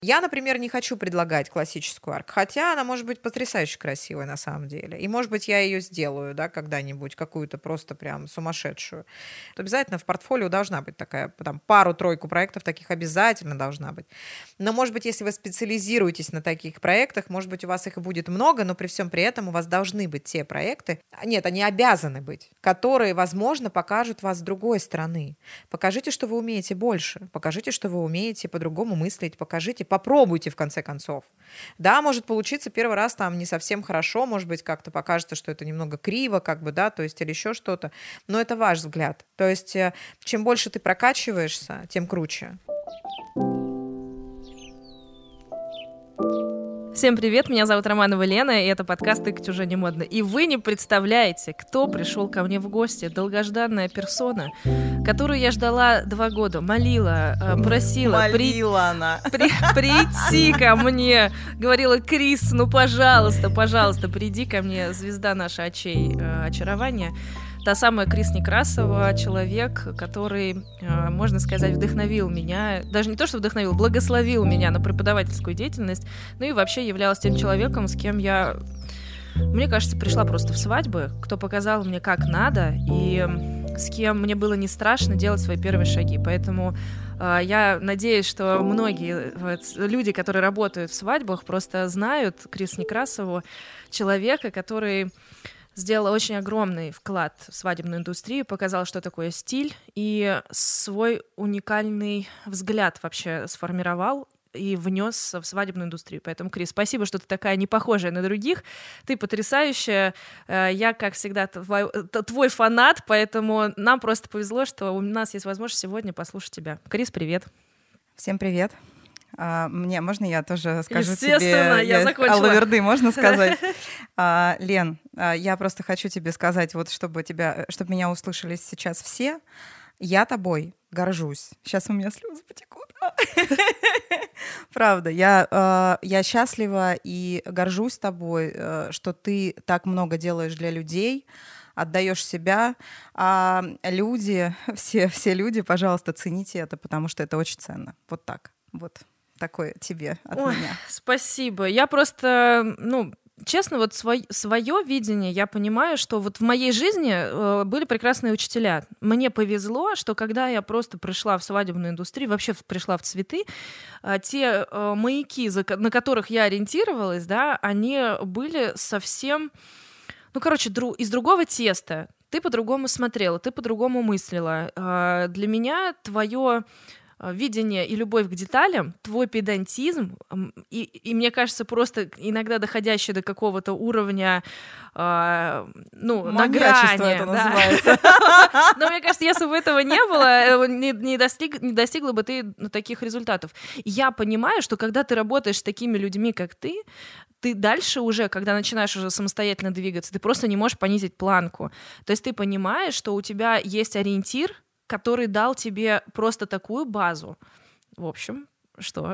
Я, например, не хочу предлагать классическую арку, хотя она может быть потрясающе красивой на самом деле. И, может быть, я ее сделаю, да, когда-нибудь, какую-то просто прям сумасшедшую. То обязательно в портфолио должна быть такая, там, пару-тройку проектов таких обязательно должна быть. Но, может быть, если вы специализируетесь на таких проектах, может быть, у вас их и будет много, но при всем при этом у вас должны быть те проекты, нет, они обязаны быть, которые, возможно, покажут вас с другой стороны. Покажите, что вы умеете больше, покажите, что вы умеете по-другому мыслить, покажите, попробуйте в конце концов. Да, может получиться первый раз там не совсем хорошо, может быть, как-то покажется, что это немного криво, как бы, да, то есть или еще что-то, но это ваш взгляд. То есть чем больше ты прокачиваешься, тем круче. Всем привет, меня зовут Романова Лена, и это подкаст «Тыкать уже не модно». И вы не представляете, кто пришел ко мне в гости. Долгожданная персона, которую я ждала 2 года, молила, просила прийти ко мне. Говорила: Крис, ну пожалуйста, приди ко мне, звезда наша очей очарования. Та самая Крис Некрасова, человек, который, можно сказать, вдохновил меня, даже не то, что вдохновил, благословил меня на преподавательскую деятельность, ну и вообще являлся тем человеком, с кем я, мне кажется, пришла просто в свадьбы, кто показал мне, как надо, и с кем мне было не страшно делать свои первые шаги. Поэтому я надеюсь, что многие люди, которые работают в свадьбах, просто знают Крис Некрасову, человека, который сделала очень огромный вклад в свадебную индустрию, показала, что такое стиль, и свой уникальный взгляд вообще сформировал и внес в свадебную индустрию. Поэтому, Крис, спасибо, что ты такая не похожая на других. Ты потрясающая. Я, как всегда, твой фанат, поэтому нам просто повезло, что у нас есть возможность сегодня послушать тебя. Крис, привет. Всем привет. Можно я тоже скажу тебе? Естественно, я закончила. Аллаверды, можно сказать? Лен, я просто хочу тебе сказать, вот чтобы меня услышали сейчас все, я тобой горжусь. Сейчас у меня слезы потекут. Правда, я счастлива и горжусь тобой, что ты так много делаешь для людей, отдаешь себя, а люди, все люди, пожалуйста, цените это, потому что это очень ценно. Вот так, вот. Такое тебе от меня. Спасибо. Я просто, честно, вот свое видение, я понимаю, что вот в моей жизни были прекрасные учителя. Мне повезло, что когда я просто пришла в свадебную индустрию, вообще пришла в цветы, те маяки, на которых я ориентировалась, да, они были совсем, из другого теста. Ты по-другому смотрела, ты по-другому мыслила. Для меня твое видение и любовь к деталям, твой педантизм, и мне кажется, просто иногда доходящий до какого-то уровня, на грани. Это называется. Но мне кажется, если бы этого не было, не достигла бы ты таких результатов. Я понимаю, что когда ты работаешь с такими людьми, как ты дальше уже, когда начинаешь уже самостоятельно двигаться, ты просто не можешь понизить планку. То есть ты понимаешь, что у тебя есть ориентир, который дал тебе просто такую базу. В общем, что?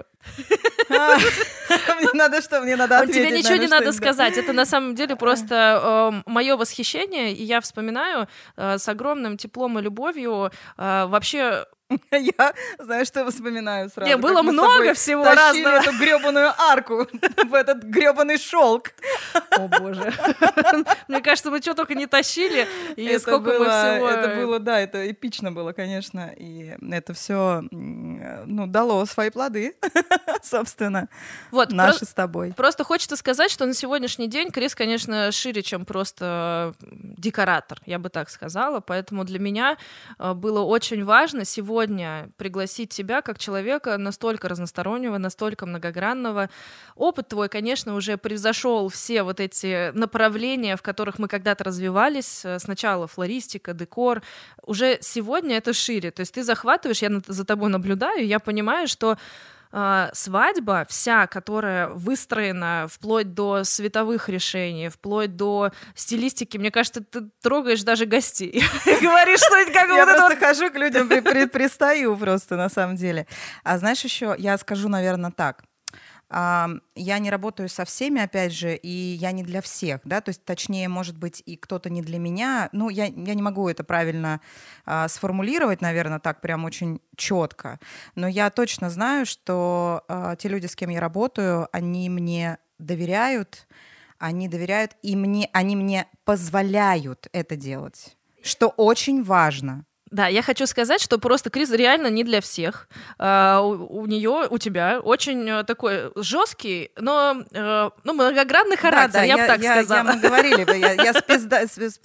Мне надо ответить. Тебе ничего не надо сказать. Это на самом деле просто мое восхищение, и я вспоминаю с огромным теплом и любовью вообще. Я знаю, что я вспоминаю сразу. Было много всего разного. Эту гребаную арку в этот гребаный шелк. О боже. Мне кажется, мы что только не тащили, и сколько мы всего. Это было, да, это эпично было, конечно, и это все, дало свои плоды, собственно, вот, наши с тобой. Просто хочется сказать, что на сегодняшний день Крис, конечно, шире, чем просто декоратор, я бы так сказала, поэтому для меня было очень важно сегодня пригласить тебя как человека настолько разностороннего, настолько многогранного. Опыт твой, конечно, уже превзошел все вот эти направления, в которых мы когда-то развивались. Сначала флористика, декор. Уже сегодня это шире. То есть ты захватываешь, я за тобой наблюдаю, я понимаю, что свадьба вся, которая выстроена вплоть до световых решений, вплоть до стилистики, мне кажется, ты трогаешь даже гостей. Говоришь, что это как я просто хожу к людям, пристаю просто на самом деле. А знаешь, еще я скажу, наверное, так. Я не работаю со всеми, опять же, и я не для всех, да, то есть, точнее, может быть, и кто-то не для меня. Ну, я не могу это правильно сформулировать, наверное, так прям очень четко, но я точно знаю, что те люди, с кем я работаю, они мне доверяют, и они мне позволяют это делать, что очень важно. Да, я хочу сказать, что просто Крис реально не для всех. У тебя очень такой жесткий, но многогранный характер, я бы так сказала. Мы говорили, я спизда...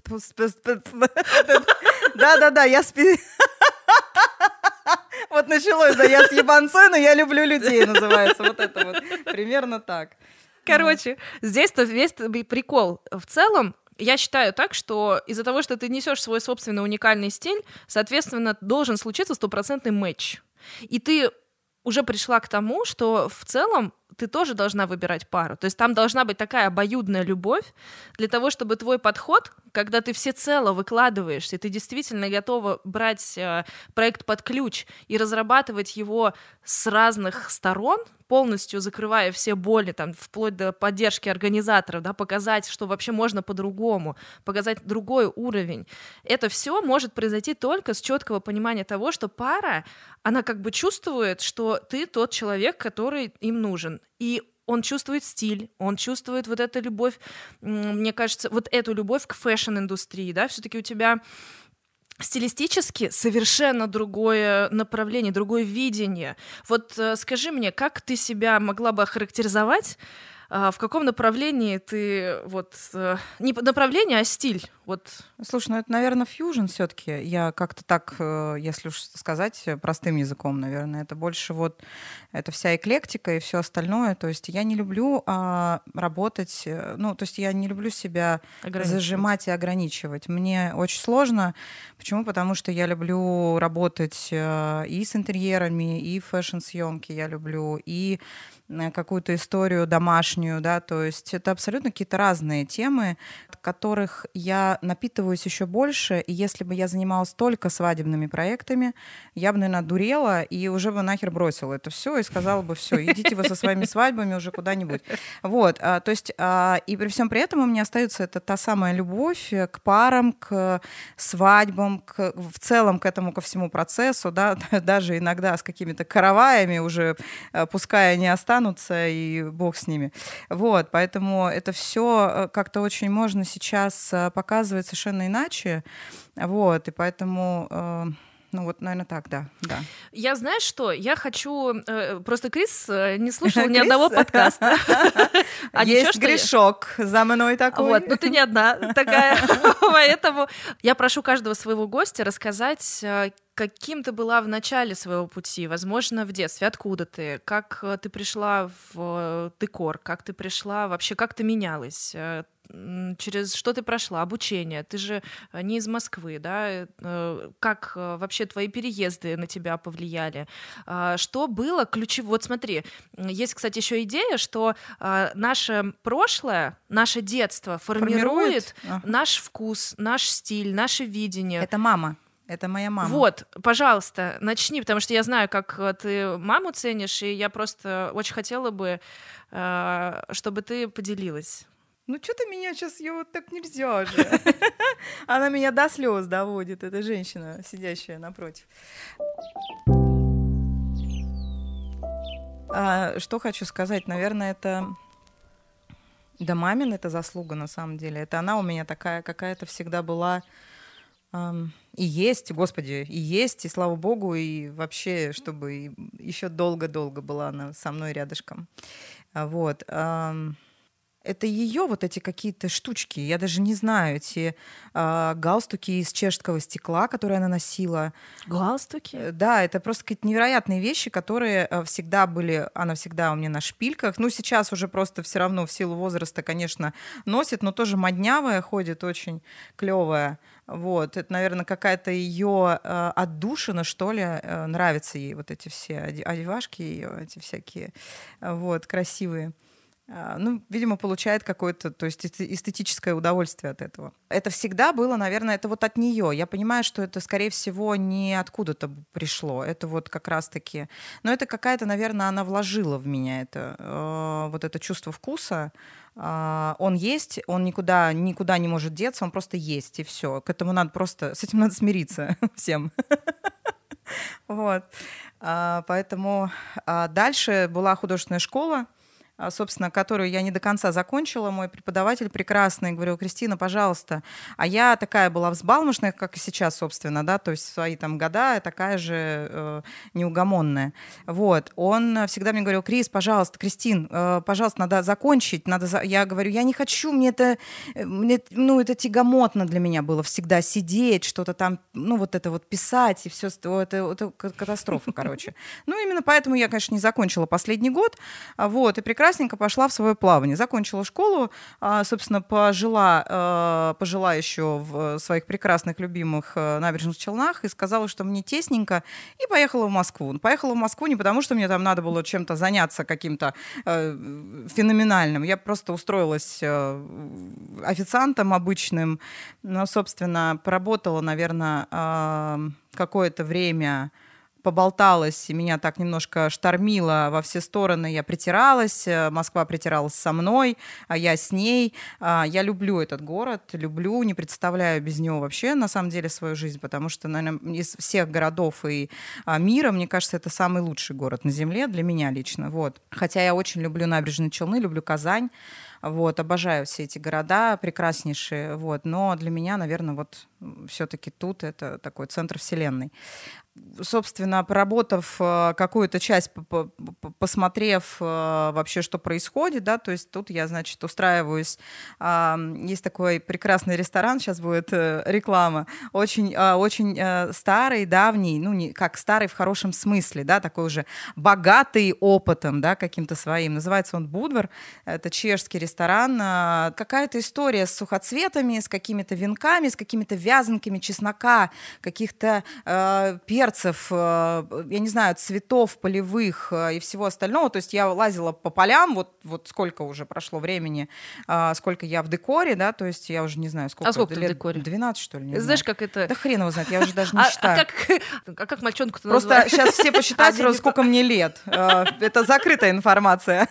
Да, я спи... Вот началось, да, я с ебанцой, но я люблю людей, называется. Вот это вот, примерно так. Короче, здесь-то весь прикол. В целом, я считаю так, что из-за того, что ты несешь свой собственный уникальный стиль, соответственно, должен случиться 100% матч. И ты уже пришла к тому, что в целом ты тоже должна выбирать пару. То есть там должна быть такая обоюдная любовь для того, чтобы твой подход, когда ты всецело выкладываешься, ты действительно готова брать проект под ключ и разрабатывать его с разных сторон, полностью закрывая все боли, там, вплоть до поддержки организаторов, да, показать, что вообще можно по-другому, показать другой уровень. Это все может произойти только с четкого понимания того, что пара, она как бы чувствует, что ты тот человек, который им нужен. И он чувствует стиль, он чувствует вот эту любовь, мне кажется, вот эту любовь к фэшн-индустрии, да, все-таки у тебя стилистически совершенно другое направление, другое видение. Вот скажи мне, как ты себя могла бы охарактеризовать, в каком направлении ты, вот, не направление, а стиль? Вот. Слушай, ну это, наверное, фьюжн все-таки. Я как-то так, если уж сказать простым языком, наверное, это больше вот это вся эклектика и все остальное. То есть я не люблю работать, ну, то есть я не люблю себя зажимать и ограничивать. Мне очень сложно. Почему? Потому что я люблю работать и с интерьерами, и фэшн-съемки я люблю, и какую-то историю домашнюю, да, то есть это абсолютно какие-то разные темы, от которых я напитываюсь еще больше, и если бы я занималась только свадебными проектами, я бы, наверное, дурела и уже бы нахер бросила это все и сказала бы: все, идите вы со своими свадьбами уже куда-нибудь. Вот, то есть, и при всем при этом у меня остается та самая любовь к парам, к свадьбам, в целом к этому, ко всему процессу, да, даже иногда с какими-то караваями уже, пускай они останутся, и бог с ними. Вот, поэтому это все как-то очень можно сейчас показывать совершенно иначе. Вот, и поэтому... Ну вот, наверное, так, да. Я, знаешь что, я хочу... Просто Крис не слушал ни одного подкаста. Есть грешок за мной такой. Вот, но ты не одна такая. Поэтому я прошу каждого своего гостя рассказать, каким ты была в начале своего пути, возможно, в детстве, откуда ты, как ты пришла в декор, как ты пришла, вообще, как ты менялась, через что ты прошла, обучение, ты же не из Москвы, да, как вообще твои переезды на тебя повлияли, что было ключевым, вот смотри, есть, кстати, еще идея, что наше прошлое, наше детство формирует наш вкус, наш стиль, наше видение. Это мама. Это моя мама. Вот, пожалуйста, начни, потому что я знаю, как ты маму ценишь, и я просто очень хотела бы, чтобы ты поделилась. Ну, что ты меня сейчас, ее вот так нельзя же. Она меня до слез доводит, эта женщина, сидящая напротив. Что хочу сказать, наверное, это... Да, мамин это заслуга, на самом деле. Это она у меня такая какая-то всегда была... И есть, Господи, и есть, и слава Богу, и вообще, чтобы еще долго-долго была она со мной рядышком. Вот. Это ее вот эти какие-то штучки, я даже не знаю, эти галстуки из чешского стекла, которые она носила. Галстуки? Да, это просто какие-то невероятные вещи, которые всегда были, она всегда у меня на шпильках. Ну, сейчас уже просто все равно в силу возраста, конечно, носит, но тоже моднявая ходит, очень клевая. Вот, это, наверное, какая-то ее отдушина, что ли, нравятся ей вот эти все одевашки ее, эти всякие, вот, красивые. ну, видимо, получает какое-то, то есть эстетическое удовольствие от этого. Это всегда было, наверное, это вот от нее. Я понимаю, что это, скорее всего, не откуда-то пришло. Это вот как раз-таки... Но это какая-то, наверное, она вложила в меня это, вот это чувство вкуса. Он есть, он никуда не может деться, он просто есть, и все. К этому надо просто... С этим надо смириться всем. Вот. Поэтому дальше была художественная школа, собственно, которую я не до конца закончила. Мой преподаватель прекрасный говорил: Кристина, пожалуйста. А я такая была взбалмошная, как и сейчас, собственно, да, то есть в свои там года такая же неугомонная. Вот. Он всегда мне говорил: Крис, пожалуйста, Кристин, пожалуйста, надо закончить. Я говорю: я не хочу, это тягомотно для меня было всегда сидеть, что-то там, ну, вот это вот писать и все, это катастрофа, короче. Ну, именно поэтому я, конечно, не закончила последний год, вот, и прекрасненько пошла в свое плавание. Закончила школу, собственно, пожила еще в своих прекрасных, любимых Набережных Челнах и сказала, что мне тесненько, и поехала в Москву. Поехала в Москву не потому, что мне там надо было чем-то заняться каким-то феноменальным. Я просто устроилась официантом обычным, но, собственно, поработала, наверное, какое-то время, поболталась, и меня так немножко штормило во все стороны. Я притиралась, Москва притиралась со мной, а я с ней. Я люблю этот город, люблю, не представляю без него вообще, на самом деле, свою жизнь, потому что, наверное, из всех городов и мира, мне кажется, это самый лучший город на Земле для меня лично. Вот. Хотя я очень люблю Набережные Челны, люблю Казань. Вот, обожаю все эти города прекраснейшие, вот, но для меня, наверное, вот все-таки тут это такой центр вселенной. Собственно, поработав какую-то часть, посмотрев вообще, что происходит, да, то есть тут я, значит, устраиваюсь. Есть такой прекрасный ресторан, сейчас будет реклама, очень старый, давний, ну, не как старый в хорошем смысле, да, такой уже богатый опытом, да, каким-то своим. Называется он «Будвар». Это чешский ресторан. Какая-то история с сухоцветами, с какими-то венками, с какими-то вязанками чеснока, каких-то перцев, я не знаю, цветов полевых и всего остального. То есть я лазила по полям, вот сколько уже прошло времени, сколько я в декоре, да, то есть я уже не знаю, сколько. А сколько лет, в декоре? 12, что ли, не Знаешь, знаю. как это... Да хрен его знает, я уже даже не считаю. Как мальчонку-то Просто назвать? сейчас все посчитают сразу, сколько мне лет. Это закрытая информация.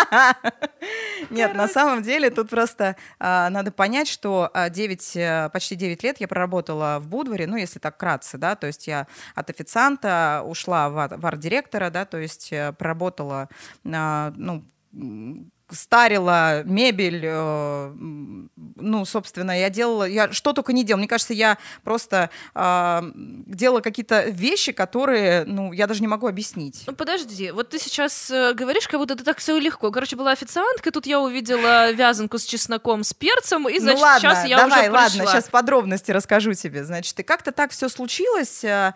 Нет, на самом деле тут просто надо понять, что почти 9 лет я проработала в Будваре, ну, если так вкратце, да, то есть я от официанта ушла в арт-директора, да, то есть проработала, ну, старила мебель, ну, собственно, я что только не делала. Мне кажется, я просто делала какие-то вещи, которые, ну, я даже не могу объяснить. Ну, подожди, вот ты сейчас говоришь, как будто это так все легко. Короче, была официантка, тут я увидела вязанку с чесноком, с перцем, и, значит, ну, ладно, сейчас я давай, уже пришла. Ладно, сейчас подробности расскажу тебе. Значит, и как-то так все случилось. Я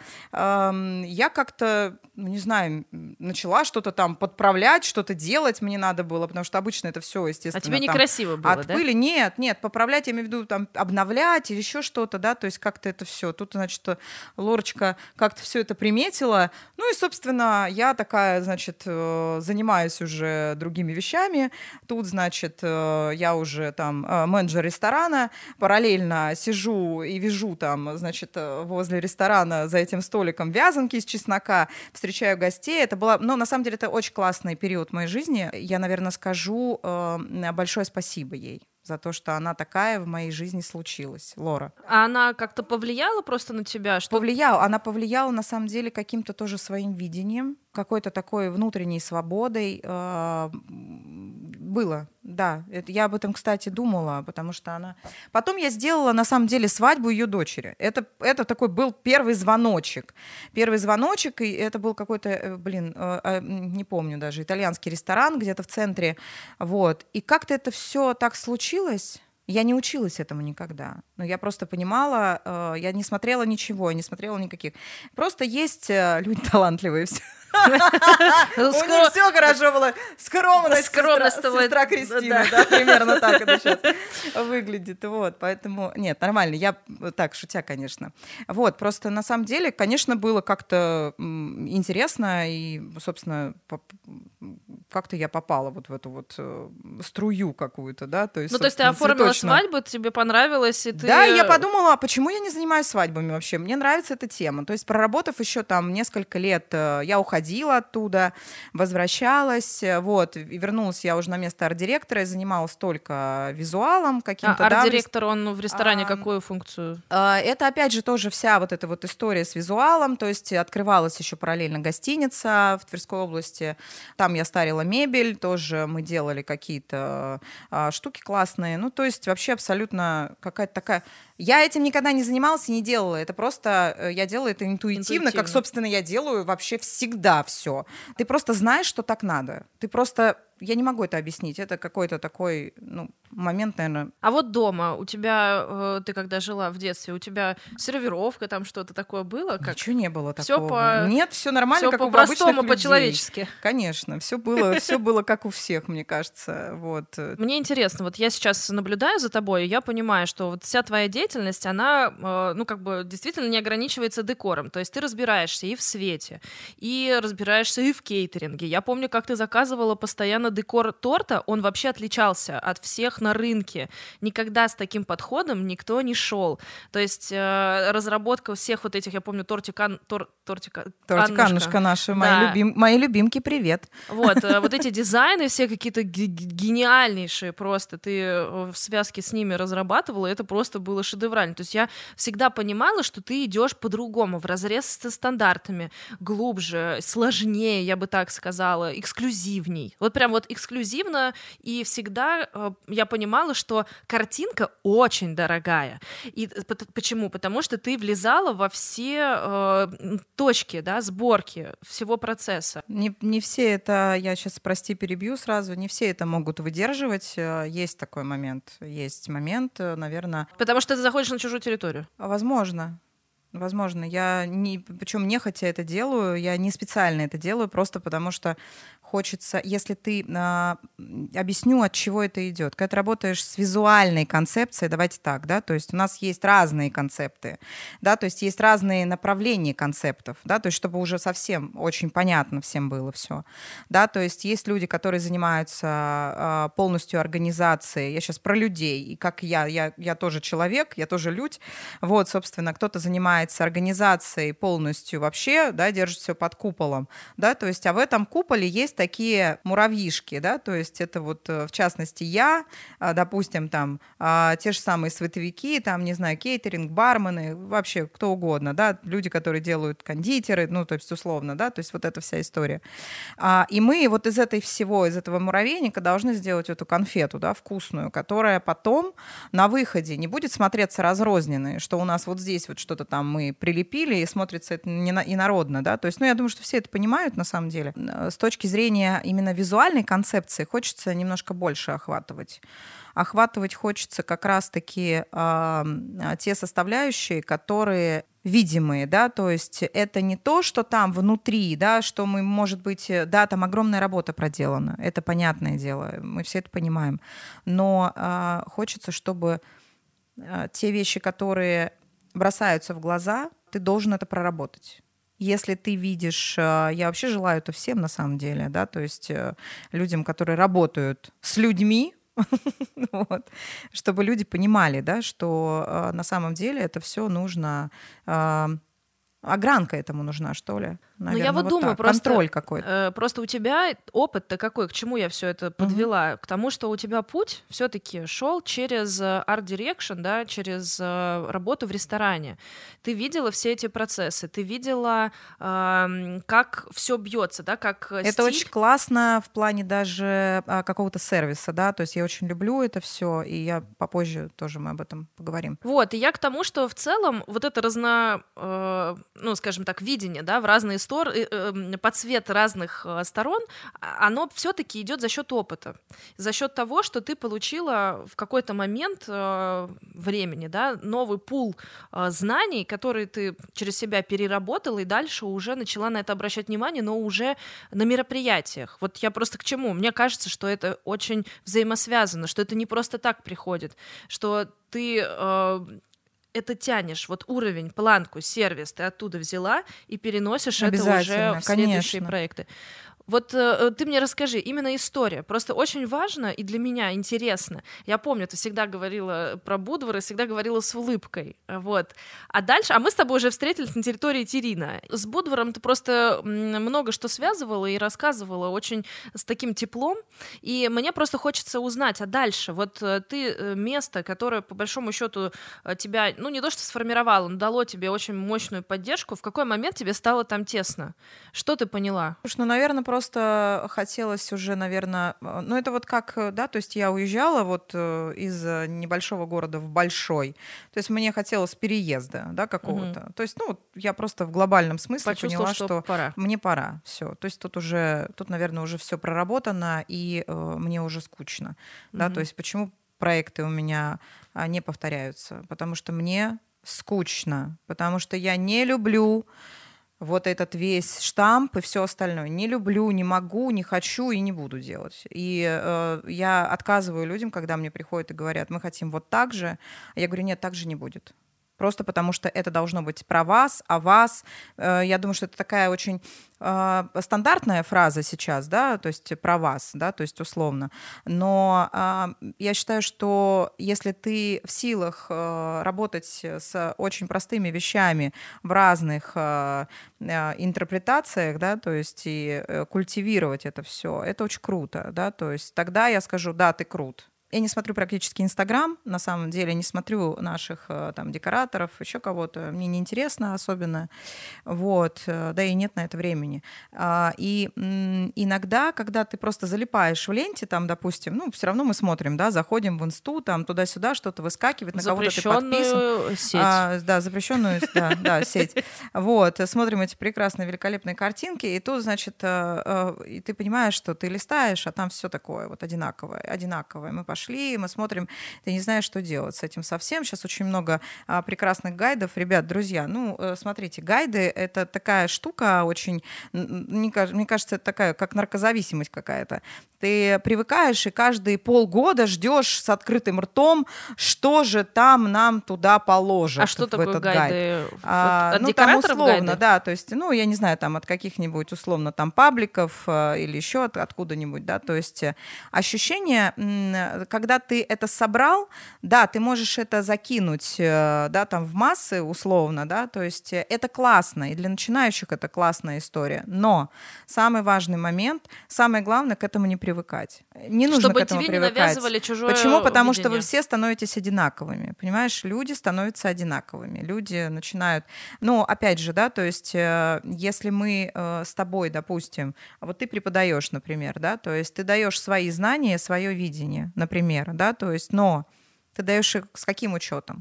как-то, ну, не знаю, начала что-то там подправлять, что-то делать мне надо было, потому что обычно это все, естественно, а тебе некрасиво было, от пыли. Нет, поправлять, я имею в виду, там, обновлять или еще что-то, да, то есть как-то это все. Тут, значит, Лорочка как-то все это приметила. Ну и, собственно, я такая, значит, занимаюсь уже другими вещами. Тут, значит, я уже там менеджер ресторана, параллельно сижу и вяжу там, значит, возле ресторана за этим столиком вязанки из чеснока, встречаю гостей. Это было, ну, на самом деле, это очень классный период моей жизни. Я, наверное, скажу большое спасибо ей за то, что она такая в моей жизни случилась, Лора. А она как-то повлияла просто на тебя? Что... Она повлияла, на самом деле, каким-то тоже своим видением, какой-то такой внутренней свободой. Было, да. Я об этом, кстати, думала, потому что она... Потом я сделала, на самом деле, свадьбу ее дочери. Это такой был первый звоночек. Первый звоночек, и это был какой-то, не помню даже, итальянский ресторан где-то в центре. Вот. И как-то это все так случилось. Я не училась этому никогда. Но я просто понимала, я не смотрела ничего, я не смотрела никаких. Просто есть люди талантливые, все. У них все хорошо было. Скромность сестра Кристина, да, примерно так это сейчас выглядит. Вот, поэтому, нет, нормально. Я так, шутя, конечно. Вот, просто на самом деле, конечно, было как-то интересно и, собственно, как-то я попала вот в эту вот струю какую-то, да, то есть, Ну, то есть ты оформила свадьбу, тебе понравилось, и ты... Да, и я подумала, а почему я не занимаюсь свадьбами вообще? Мне нравится эта тема. То есть, проработав еще там несколько лет, я уходила оттуда, возвращалась, вот, и вернулась я уже на место арт-директора и занималась только визуалом каким-то. Арт-директор, он в ресторане какую функцию? Это, опять же, тоже вся вот эта вот история с визуалом, то есть открывалась еще параллельно гостиница в Тверской области, там я старила мебель, тоже мы делали какие-то штуки классные, ну, то есть вообще абсолютно какая-то такая... Я этим никогда не занималась и не делала, это просто я делала это интуитивно, как, собственно, я делаю вообще всегда все. Ты просто знаешь, что так надо, ты просто... Я не могу это объяснить, это какой-то такой, ну, момент, наверное. А вот дома у тебя, ты когда жила в детстве, у тебя сервировка, там что-то такое было? Как? Ничего не было Всё такого. Нет, все нормально, как у обычных людей. Все по-простому, по-человечески. Конечно, все было как у всех, мне кажется. Вот. Мне интересно, вот я сейчас наблюдаю за тобой, и я понимаю, что вот вся твоя деятельность, она, ну, как бы действительно не ограничивается декором. То есть ты разбираешься и в свете, и разбираешься и в кейтеринге. Я помню, как ты заказывала постоянно декор торта, он вообще отличался от всех на рынке. Никогда с таким подходом никто не шел. То есть разработка всех вот этих, я помню, тортик Аннушка наша, да. мои любимки, привет. Вот эти дизайны все какие-то гениальнейшие просто. Ты в связке с ними разрабатывала, это просто было шедеврально. То есть я всегда понимала, что ты идешь по-другому, вразрез со стандартами, глубже, сложнее, я бы так сказала, эксклюзивней. Вот прям вот эксклюзивно, и всегда я понимала, что картинка очень дорогая. И почему? Потому что ты влезала во все точки, да, сборки всего процесса. Не все это, я сейчас, прости, перебью сразу, не все это могут выдерживать. Есть такой момент. Есть момент, наверное... Потому что ты заходишь на чужую территорию. Возможно. Я причем нехотя это делаю, я не специально это делаю, просто потому что хочется, если ты объясню, от чего это идет. Когда ты работаешь с визуальной концепцией, давайте так, да, то есть у нас есть разные концепты, да, то есть есть разные направления концептов, да, то есть чтобы уже совсем очень понятно всем было все, да, то есть есть люди, которые занимаются полностью организацией, я сейчас про людей, и как я тоже человек, я тоже людь, вот, собственно, кто-то занимается организацией полностью вообще, да, держит все под куполом, да, то есть, а в этом куполе есть такие муравьишки, да, то есть это вот в частности я, допустим, там те же самые световики, там, не знаю, кейтеринг, бармены, вообще кто угодно, да, люди, которые делают кондитеры, ну, то есть условно, да, то есть вот эта вся история. И мы вот из этого муравейника должны сделать эту конфету, да, вкусную, которая потом на выходе не будет смотреться разрозненной, что у нас вот здесь вот что-то там мы прилепили, и смотрится это инородно, да, то есть, ну, я думаю, что все это понимают на самом деле. С точки зрения именно визуальной концепции хочется немножко больше охватывать. Охватывать хочется как раз-таки те составляющие, которые видимые, да, то есть это не то, что там внутри, да, что мы, может быть, да, там огромная работа проделана, это понятное дело, мы все это понимаем, но хочется, чтобы те вещи, которые бросаются в глаза, ты должен это проработать. Если ты видишь, я вообще желаю это всем на самом деле, да, то есть людям, которые работают с людьми, вот, чтобы люди понимали, да, что на самом деле это все нужно, огранка этому нужна, что ли. Наверное, я вот вот думаю, так. Контроль какой-то. Просто у тебя опыт-то какой? К чему я все это подвела? К тому, что у тебя путь все-таки шел через Art Direction, да, через работу в ресторане. Ты видела все эти процессы, ты видела, как все бьется, да, как это стиль. очень классно в плане даже какого-то сервиса, да, то есть я очень люблю это все, и я попозже тоже мы об этом поговорим. Вот, и я к тому, что в целом вот это ну, скажем так, видение, да, в разные стороны, под цвет разных сторон, оно все-таки идет за счет опыта, за счет того, что ты получила в какой-то момент времени, да, новый пул знаний, которые ты через себя переработала, и дальше уже начала на это обращать внимание, но уже на мероприятиях. Вот я просто к чему? Мне кажется, что это очень взаимосвязано, что это не просто так приходит, что ты это тянешь, вот уровень, планку, сервис ты оттуда взяла и переносишь это уже в следующие проекты. Вот ты мне расскажи, именно история. Просто очень важно и для меня интересно. Я помню, ты всегда говорила про Будвар и всегда говорила с улыбкой. Вот. А дальше, мы с тобой уже встретились на территории Терина. С Будваром ты просто много что связывала и рассказывала очень с таким теплом. И мне просто хочется узнать, а дальше? Вот ты место, которое, по большому счету, тебя, не то что сформировало, но дало тебе очень мощную поддержку. В какой момент тебе стало там тесно? Что ты поняла? Слушай, наверное, просто хотелось уже, наверное... это вот как, да, то есть я уезжала вот из небольшого города в большой. То есть мне хотелось переезда, да, какого-то. То есть, я просто в глобальном смысле поняла, что пора. Мне пора, все. То есть тут, наверное, уже все проработано, и мне уже скучно. Да, то есть почему проекты у меня не повторяются? Потому что мне скучно, потому что я не люблю вот этот весь штамп и все остальное. Не люблю, не могу, не хочу и не буду делать. И я отказываю людям, когда мне приходят и говорят, мы хотим вот так же. Я говорю, нет, так же не будет. Просто потому что это должно быть про вас, о вас. Я думаю, что это такая очень стандартная фраза сейчас, да, то есть про вас, да, то есть условно. Но я считаю, что если ты в силах работать с очень простыми вещами в разных интерпретациях, да, то есть и культивировать это все, это очень круто, да, то есть тогда я скажу, да, ты крут. Я не смотрю практически Инстаграм, на самом деле, не смотрю наших там декораторов, еще кого-то, мне неинтересно особенно, вот, да и нет на это времени. И иногда, когда ты просто залипаешь в ленте, там, допустим, все равно мы смотрим, да, заходим в Инсту, там, туда-сюда что-то выскакивает, на кого-то ты подписан. Сеть. Да, запрещенную, да, сеть. Вот, смотрим эти прекрасные, великолепные картинки, и тут, значит, и ты понимаешь, что ты листаешь, а там все такое вот одинаковое. Мы пошли, мы смотрим, ты не знаешь, что делать с этим совсем. Сейчас очень много прекрасных гайдов. Ребят, друзья, смотрите, гайды — это такая штука очень, мне кажется, это такая, как наркозависимость какая-то. Ты привыкаешь и каждые полгода ждешь с открытым ртом, что же там нам туда положат. А что такое гайды? От Там декораторов условно, гайды? да, то есть, я не знаю, там от каких-нибудь условно там пабликов или еще откуда-нибудь, да, то есть ощущение, когда ты это собрал, да, ты можешь это закинуть, да, там в массы условно, да, то есть это классно, и для начинающих это классная история, но самый важный момент, самое главное, к этому не привыкать. Не нужно чтобы к этому тебе привыкать. не навязывали чужое Почему? Потому видение. что вы все становитесь одинаковыми, понимаешь, люди становятся одинаковыми, люди начинают, опять же, да, то есть если мы с тобой, допустим, вот ты преподаешь, например, да, то есть ты даешь свои знания, свое видение, например, да, то есть, но ты даешь их с каким учетом?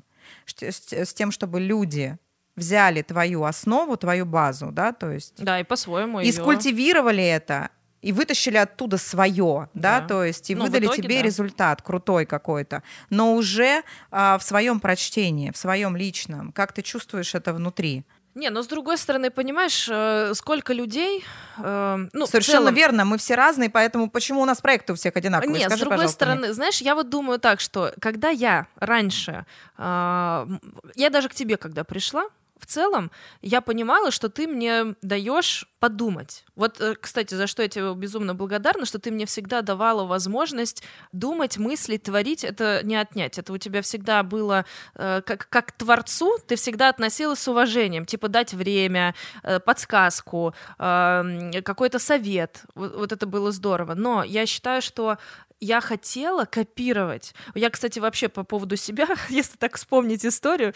С тем, чтобы люди взяли твою основу, твою базу, да, то есть... Да, и по-своему и скультивировали это, и вытащили оттуда свое, да, то есть и выдали тебе результат крутой какой-то, но уже в своем прочтении, в своем личном, как ты чувствуешь это внутри. Не, но с другой стороны, понимаешь, сколько людей... Совершенно верно, мы все разные, поэтому почему у нас проекты у всех одинаковые? Нет, скажи, с другой стороны, мне. знаешь, я вот думаю так, что когда я раньше... я даже к тебе, когда пришла, в целом, я понимала, что ты мне даешь подумать. Вот, кстати, за что я тебе безумно благодарна, что ты мне всегда давала возможность думать, мыслить, творить. Это не отнять. Это у тебя всегда было как к творцу, ты всегда относилась с уважением. Типа дать время, подсказку, какой-то совет. Вот это было здорово. Но я считаю, что я хотела копировать. Я, кстати, вообще по поводу себя, если так вспомнить историю,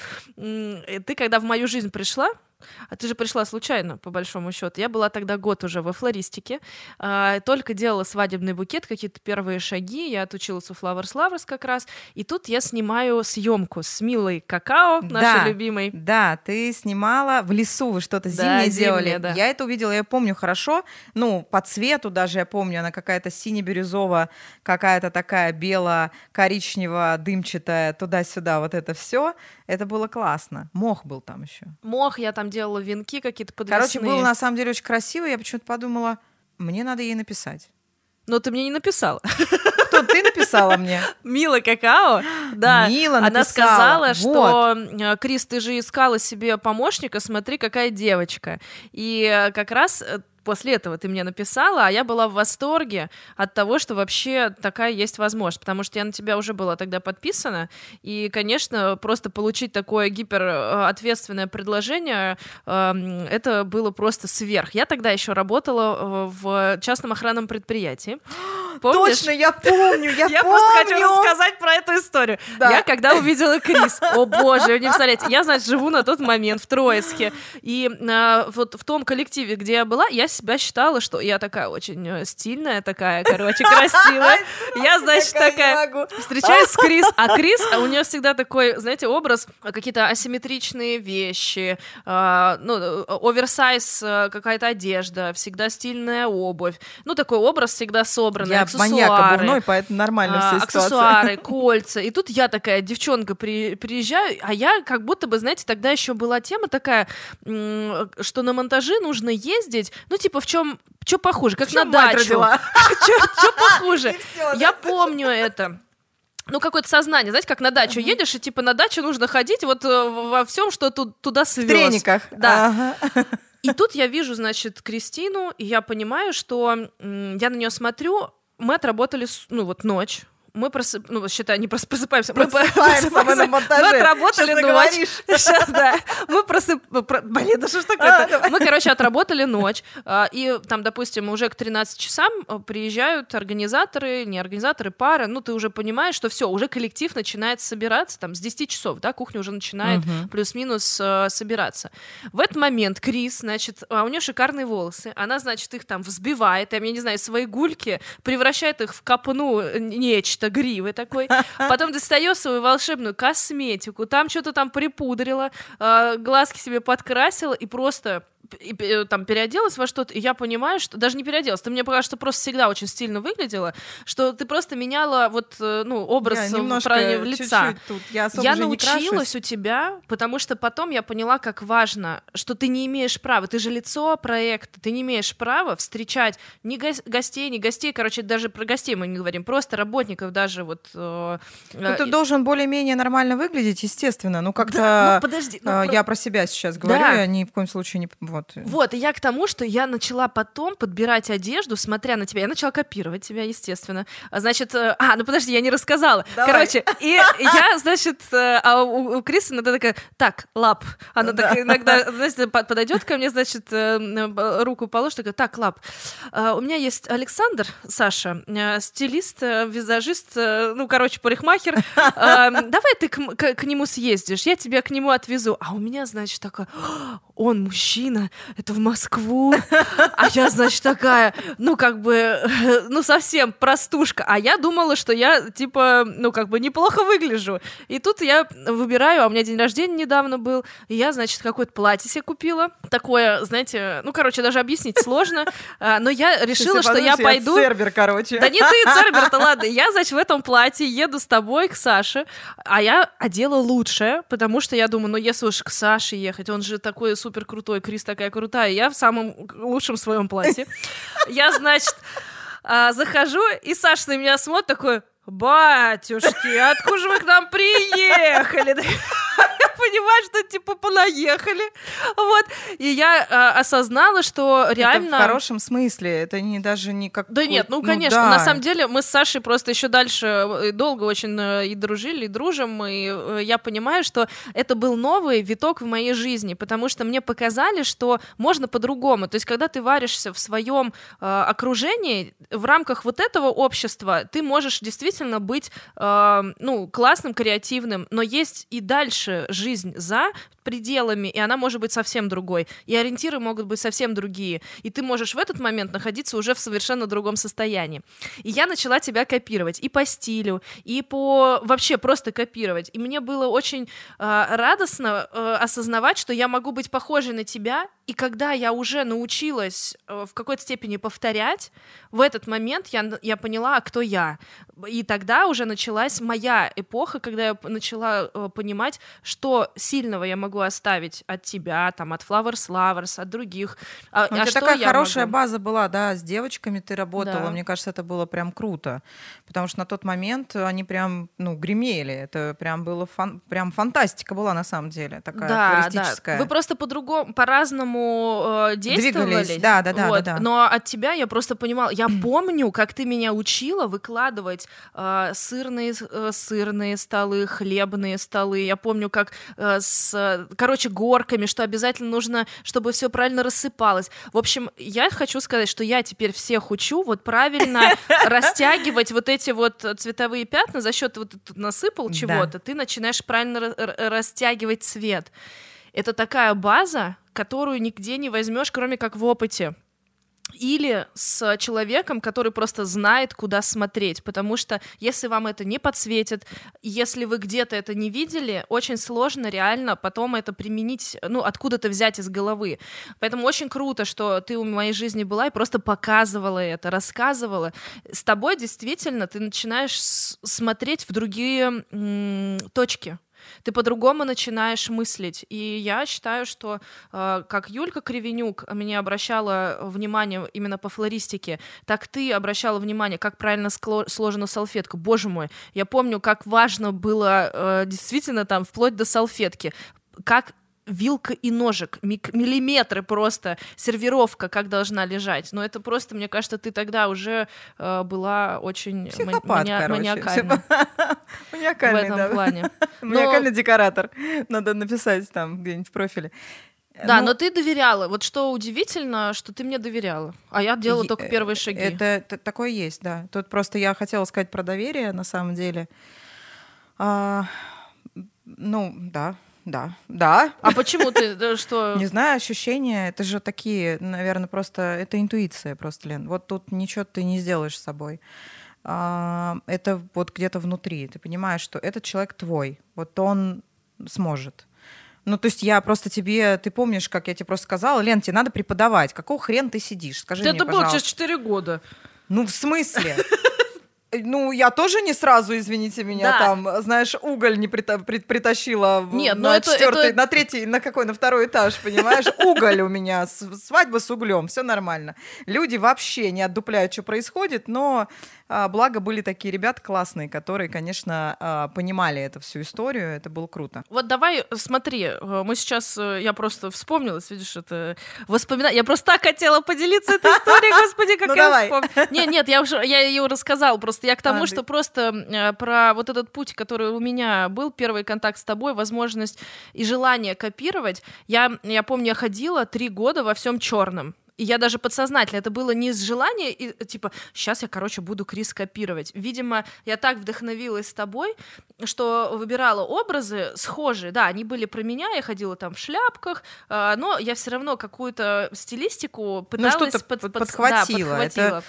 ты когда в мою жизнь пришла, а ты же пришла случайно, по большому счету. Я была тогда год уже во флористике, только делала свадебный букет, какие-то первые шаги. Я отучилась у Flowers Lovers как раз. И тут я снимаю съемку с Милой Какао, нашей любимой. Да, ты снимала в лесу, вы что-то зимнее делали. Да. Я это увидела, я помню хорошо. По цвету даже я помню, она какая-то сине-бирюзово, какая-то такая бело-коричнево-дымчатая, туда-сюда, вот это все. Это было классно. Мох был там еще. Мох, я там делала венки какие-то подвесные. Короче, было на самом деле очень красиво. Я почему-то подумала, мне надо ей написать. Но ты мне не написала. Кто ты написала мне? Мила Какао, да. Мила написала. Она сказала, что Крис, ты же искала себе помощника, смотри, какая девочка. И как раз после этого ты мне написала, а я была в восторге от того, что вообще такая есть возможность, потому что я на тебя уже была тогда подписана, и, конечно, просто получить такое гиперответственное предложение, это было просто сверх. Я тогда еще работала в частном охранном предприятии. Помнишь? Точно, я помню, я просто хочу рассказать про эту историю. Да. Я когда увидела Крис, о боже, вы не представляете, я, значит, живу на тот момент в Троицке, и вот в том коллективе, где я была, я себя считала, что я такая очень стильная, такая, короче, красивая. Я, значит, такая встречаюсь с Крис, а Крис, у нее всегда такой, знаете, образ, какие-то асимметричные вещи, оверсайз какая-то одежда, всегда стильная обувь, такой образ всегда собранный, я аксессуары. маньяк обувной, поэтому нормально вся ситуация. Аксессуары, кольца, и тут я такая девчонка приезжаю, а я как будто бы, знаете, тогда еще была тема такая, что на монтажи нужно ездить, в чем что похуже, как на дачу. Что похуже? Я помню это. Какое-то сознание, знаете, как на дачу едешь, и на дачу нужно ходить вот во всем, что туда свез. В трениках. Да. И тут я вижу, значит, Кристину, и я понимаю, что я на нее смотрю, мы отработали, ночь. Мы считай, не просыпаемся. Мы на монтаже. Мы отработали ночь. Сейчас, да. Мы Блин, да что ж такое-то? Мы, отработали ночь. И там, допустим, уже к 13 часам приезжают организаторы, не организаторы, пара. Ты уже понимаешь, что все, уже коллектив начинает собираться. Там с 10 часов, да, кухня уже начинает плюс-минус собираться. В этот момент Крис, значит, у нее шикарные волосы. Она, значит, их там взбивает, я не знаю, свои гульки, превращает их в копну нечто гривы такой, потом достаёт свою волшебную косметику, там что-то там припудрила, глазки себе подкрасила и просто там переоделась во что-то, и я понимаю, что даже не переоделась, ты мне показалось, что просто всегда очень стильно выглядела, что ты просто меняла образ лица. Я научилась у тебя, потому что потом я поняла, как важно, что ты не имеешь права, ты же лицо проекта, ты не имеешь права встречать ни гостей, даже про гостей мы не говорим, просто работников даже ты должен более-менее нормально выглядеть, естественно, как-то подожди, я про себя сейчас говорю, я ни в коем случае не... Вот, и я к тому, что я начала потом подбирать одежду, смотря на тебя. Я начала копировать тебя, естественно. Значит, подожди, я не рассказала. Давай. Короче, и я, значит, у Крисы иногда такая, так, лап. Она так иногда, знаете, подойдет ко мне, значит, руку положит, такая, так, лап. У меня есть Александр, Саша, стилист, визажист, парикмахер. Давай ты к нему съездишь, я тебя к нему отвезу. А у меня, значит, такая, он мужчина, это в Москву, а я, значит, такая, совсем простушка, а я думала, что я, неплохо выгляжу, и тут я выбираю, а у меня день рождения недавно был, и я, значит, какое-то платье себе купила, такое, знаете, даже объяснить сложно, но я решила, что я пойду... Цербер, короче. Да не ты, Цербер-то, ладно, я, значит, в этом платье еду с тобой к Саше, а я одела лучше, потому что я думаю, если уж к Саше ехать, он же такой супер крутой, Крис такая крутая, я в самом лучшем своем платье. Я, значит, захожу, и Саша на меня смотрит такой, батюшки, откуда же вы к нам приехали? Я понимаю, что, понаехали. Вот. И я осознала, что реально... Это в хорошем смысле, это даже не как... Да нет, конечно, на самом деле мы с Сашей просто еще дальше долго очень и дружили, и дружим, и я понимаю, что это был новый виток в моей жизни, потому что мне показали, что можно по-другому. То есть, когда ты варишься в своем окружении, в рамках вот этого общества, ты можешь действительно быть, классным, креативным, но есть и дальше жизнь за пределами, и она может быть совсем другой, и ориентиры могут быть совсем другие, и ты можешь в этот момент находиться уже в совершенно другом состоянии. И я начала тебя копировать и по стилю, и по вообще просто копировать, и мне было очень радостно осознавать, что я могу быть похожей на тебя, и когда я уже научилась в какой-то степени повторять, в этот момент я поняла, кто я. И тогда уже началась моя эпоха, когда я начала понимать, что сильного я могу оставить от тебя, там, от Flowers Lovers, от других. У тебя что такая я хорошая могу? база была, да, с девочками ты работала. Да. Мне кажется, это было прям круто. Потому что на тот момент они прям, гремели. Это прям было прям фантастика была на самом деле, такая флористическая. Вы просто по-разному действовались. Двигались, да. Но от тебя я просто понимала. Я помню, как ты меня учила выкладывать сырные столы, хлебные столы. Я помню, как горками, что обязательно нужно, чтобы все правильно рассыпалось. В общем, я хочу сказать, что я теперь всех учу вот правильно растягивать вот эти вот цветовые пятна за счет вот ты насыпал чего-то, ты начинаешь правильно растягивать цвет. Это такая база, которую нигде не возьмешь, кроме как в опыте. Или с человеком, который просто знает, куда смотреть, потому что если вам это не подсветит, если вы где-то это не видели, очень сложно реально потом это применить, откуда-то взять из головы. Поэтому очень круто, что ты в моей жизни была и просто показывала это, рассказывала. С тобой действительно ты начинаешь смотреть в другие точки. Ты по-другому начинаешь мыслить. И я считаю, что как Юлька Кривенюк меня обращала внимание именно по флористике, так ты обращала внимание, как правильно сложена салфетка. Боже мой, я помню, как важно было действительно там вплоть до салфетки, как вилка и ножик, миллиметры просто, сервировка, как должна лежать. Но это просто, мне кажется, ты тогда уже была очень маниакальна. Маниакальный, в этом плане. Маниакальный декоратор. Надо написать там где-нибудь в профиле. Да, но ты доверяла. Вот что удивительно, что ты мне доверяла. А я делала только первые шаги. Это такое есть, да. Тут просто я хотела сказать про доверие, на самом деле. Да. А почему ты, что? Не знаю, ощущения, это же такие, наверное, просто, это интуиция просто, Лен. Вот тут ничего ты не сделаешь с собой. Это вот где-то внутри. Ты понимаешь, что этот человек твой. Вот он сможет. То есть я просто тебе... Ты помнишь, как я тебе просто сказала, Лен, тебе надо преподавать. Какого хрена ты сидишь? Скажи мне, пожалуйста. Это было через 4 года. В смысле? Я тоже не сразу, извините меня, там, знаешь, уголь не притащила на четвертый, на третий, на второй этаж, понимаешь? Уголь у меня, свадьба с углем, все нормально. Люди вообще не отдупляют, что происходит, но благо были такие ребята классные, которые, конечно, понимали эту всю историю, это было круто. Вот давай, смотри, мы сейчас, я просто вспомнилась, видишь, это воспоминание, я просто так хотела поделиться этой историей, господи, как я вспомнила. Нет, я ее рассказала, просто я к тому, что просто про вот этот путь, который у меня был, первый контакт с тобой, возможность и желание копировать, я помню, я ходила 3 года во всем черном. И я даже подсознательно, это было не из желания, типа, сейчас я, буду Крис копировать. Видимо, я так вдохновилась с тобой, что выбирала образы схожие. Да, они были про меня, я ходила там в шляпках, но я все равно какую-то стилистику пыталась подхватила. Это,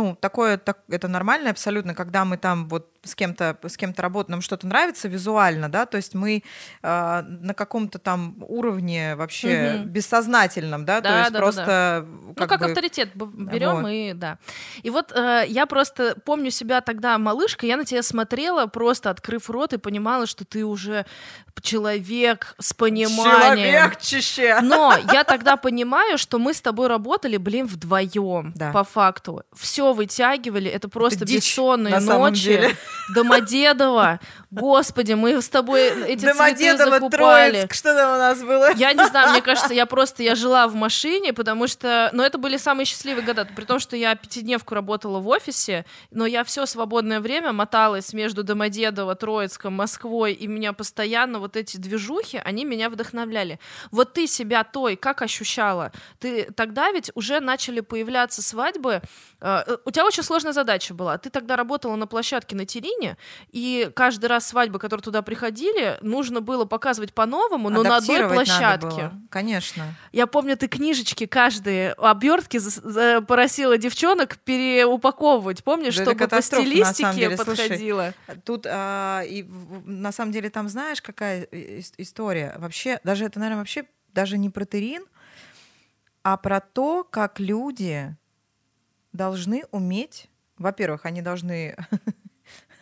это нормально абсолютно, когда мы там вот с кем-то работаем, нам что-то нравится визуально, да, то есть мы на каком-то там уровне вообще бессознательном, да, то есть просто... Как авторитет берем вот. И да. И вот я просто помню себя тогда малышкой, я на тебя смотрела, просто открыв рот, и понимала, что ты уже человек с пониманием. Человечище! Но я тогда понимаю, что мы с тобой работали, вдвоем, по факту. Все вытягивали, это просто бессонные ночи. Домодедово. Господи, мы с тобой эти цветы закупали. Троицк, что там у нас было? Я не знаю, мне кажется, я жила в машине, потому что... Но это были самые счастливые года. При том, что я 5-дневку работала в офисе, но я все свободное время моталась между Домодедово, Троицком, Москвой, и меня постоянно вот эти движухи, они меня вдохновляли. Вот ты себя той как ощущала? Ты тогда ведь уже начали появляться свадьбы. У тебя очень сложная задача была. Ты тогда работала на площадке на Терине, и каждый раз свадьбы, которые туда приходили, нужно было показывать по-новому, но на одной площадке. Конечно. Я помню, ты книжечки каждые, обертки просила девчонок переупаковывать. Помнишь, чтобы по стилистике подходило? Слушай, тут и на самом деле там знаешь, какая история? Вообще, даже это, наверное, вообще даже не про Терин, а про то, как люди должны уметь, во-первых, они должны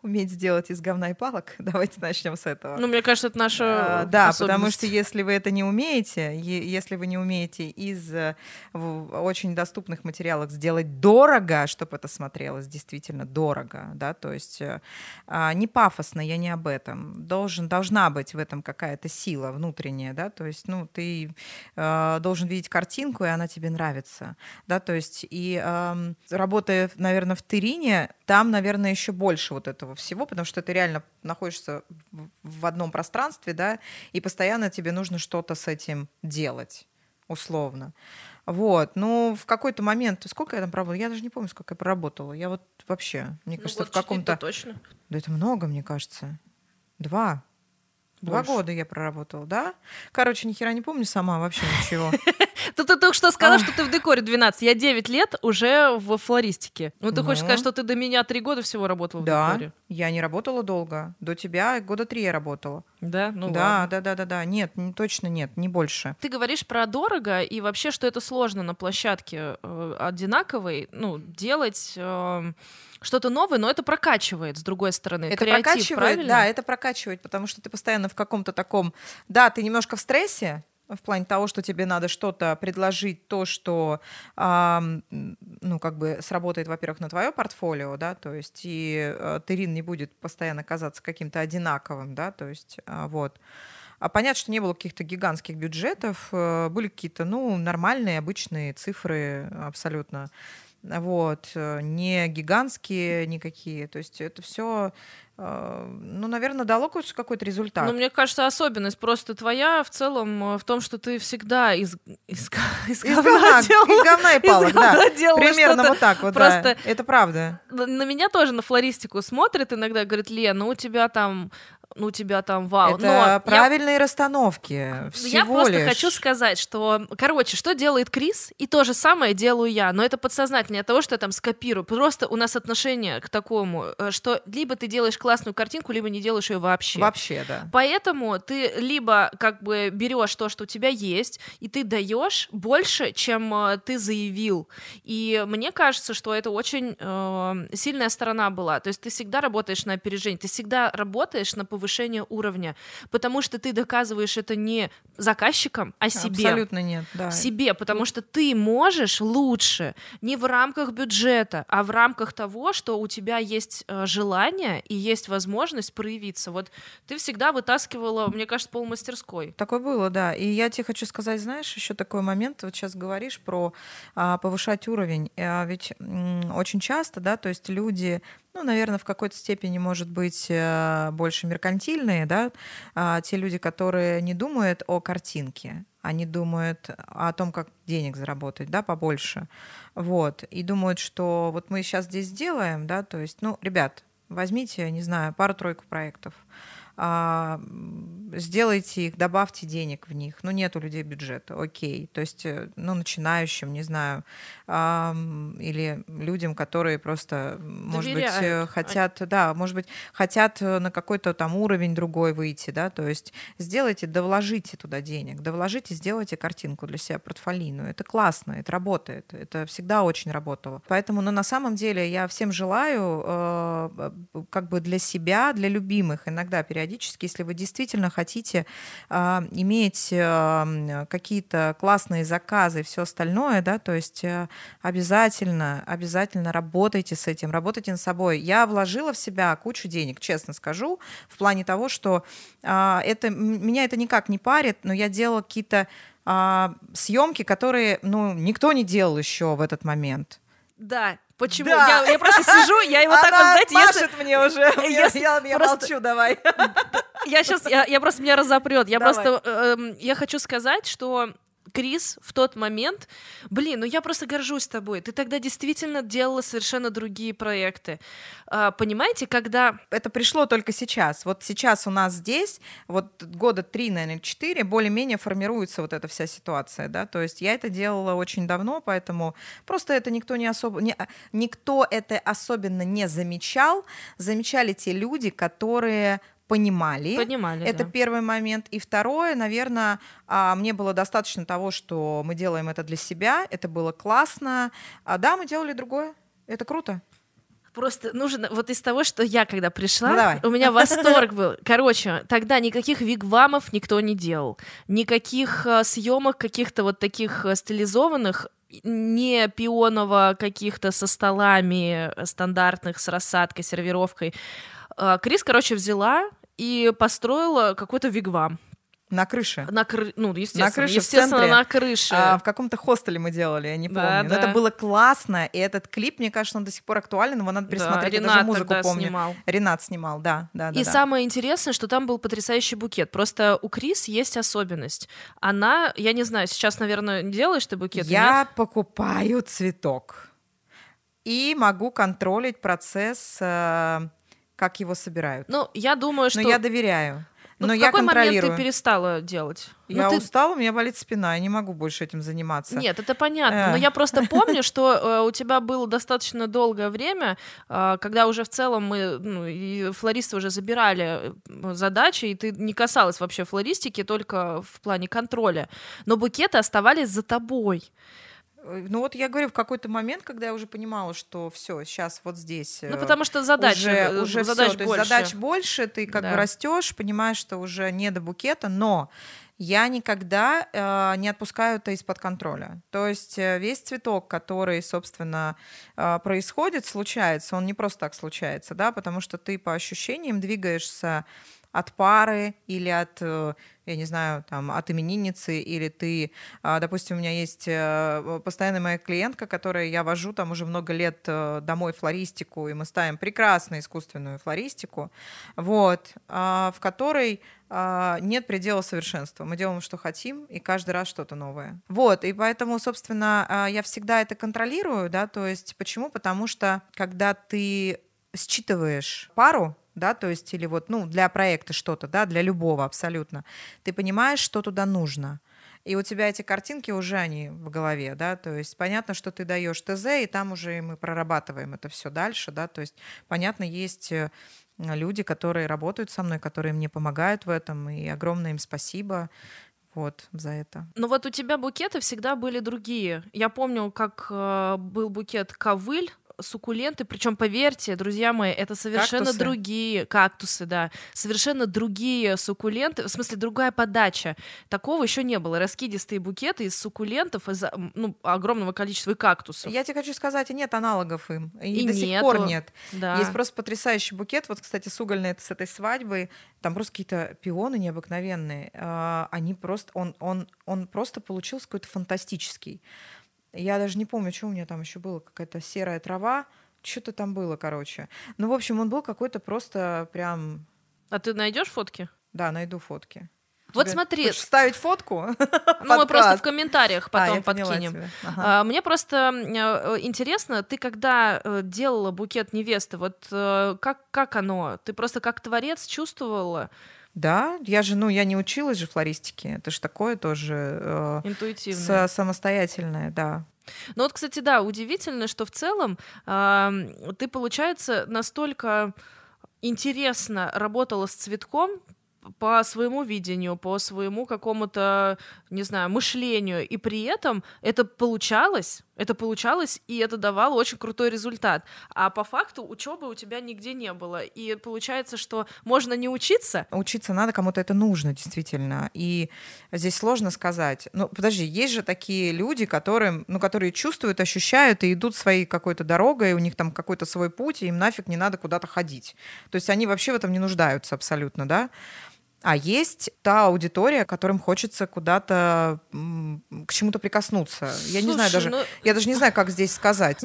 уметь сделать из говна и палок. Давайте начнем с этого. Ну, мне кажется, это наша Да, особенность. потому что если вы это не умеете, если вы не умеете из очень доступных материалов сделать дорого, чтобы это смотрелось действительно дорого, да, то есть не пафосно, я не об этом. Должна быть в этом какая-то сила внутренняя, да, то есть, ну, ты должен видеть картинку, и она тебе нравится, да, то есть, и работая, наверное, в Терине, там, наверное, еще больше вот этого всего, потому что ты реально находишься в одном пространстве, да, и постоянно тебе нужно что-то с этим делать, условно. Вот, ну, в какой-то момент, сколько я там проработала? Я даже не помню, сколько я проработала. Я вот вообще, мне кажется, в каком-то... точно. Да это много, мне кажется. 2 года я проработала, да? Короче, ни хера не помню сама, вообще ничего. Ты только что сказала, что ты в декоре 12. Я 9 лет уже в флористике. Ну, ты хочешь сказать, что ты до меня 3 года всего работала в декоре? Да, я не работала долго. До тебя 3 года я работала. Да? Ну Да, ладно. да. Нет, точно нет, не больше. Ты говоришь про дорого и вообще, что это сложно на площадке одинаковой, ну, делать что-то новое, но это прокачивает, с другой стороны. Это креатив, прокачивает, правильно? да, это прокачивает, потому что ты постоянно в каком-то таком... Да, ты немножко в стрессе, в плане того, что тебе надо что-то предложить, то, что, ну, как бы сработает, во-первых, на твое портфолио, да, то есть и Терин не будет постоянно казаться каким-то одинаковым, да, то есть вот. А понятно, что не было каких-то гигантских бюджетов, были какие-то, ну, нормальные, обычные цифры абсолютно, вот, не гигантские никакие, то есть это все, ну, наверное, дало какой-то результат. Ну, мне кажется, особенность просто твоя в целом в том, что ты всегда из говна из говна и палок, да. делала Примерно что-то вот так вот, просто... да. Это правда. На меня тоже на флористику смотрит иногда, говорит: Лен, ну у тебя там вау. Это правильные расстановки, Я всего просто лишь. хочу сказать, что, короче, что делает Крис, и то же самое делаю я, но это подсознательно, не от того, что я там скопирую. Просто у нас отношение к такому, что либо ты делаешь классную картинку, либо не делаешь ее вообще. Вообще, да. Поэтому ты либо как бы берешь то, что у тебя есть, и ты даешь больше, чем ты заявил. И мне кажется, что это очень сильная сторона была. То есть ты всегда работаешь на опережение, ты всегда работаешь на повышение уровня, потому что ты доказываешь это не заказчикам, а себе. Абсолютно нет, да. Себе, потому что ты можешь лучше не в рамках бюджета, а в рамках того, что у тебя есть желание и есть возможность проявиться. Вот ты всегда вытаскивала, мне кажется, полмастерской. Такое было, да. И я тебе хочу сказать, знаешь, еще такой момент, вот сейчас говоришь про повышать уровень. Ведь очень часто, да, то есть люди, ну, наверное, в какой-то степени, может быть, больше меркантильные, да, те люди, которые не думают о картинке, они думают о том, как денег заработать, да, побольше, вот, и думают, что вот мы сейчас здесь сделаем, да, то есть, ну, ребят, возьмите, не знаю, пару-тройку проектов, сделайте их, добавьте денег в них. Ну, нет у людей бюджета, окей. То есть, ну, начинающим, не знаю, или людям, которые просто, может быть, хотят, да, может быть, хотят на какой-то там уровень другой выйти, да, то есть сделайте, да вложите туда денег, да вложите, сделайте картинку для себя портфолийную. Это классно, это работает, это всегда очень работало. Поэтому, ну, на самом деле, я всем желаю как бы для себя, для любимых иногда периодически, если вы действительно хотите иметь какие-то классные заказы и все остальное, да, то есть обязательно работайте с этим, работайте над собой. Я вложила в себя кучу денег, честно скажу, в плане того, что меня это никак не парит, но я делала какие-то съемки, которые, ну, никто не делал еще в этот момент. Да. Почему? Да. Я просто сижу, я его так вот, знаете, машет мне уже. Я просто... молчу, давай. Я просто меня разопрет. Я Давай. просто я хочу сказать, что Крис в тот момент, ну я просто горжусь тобой. Ты тогда действительно делала совершенно другие проекты. Понимаете, когда... Это пришло только сейчас. Вот сейчас у нас здесь, вот 3 года, наверное, 4, более-менее формируется вот эта вся ситуация, да, то есть я это делала очень давно, поэтому просто это никто это особенно не замечал. Замечали те люди, которые понимали. Это да. Первый момент. И второе, наверное, мне было достаточно того, что мы делаем это для себя, это было классно. Да, мы делали другое. Это круто. Просто нужно, вот из того, что я когда пришла, давай. у меня восторг был. Короче, тогда никаких вигвамов никто не делал, никаких съемок каких-то вот таких стилизованных, не пионово каких-то со столами стандартных, с рассадкой, сервировкой. Крис, короче, взяла и построила какой-то вигвам. На крыше. Ну, естественно, На крыше, естественно, на крыше. В каком-то хостеле мы делали, я не помню. Да, Но да. это было классно, и этот клип, мне кажется, он до сих пор актуален, его надо пересмотреть. Я Ренат даже музыку тогда помню. снимал. Ренат снимал, да. И самое интересное, что там был потрясающий букет. Просто у Крис есть особенность. Она, я не знаю, сейчас, наверное, делаешь ты букет? Я покупаю цветок и могу контролить процесс, как его собирают. Ну, я думаю, что... Но я доверяю. Ну, Но в я какой момент контролирую. ты перестала делать? Я устала, у меня болит спина, я не могу больше этим заниматься. Нет, это понятно, но я просто помню, что у тебя было достаточно долгое время, когда уже в целом мы, и флористы уже забирали задачи, и ты не касалась вообще флористики, только в плане контроля, но букеты оставались за тобой. Ну вот я говорю, в какой-то момент, когда я уже понимала, что все, сейчас вот здесь. Ну потому что задач уже задач всё, больше. то есть задач больше, ты как бы растешь, понимаешь, что уже не до букета, но я никогда не отпускаю это из-под контроля. То есть весь цветок, который, собственно, происходит, случается, он не просто так случается, да, потому что ты по ощущениям двигаешься от пары или от, я не знаю, там, от именинницы, или ты, допустим, у меня есть постоянная моя клиентка, которой я вожу там уже много лет домой флористику, и мы ставим прекрасную искусственную флористику, вот, в которой нет предела совершенства. Мы делаем, что хотим, и каждый раз что-то новое. Вот, и поэтому, собственно, я всегда это контролирую, да, то есть почему? Потому что, когда ты считываешь пару, да, то есть или вот, для проекта что-то, да, для любого абсолютно, ты понимаешь, что туда нужно. И у тебя эти картинки уже они в голове, да, то есть понятно, что ты даешь ТЗ, и там уже мы прорабатываем это все дальше, да, то есть понятно, есть люди, которые работают со мной, которые мне помогают в этом, и огромное им спасибо. Вот, за это. Но вот у тебя букеты всегда были другие. Я помню, как был букет ковыль, суккуленты, причем, поверьте, друзья мои, это совершенно другие кактусы, да, совершенно другие суккуленты, в смысле другая подача. Такого еще не было. Раскидистые букеты из суккулентов, из огромного количества кактусов. Я тебе хочу сказать, нет аналогов им. И до нету. сих пор нет. Да. Есть просто потрясающий букет. Вот, кстати, с угольной с этой свадьбы, там просто какие-то пионы необыкновенные. Они просто, он просто получился какой-то фантастический. Я даже не помню, что у меня там еще было, какая-то серая трава, что-то там было, короче. Ну, в общем, он был какой-то просто прям... А ты найдешь фотки? Да, найду фотки. Вот Тебе смотри. хочешь вставить фотку? Ну, мы просто в комментариях потом поняла подкинем. тебя. Ага. Мне просто интересно, ты когда делала букет невесты, вот как оно? Ты просто как творец чувствовала? Да, я не училась же флористике, это же такое тоже интуитивное, самостоятельное, да. Ну вот, кстати, да, удивительно, что в целом ты, получается, настолько интересно работала с цветком по своему видению, по своему какому-то, не знаю, мышлению, и при этом это получалось, и это давало очень крутой результат. А по факту учебы у тебя нигде не было. И получается, что можно не учиться. Учиться надо, кому-то это нужно, действительно. И здесь сложно сказать. Ну, подожди, есть же такие люди, которые чувствуют, ощущают и идут своей какой-то дорогой, у них там какой-то свой путь, и им нафиг не надо куда-то ходить. То есть они вообще в этом не нуждаются абсолютно, да? А есть та аудитория, которым хочется куда-то к чему-то прикоснуться. Я не знаю даже, я даже не знаю, как здесь сказать.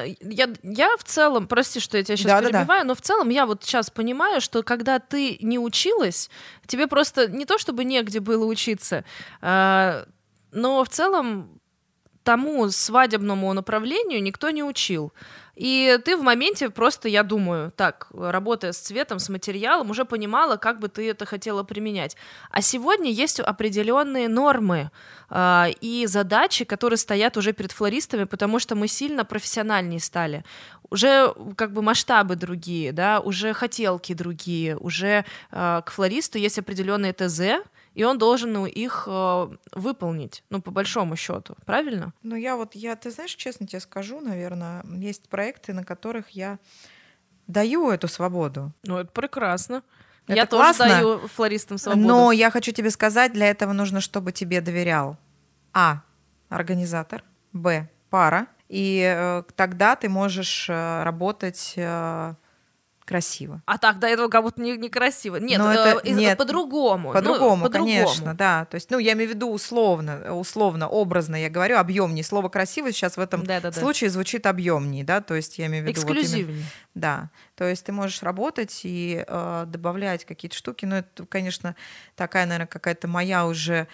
Я в целом, прости, что я тебя сейчас перебиваю, но в целом я вот сейчас понимаю, что когда ты не училась, тебе просто не то чтобы негде было учиться, но в целом тому свадебному направлению никто не учил. И ты в моменте просто, я думаю, так, работая с цветом, с материалом, уже понимала, как бы ты это хотела применять. А сегодня есть определенные нормы и задачи, которые стоят уже перед флористами, потому что мы сильно профессиональнее стали. Уже как бы масштабы другие, да, уже хотелки другие, уже к флористу есть определенные ТЗ, и он должен их выполнить, по большому счету, правильно? Ну, ты знаешь, честно тебе скажу, наверное, есть проекты, на которых я Даю эту свободу. Ну, это прекрасно. Это Я классно, тоже даю флористам свободу. Но я хочу тебе сказать, для этого нужно, чтобы тебе доверял организатор, пара, и тогда ты можешь работать красиво. А так, до этого как будто некрасиво. Нет, нет, по-другому. По-другому, конечно, да. То есть, я имею в виду условно, образно я говорю, объемнее. Слово «красиво» сейчас в этом случае звучит объемнее, да, то есть я имею в виду... Эксклюзивнее. Да, то есть ты можешь работать и добавлять какие-то штуки, но это, конечно, такая, наверное, какая-то моя уже...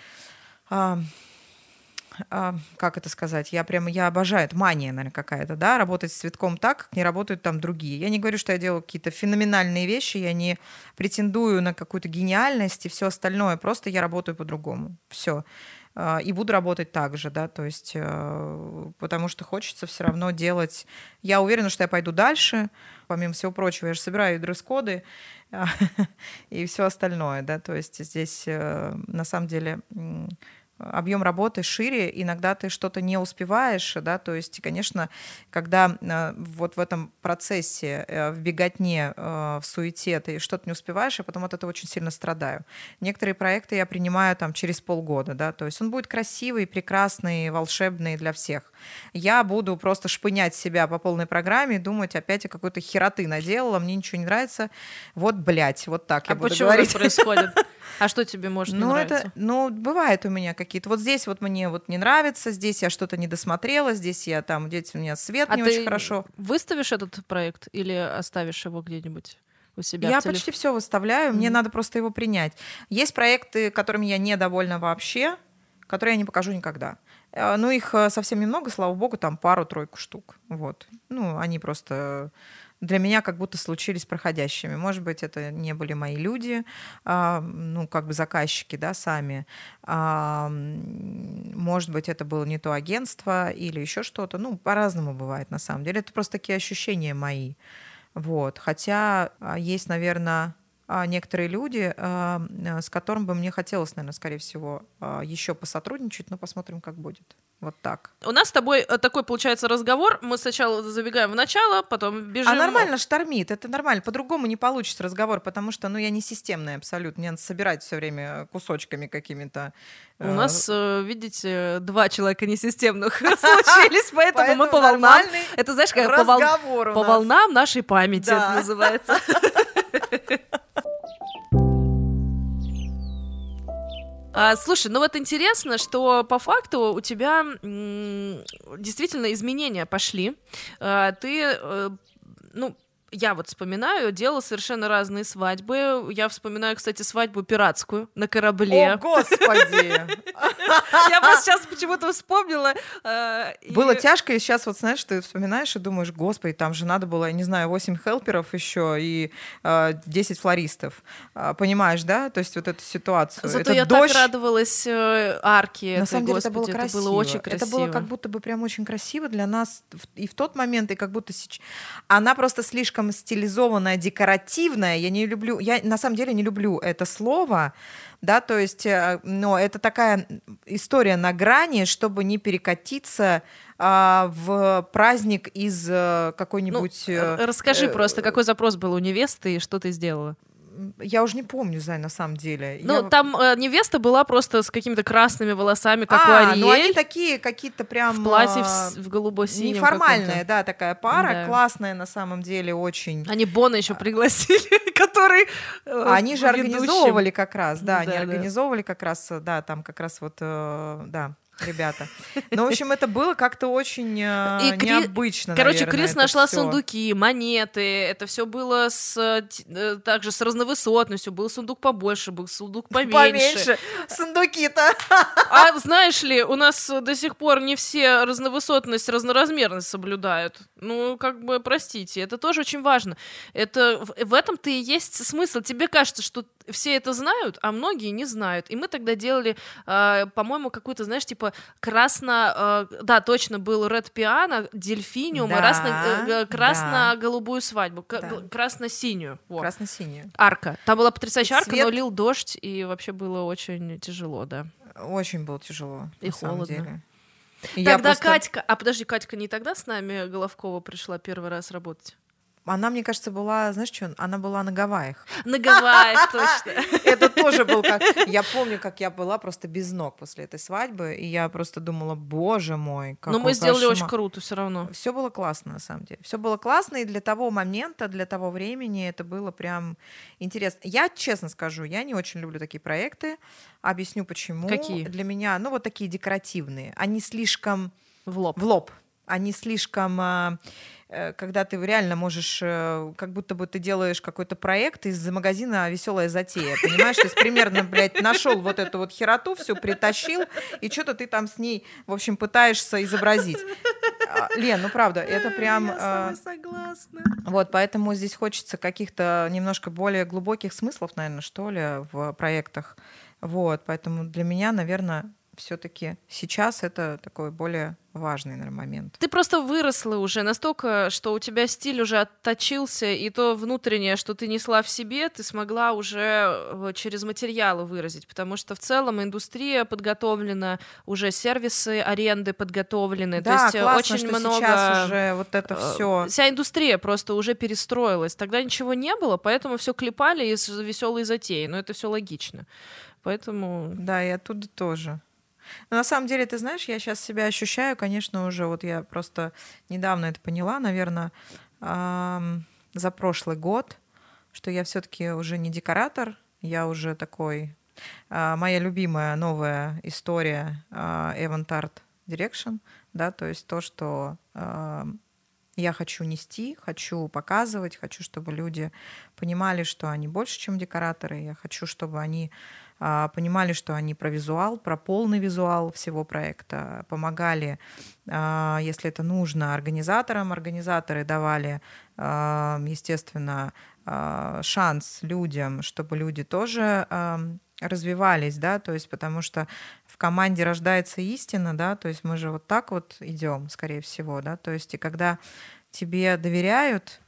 как это сказать, я обожаю, это мания, наверное, какая-то, да, работать с цветком так, как не работают там другие. Я не говорю, что я делаю какие-то феноменальные вещи, я не претендую на какую-то гениальность и все остальное, просто я работаю по-другому, все. И буду работать так же, да, то есть, потому что хочется все равно делать... Я уверена, что я пойду дальше, помимо всего прочего, я же собираю дресс-коды и все остальное, да, то есть здесь на самом деле... объем работы шире, иногда ты что-то не успеваешь, да, то есть, конечно, когда вот в этом процессе, в беготне, в суете ты что-то не успеваешь, я потом от этого очень сильно страдаю. Некоторые проекты я принимаю там через полгода, да, то есть он будет красивый, прекрасный, волшебный для всех. Я буду просто шпынять себя по полной программе, думать, опять я какой-то хероты наделала, мне ничего не нравится, вот, блядь, вот так я буду говорить. А почему это происходит? А что тебе может не нравиться? Бывает у меня какие-то. Вот здесь вот мне вот не нравится, здесь я что-то не досмотрела, здесь у меня свет не очень хорошо. Выставишь этот проект или оставишь его где-нибудь у себя? Я почти все выставляю, мне надо просто его принять. Есть проекты, которыми я недовольна вообще, которые я не покажу никогда. Их совсем немного, слава богу, там пару-тройку штук. Вот. Они просто... для меня как будто случились проходящими. Может быть, это не были мои люди, заказчики, да, сами. Может быть, это было не то агентство или еще что-то. По-разному бывает, на самом деле. Это просто такие ощущения мои. Вот. Хотя есть, наверное, некоторые люди, с которыми бы мне хотелось, наверное, скорее всего, еще посотрудничать, но посмотрим, как будет. Вот так. У нас с тобой такой, получается, разговор. Мы сначала забегаем в начало, потом бежим... нормально штормит, это нормально. По-другому не получится разговор, потому что, я не системная абсолютно. Мне надо собирать все время кусочками какими-то. У нас, видите, 2 человека несистемных случились, поэтому мы по волнам. Это, знаешь, как по волнам нашей памяти это называется. Слушай, вот интересно, что по факту у тебя действительно изменения пошли. Ты, я вот вспоминаю, делала совершенно разные свадьбы. Я вспоминаю, кстати, свадьбу пиратскую на корабле. О, Господи! Я просто сейчас почему-то вспомнила. Было тяжко, и сейчас вот, знаешь, ты вспоминаешь и думаешь, Господи, там же надо было, я не знаю, 8 хелперов еще и 10 флористов. Понимаешь, да? То есть вот эту ситуацию. Зато я так радовалась арке. На самом деле это было красиво. Это было очень красиво. Это было как будто бы прям очень красиво для нас и в тот момент, и как будто сейчас. Она просто слишком стилизованная, декоративная. Я на самом деле не люблю это слово, да, то есть, но это такая история на грани, чтобы не перекатиться в праздник из какой-нибудь... расскажи просто, какой запрос был у невесты и что ты сделала? Я уже не помню, Зай, на самом деле. Там невеста была просто с какими-то красными волосами, как у Ариэль. Они такие какие-то прям... В платье в голубо-синем. Неформальная, да, такая пара, классная на самом деле, очень. Они Бона еще пригласили, который Они же организовывали как раз, да, они организовывали как раз, да, там как раз вот, да, ребята. В общем, это было как-то очень необычно. Короче, Крис нашла сундуки, монеты. Это все было также с разновысотностью. Был сундук побольше, был сундук поменьше. Сундуки-то. А знаешь ли, у нас до сих пор не все разновысотность, разноразмерность соблюдают. Простите, это тоже очень важно. В этом-то и есть смысл. Тебе кажется, что все это знают, а многие не знают. И мы тогда делали, по-моему, какую-то, знаешь, типа да, точно, был Red Piano, дельфиниум, красно-голубую свадьбу, красно-синюю. Вот. Красно-синюю. Арка. Там была потрясающая арка, но лил дождь, и вообще было очень тяжело, да. Очень было тяжело. И холодно. И тогда Катька... подожди, Катька не тогда с нами Головкова пришла первый раз работать? Она, мне кажется, была, знаешь что, она была на Гавайях. На Гавайях, точно. Это тоже был как... Я помню, как я была просто без ног после этой свадьбы, и я просто думала, боже мой, какой Но мы сделали кошмар. очень круто все равно. Все было классно, на самом деле. Все было классно, и для того момента, для того времени это было прям интересно. Я, честно скажу, я не очень люблю такие проекты. Объясню, почему. Какие? Для меня, ну, вот такие декоративные. Они слишком... В лоб. В лоб. Они слишком... Когда ты реально можешь, как будто бы ты делаешь какой-то проект из магазина «Веселая затея», понимаешь? То есть примерно, блядь, нашел вот эту вот хероту, все притащил, и что-то ты там с ней, в общем, пытаешься изобразить. Лен, ну правда, это прям... Я с тобой согласна. Вот, поэтому здесь хочется каких-то немножко более глубоких смыслов, наверное, что ли, в проектах. Вот, поэтому для меня, наверное, все-таки сейчас это такой более важный, наверное, момент. Ты просто выросла уже настолько, что у тебя стиль уже отточился, и то внутреннее, что ты несла в себе, ты смогла уже через материалы выразить, потому что в целом индустрия подготовлена, уже сервисы аренды подготовлены, Да, то есть классно, очень что много... сейчас уже вот это все. Вся индустрия просто уже перестроилась. Тогда ничего не было, поэтому все клепали из веселой затеи, но это все логично. Поэтому... Да, и оттуда тоже. Но на самом деле, ты знаешь, я сейчас себя ощущаю, конечно, уже, вот я просто недавно это поняла, наверное, за прошлый год, что я все-таки уже не декоратор, я уже такой... Моя любимая новая история Avant Art Direction, да, то есть то, что я хочу нести, хочу показывать, хочу, чтобы люди понимали, что они больше, чем декораторы, я хочу, чтобы они понимали, что они про визуал, про полный визуал всего проекта, помогали, если это нужно, организаторам. Организаторы давали, естественно, шанс людям, чтобы люди тоже развивались, да, то есть потому что в команде рождается истина, да, то есть мы же вот так вот идем, скорее всего, да, то есть и когда тебе доверяют,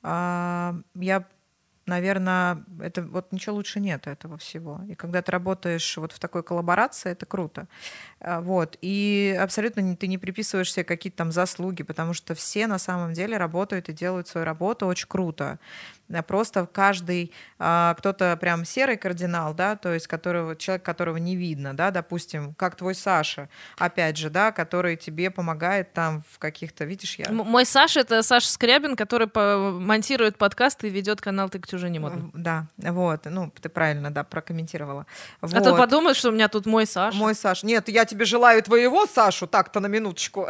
я... Наверное, это вот ничего лучше нет этого всего. И когда ты работаешь вот в такой коллаборации, это круто. Вот. И абсолютно ты не приписываешь себе какие-то там заслуги, потому что все на самом деле работают и делают свою работу очень круто. Просто каждый, кто-то прям серый кардинал, да, то есть человек, которого не видно, да, допустим, как твой Саша, опять же, да, который тебе помогает там в каких-то, видишь, я... Мой Саша — это Саша Скрябин, который монтирует подкасты и ведет канал «Ты к чуже не модно». Да, вот, ну, ты правильно, да, прокомментировала. Вот. А то подумают, что у меня тут мой Саша. Мой Саша. Нет, я тебе желаю твоего Сашу, так-то на минуточку.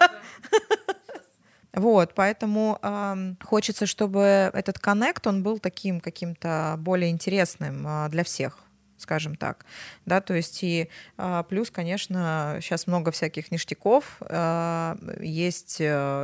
Вот, поэтому хочется, чтобы этот коннект, он был таким каким-то более интересным для всех, скажем так, да, то есть и плюс, конечно, сейчас много всяких ништяков, есть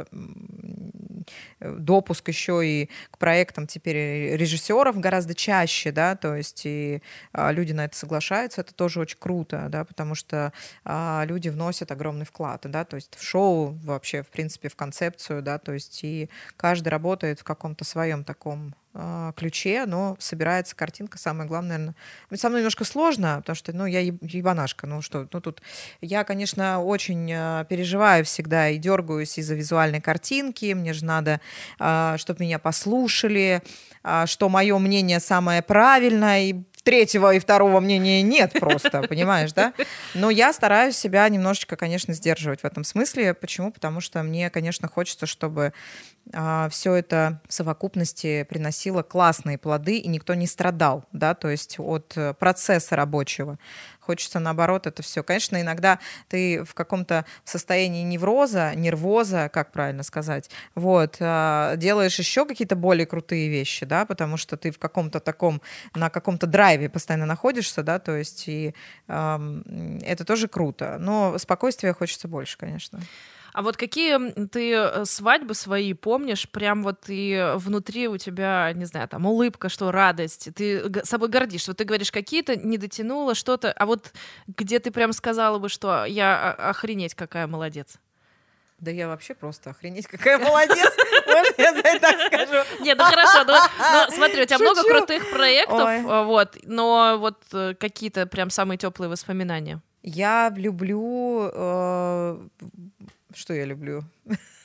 допуск еще и к проектам теперь режиссеров гораздо чаще, да, то есть и люди на это соглашаются, это тоже очень круто, да, потому что люди вносят огромный вклад, да, то есть в шоу вообще, в принципе, в концепцию, да, то есть и каждый работает в каком-то своем таком ключе, но собирается картинка, самое главное, наверное. Со мной немножко сложно, потому что, ну, я ебанашка, ну что, ну тут я, конечно, очень переживаю всегда и дергаюсь из-за визуальной картинки, мне же надо, чтобы меня послушали, что мое мнение самое правильное, и третьего и второго мнения нет просто, понимаешь, да? Но я стараюсь себя немножечко, конечно, сдерживать в этом смысле. Почему? Потому что мне, конечно, хочется, чтобы все это в совокупности приносило классные плоды, и никто не страдал, да, то есть от процесса рабочего. Хочется, наоборот, это все. Конечно, иногда ты в каком-то состоянии нервоза, как правильно сказать, вот, делаешь еще какие-то более крутые вещи, да, потому что ты в каком-то таком, на каком-то драйве постоянно находишься, да, то есть и это тоже круто. Но спокойствия хочется больше, конечно. А вот какие ты свадьбы свои помнишь, прям вот и внутри у тебя, не знаю, там улыбка, что радость, ты собой гордишься. Вот ты говоришь, какие-то не дотянула, что-то, а вот где ты прям сказала бы, что я охренеть какая молодец? Да я вообще просто охренеть какая молодец, можно я за это так скажу? Нет, ну хорошо, но смотри, у тебя много крутых проектов, вот, но вот какие-то прям самые теплые воспоминания. Я люблю... Что я люблю?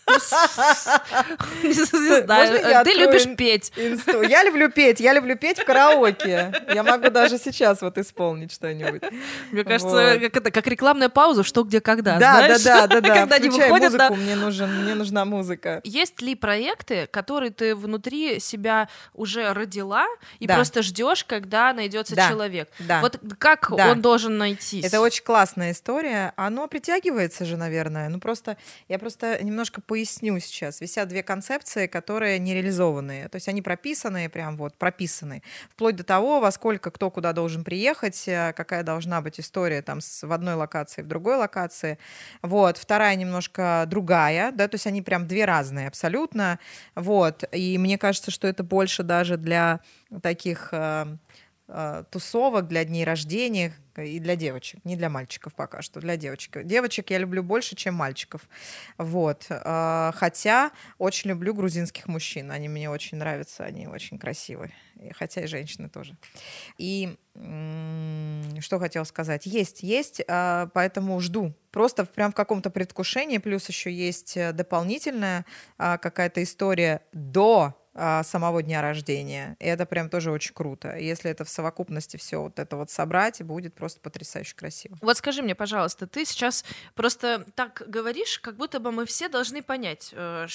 Не знаю, ты любишь петь. Я люблю петь в караоке. Я могу даже сейчас вот исполнить что-нибудь. Мне кажется, как рекламная пауза, что, где, когда, да, знаешь? Когда они включай выходят, музыку, мне нужна музыка. Есть ли проекты, которые ты внутри себя уже родила и Да. просто ждешь, когда найдется Да. человек? Да. Вот как Да. он должен найтись? Это очень классная история. Оно притягивается же, наверное. Я просто немножко поясню сейчас. Висят две концепции, которые нереализованные. То есть они прописанные, прям вот прописаны. Вплоть до того, во сколько кто куда должен приехать, какая должна быть история там в одной локации, в другой локации. Вот. Вторая немножко другая, да, то есть они прям две разные абсолютно. Вот. И мне кажется, что это больше даже для таких тусовок, для дней рождения и для девочек, не для мальчиков пока что, для девочек. Девочек я люблю больше, чем мальчиков. Вот. Хотя очень люблю грузинских мужчин, они мне очень нравятся, они очень красивые. Хотя и женщины тоже. И что хотела сказать? Есть, поэтому жду. Просто прям в каком-то предвкушении, плюс еще есть дополнительная какая-то история до самого дня рождения. И это прям тоже очень круто. Если это в совокупности все вот это вот собрать, будет просто потрясающе красиво. Вот скажи мне, пожалуйста, ты сейчас просто так говоришь, как будто бы мы все должны понять,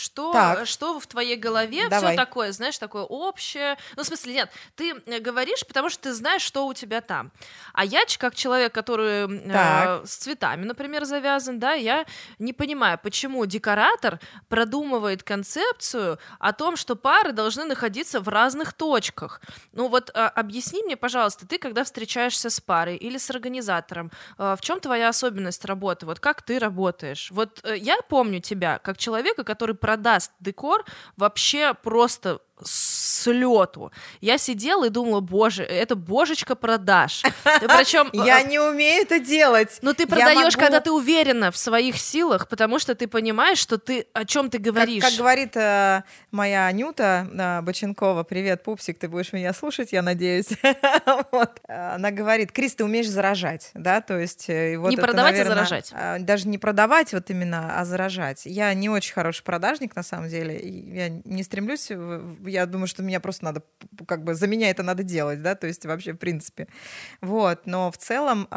что в твоей голове все такое, знаешь, такое общее. Ну, в смысле, нет, ты говоришь, потому что ты знаешь, что у тебя там. А я, как человек, который с цветами, например, завязан, да, я не понимаю, почему декоратор продумывает концепцию о том, что пары должны находиться в разных точках. Ну вот объясни мне, пожалуйста, ты когда встречаешься с парой или с организатором, в чем твоя особенность работы? Вот как ты работаешь? Вот я помню тебя как человека, который продаст декор вообще просто с лету. Я сидела и думала, боже, это божечка продаж. Причем я не умею это делать. Но ты продаешь, когда ты уверена в своих силах, потому что ты понимаешь, что ты о чем ты говоришь. Как говорит моя Анюта Боченкова, привет, пупсик, ты будешь меня слушать, я надеюсь. Вот. Она говорит, Крис, ты умеешь заражать, да, то есть вот не это, продавать, наверное, а заражать. Даже не продавать вот именно, а заражать. Я не очень хороший продажник на самом деле, я не стремлюсь. Я думаю, что меня просто надо, как бы за меня это надо делать, да, то есть вообще в принципе. Вот, но в целом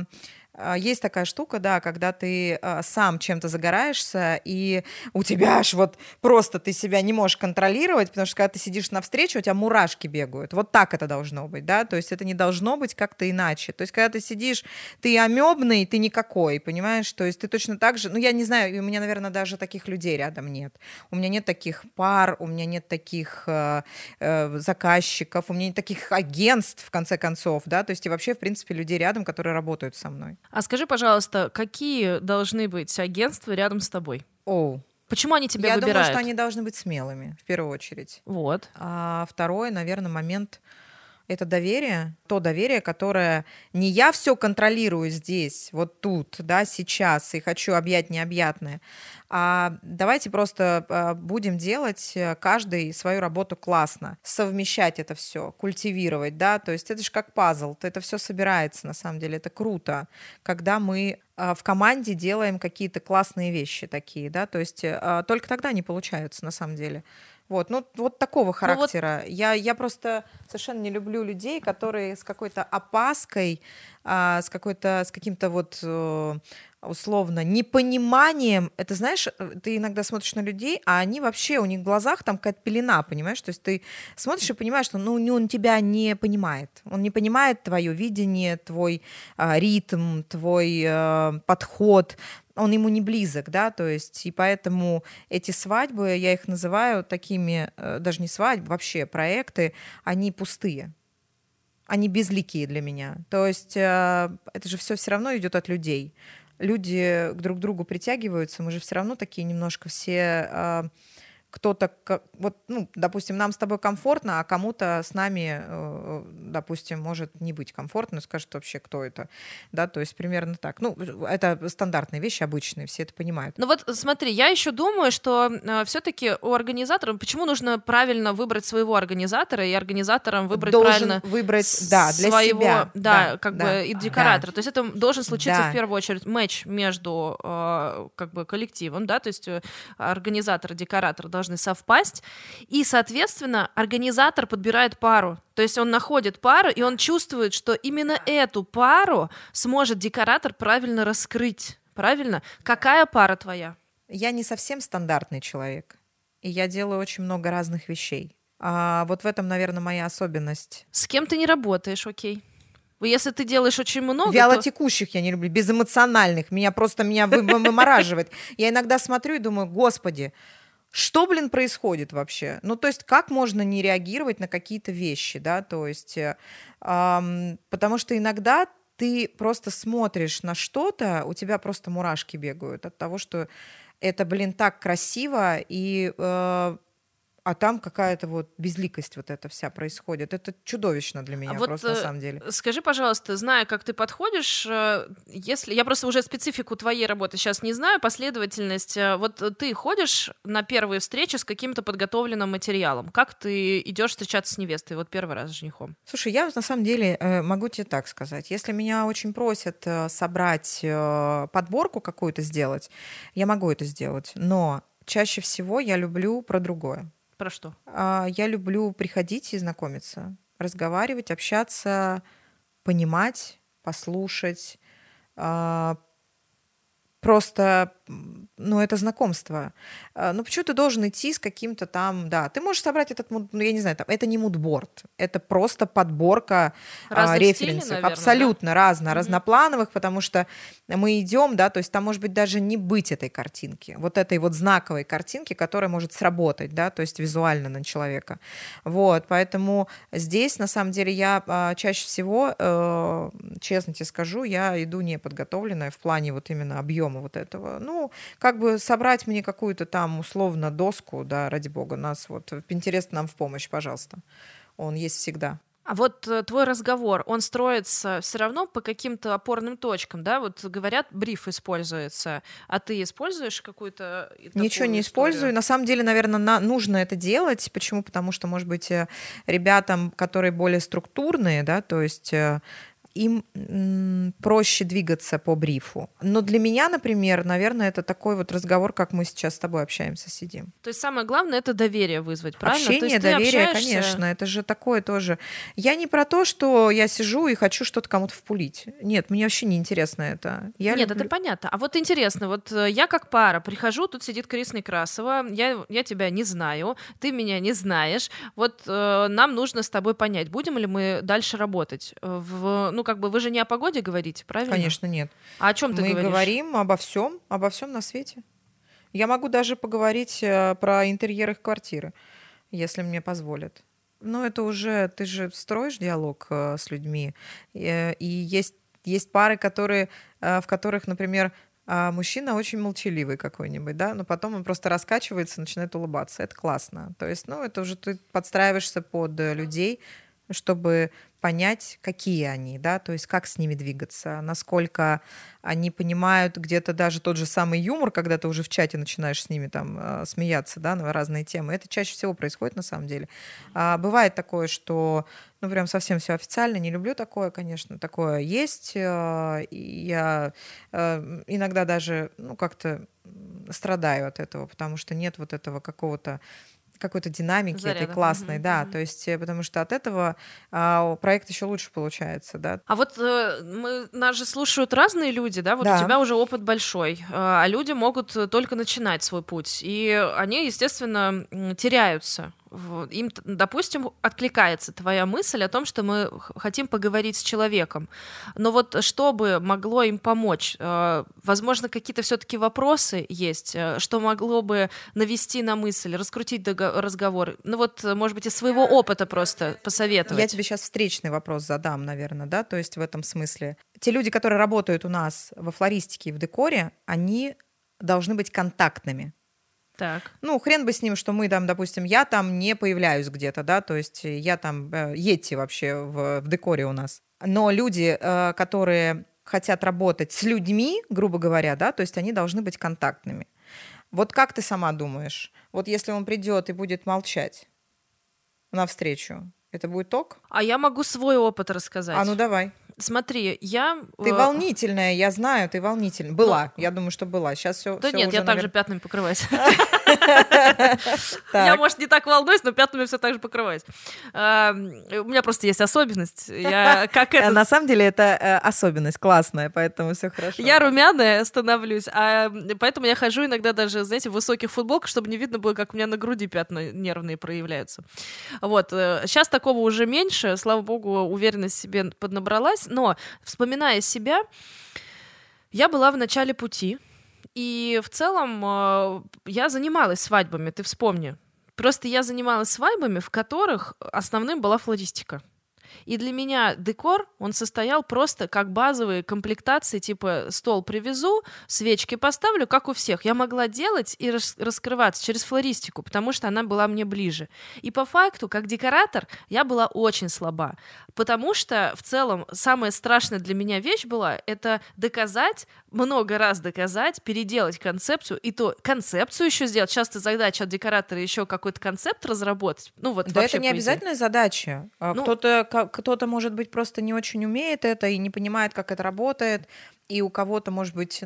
есть такая штука, да, когда ты сам чем-то загораешься, и у тебя аж вот просто ты себя не можешь контролировать, потому что когда ты сидишь на встрече, у тебя мурашки бегают. Вот так это должно быть, да, то есть это не должно быть как-то иначе. То есть когда ты сидишь, ты амебный, ты никакой, понимаешь, то есть ты точно так же, ну я не знаю, у меня, наверное, даже таких людей рядом нет. У меня нет таких пар, у меня нет таких заказчиков, у меня нет таких агентств, в конце концов, да, то есть и вообще, в принципе, людей рядом, которые работают со мной. А скажи, пожалуйста, какие должны быть агентства рядом с тобой? Почему они тебя выбирают? Я думаю, что они должны быть смелыми, в первую очередь. Вот. А второй, наверное, момент — это доверие. То доверие, которое не я все контролирую здесь, вот тут, да, сейчас, и хочу объять необъятное, а давайте просто будем делать каждый свою работу классно, совмещать это все, культивировать, да, то есть это же как пазл, это все собирается, на самом деле, это круто, когда мы в команде делаем какие-то классные вещи такие, да, то есть только тогда они получаются, на самом деле. Вот, ну вот такого характера. Я просто совершенно не люблю людей, которые с какой-то опаской, с каким-то вот условно непониманием. Это, знаешь, ты иногда смотришь на людей, а они вообще, у них в глазах там какая-то пелена, понимаешь? То есть ты смотришь и понимаешь, что он тебя не понимает. Он не понимает твое видение, твой ритм, твой подход. Он ему не близок, да, то есть, и поэтому эти свадьбы, я их называю такими, даже не свадьбы, вообще проекты, они пустые. Они безликие для меня. То есть это же все равно идет от людей. Люди друг к другу притягиваются, мы же все равно такие немножко все... Кто-то, вот, ну, допустим, нам с тобой комфортно, а кому-то с нами допустим, может не быть комфортно, скажет вообще, кто это, да, то есть примерно так. Ну, это стандартные вещи, обычные, все это понимают. Ну вот смотри, я еще думаю, что все-таки у организатора, почему нужно правильно выбрать своего организатора и организатором выбрать правильно выбрать, да, для своего, себя. да, как да, бы и декоратора. да. То есть это должен случиться Да. в первую очередь матч между как бы коллективом, да, то есть организатор и декоратор должны совпасть, и, соответственно, организатор подбирает пару. То есть он находит пару, и он чувствует, что именно эту пару сможет декоратор правильно раскрыть. Правильно? Какая пара твоя? Я не совсем стандартный человек, и я делаю очень много разных вещей. А вот в этом, наверное, моя особенность. С кем ты не работаешь, окей. Если ты делаешь очень много, Вялотекущих я не люблю, безэмоциональных. Меня вымораживает. Я иногда смотрю и думаю, господи, что, происходит вообще? Ну, то есть, как можно не реагировать на какие-то вещи, да, то есть, потому что иногда ты просто смотришь на что-то, у тебя просто мурашки бегают от того, что это, так красиво, и а там какая-то вот безликость вот эта вся происходит. Это чудовищно для меня вот, просто на самом деле. Скажи, пожалуйста, зная, как ты подходишь, если я просто уже специфику твоей работы сейчас не знаю, последовательность, вот ты ходишь на первые встречи с каким-то подготовленным материалом. Как ты идешь встречаться с невестой, вот первый раз с женихом? Слушай, я на самом деле могу тебе так сказать. Если меня очень просят собрать подборку какую-то сделать, я могу это сделать. Но чаще всего я люблю про другое. Про что? Я люблю приходить и знакомиться, разговаривать, общаться, понимать, послушать. Просто, это знакомство. Почему ты должен идти с каким-то там, да, ты можешь собрать этот, я не знаю, это не мудборд, это просто подборка референсов, наверное, абсолютно да? разноплановых, потому что мы идем, да, то есть там может быть даже не быть этой картинки, вот этой вот знаковой картинки, которая может сработать, да, то есть визуально на человека. Вот, поэтому здесь, на самом деле, я чаще всего, честно тебе скажу, я иду неподготовленная в плане вот именно объема вот этого. Собрать мне какую-то там условно доску, да, ради бога, нас вот Pinterest нам в помощь, пожалуйста. Он есть всегда. А вот твой разговор, он строится все равно по каким-то опорным точкам, да? Вот говорят, бриф используется, а ты используешь какую-то Ничего не использую. На самом деле, наверное, нужно это делать. Почему? Потому что, может быть, ребятам, которые более структурные, да, то есть им проще двигаться по брифу. Но для меня, например, наверное, это такой вот разговор, как мы сейчас с тобой общаемся, сидим. То есть самое главное — это доверие вызвать, правильно? Общение, то есть доверие, конечно. Это же такое тоже. Я не про то, что я сижу и хочу что-то кому-то впулить. Нет, мне вообще не интересно это. Нет, это понятно. А вот интересно, вот я как пара прихожу, тут сидит Крис Некрасова, я тебя не знаю, ты меня не знаешь. Вот нам нужно с тобой понять, будем ли мы дальше работать. Вы же не о погоде говорите, правильно? Конечно, нет. А о чем ты говоришь? Мы говорим обо всем на свете. Я могу даже поговорить про интерьер их квартиры, если мне позволят. Но это уже, ты же строишь диалог с людьми. И есть пары, в которых, например, мужчина очень молчаливый какой-нибудь, да, но потом он просто раскачивается, начинает улыбаться. Это классно. То есть, это уже ты подстраиваешься под людей, чтобы понять, какие они, да, то есть как с ними двигаться, насколько они понимают где-то даже тот же самый юмор, когда ты уже в чате начинаешь с ними там смеяться, да, на разные темы. Это чаще всего происходит на самом деле. Бывает такое, что, прям совсем все официально, не люблю такое, конечно, такое есть. И я иногда даже, как-то страдаю от этого, потому что нет вот этого какой-то динамики заряда. Этой классной, да, то есть потому что от этого проект еще лучше получается, да. А вот нас же слушают разные люди, да, вот Да. У тебя уже опыт большой, а люди могут только начинать свой путь, и они, естественно, теряются. Им, допустим, откликается твоя мысль о том, что мы хотим поговорить с человеком. Но вот что бы могло им помочь? Возможно, какие-то все-таки вопросы есть, что могло бы навести на мысль, раскрутить разговор? Может быть, из своего опыта просто посоветовать. Я тебе сейчас встречный вопрос задам, наверное, да, то есть в этом смысле. Те люди, которые работают у нас во флористике и в декоре, они должны быть контактными. Так. Ну, хрен бы с ним, что мы там, допустим, я там не появляюсь где-то, да, то есть я там Йети вообще в декоре у нас. Но люди, которые хотят работать с людьми, грубо говоря, да, то есть они должны быть контактными. Вот как ты сама думаешь, вот если он придет и будет молчать навстречу, это будет ок? А я могу свой опыт рассказать. А ну давай. Смотри, я... Ты волнительная, я знаю, ты волнительная. Была, я думаю, что была. Сейчас все. Да нет, уже, я также пятнами покрываюсь. Так. Я, может, не так волнуюсь, но пятнами все так же покрываюсь. У меня просто есть особенность. Я как это... На самом деле это особенность классная, поэтому все хорошо. Я румяная становлюсь, поэтому я хожу иногда даже, знаете, в высоких футболках, чтобы не видно было, как у меня на груди пятна нервные проявляются. Вот. Сейчас такого уже меньше, слава богу, уверенность в себе поднабралась, но, вспоминая себя, я была в начале пути, и в целом я занималась свадьбами, ты вспомни. Просто я занималась свадьбами, в которых основным была флористика. И для меня декор, он состоял просто как базовые комплектации, типа стол привезу, свечки поставлю, как у всех. Я могла делать и раскрываться через флористику, потому что она была мне ближе. И по факту, как декоратор, я была очень слаба, потому что в целом самая страшная для меня вещь была это доказать, много раз доказать, переделать концепцию, и то концепцию еще сделать. Часто задача от декоратора еще какой-то концепт разработать. Ну, вот да, вообще это не обязательная задача. Кто-то, может быть, просто не очень умеет это и не понимает, как это работает. И у кого-то, может быть,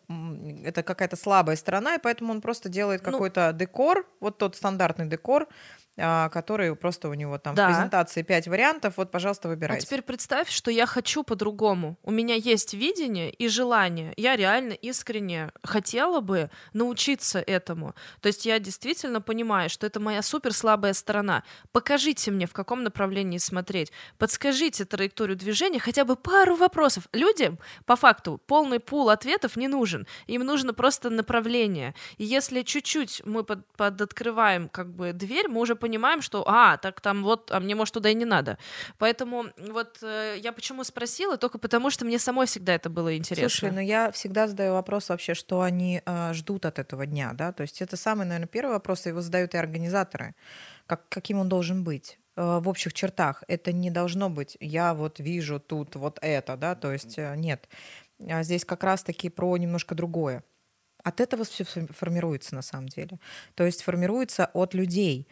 это какая-то слабая сторона, и поэтому он просто делает какой-то декор, вот тот стандартный декор, который просто у него там в презентации 5 вариантов, вот, пожалуйста, выбирайте. А теперь представь, что я хочу по-другому. У меня есть видение и желание. Я реально искренне хотела бы научиться этому. То есть я действительно понимаю, что это моя суперслабая сторона. Покажите мне, в каком направлении смотреть. Подскажите траекторию движения, хотя бы пару вопросов. Людям, по факту, полный пул ответов не нужен. Им нужно просто направление. И если чуть-чуть мы подоткрываем как бы дверь, мы уже понимаем, что, так там вот, а мне, может, туда и не надо. Поэтому вот я почему спросила, только потому, что мне самой всегда это было интересно. Слушай, но я всегда задаю вопрос вообще, что они ждут от этого дня, да, то есть это самый, наверное, первый вопрос, его задают и организаторы, каким он должен быть. В общих чертах это не должно быть, я вот вижу тут вот это, да, то есть нет. Здесь как раз-таки про немножко другое. От этого все формируется на самом деле. То есть формируется от людей,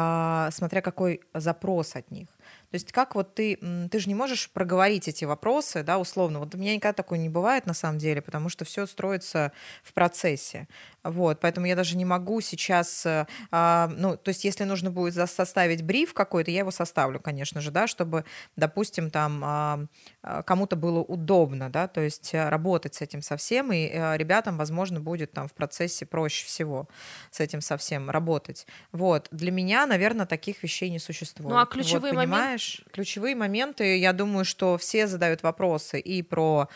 смотря какой запрос от них. То есть как вот ты же не можешь проговорить эти вопросы, да, условно. Вот у меня никогда такое не бывает на самом деле, потому что все строится в процессе. Вот, поэтому я даже не могу сейчас, то есть если нужно будет составить бриф какой-то, я его составлю, конечно же, да, чтобы, допустим, там кому-то было удобно, да, то есть работать с этим совсем, и ребятам, возможно, будет там в процессе проще всего с этим совсем работать. Вот, для меня, наверное, таких вещей не существует. Ну, а ключевые вот, понимаешь? Ключевые моменты, я думаю, что все задают вопросы и про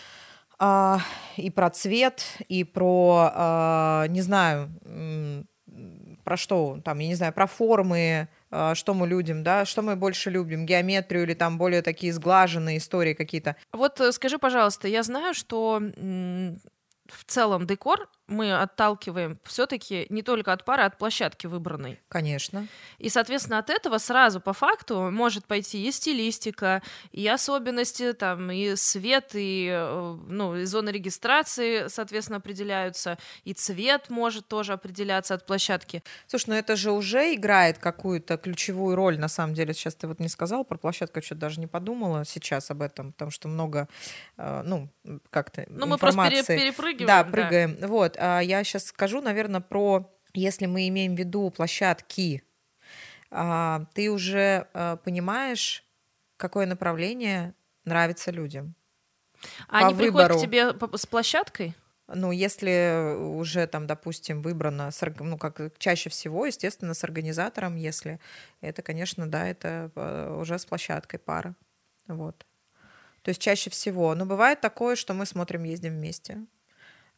цвет, и про, не знаю, про что там, я не знаю, про формы, что мы людям, да, что мы больше любим, геометрию или там более такие сглаженные истории какие-то. Вот скажи, пожалуйста, я знаю, что в целом декор мы отталкиваем все-таки не только от пары, а от площадки выбранной. Конечно. И, соответственно, от этого сразу по факту может пойти и стилистика, и особенности, там, и свет, и зоны регистрации, соответственно, определяются, и цвет может тоже определяться от площадки. Слушай, это же уже играет какую-то ключевую роль, на самом деле. Сейчас ты вот не сказала про площадку, я что-то даже не подумала сейчас об этом, потому что много, как-то информации. Мы просто перепрыгиваем. Да, прыгаем. Да. Вот. Я сейчас скажу, наверное, про, если мы имеем в виду площадки, ты уже понимаешь, какое направление нравится людям. Они приходят к тебе с площадкой? Ну, если уже там, допустим, выбрано, как чаще всего, естественно, с организатором, если это, конечно, да, это уже с площадкой пара. Вот. То есть чаще всего. Но бывает такое, что мы смотрим, ездим вместе.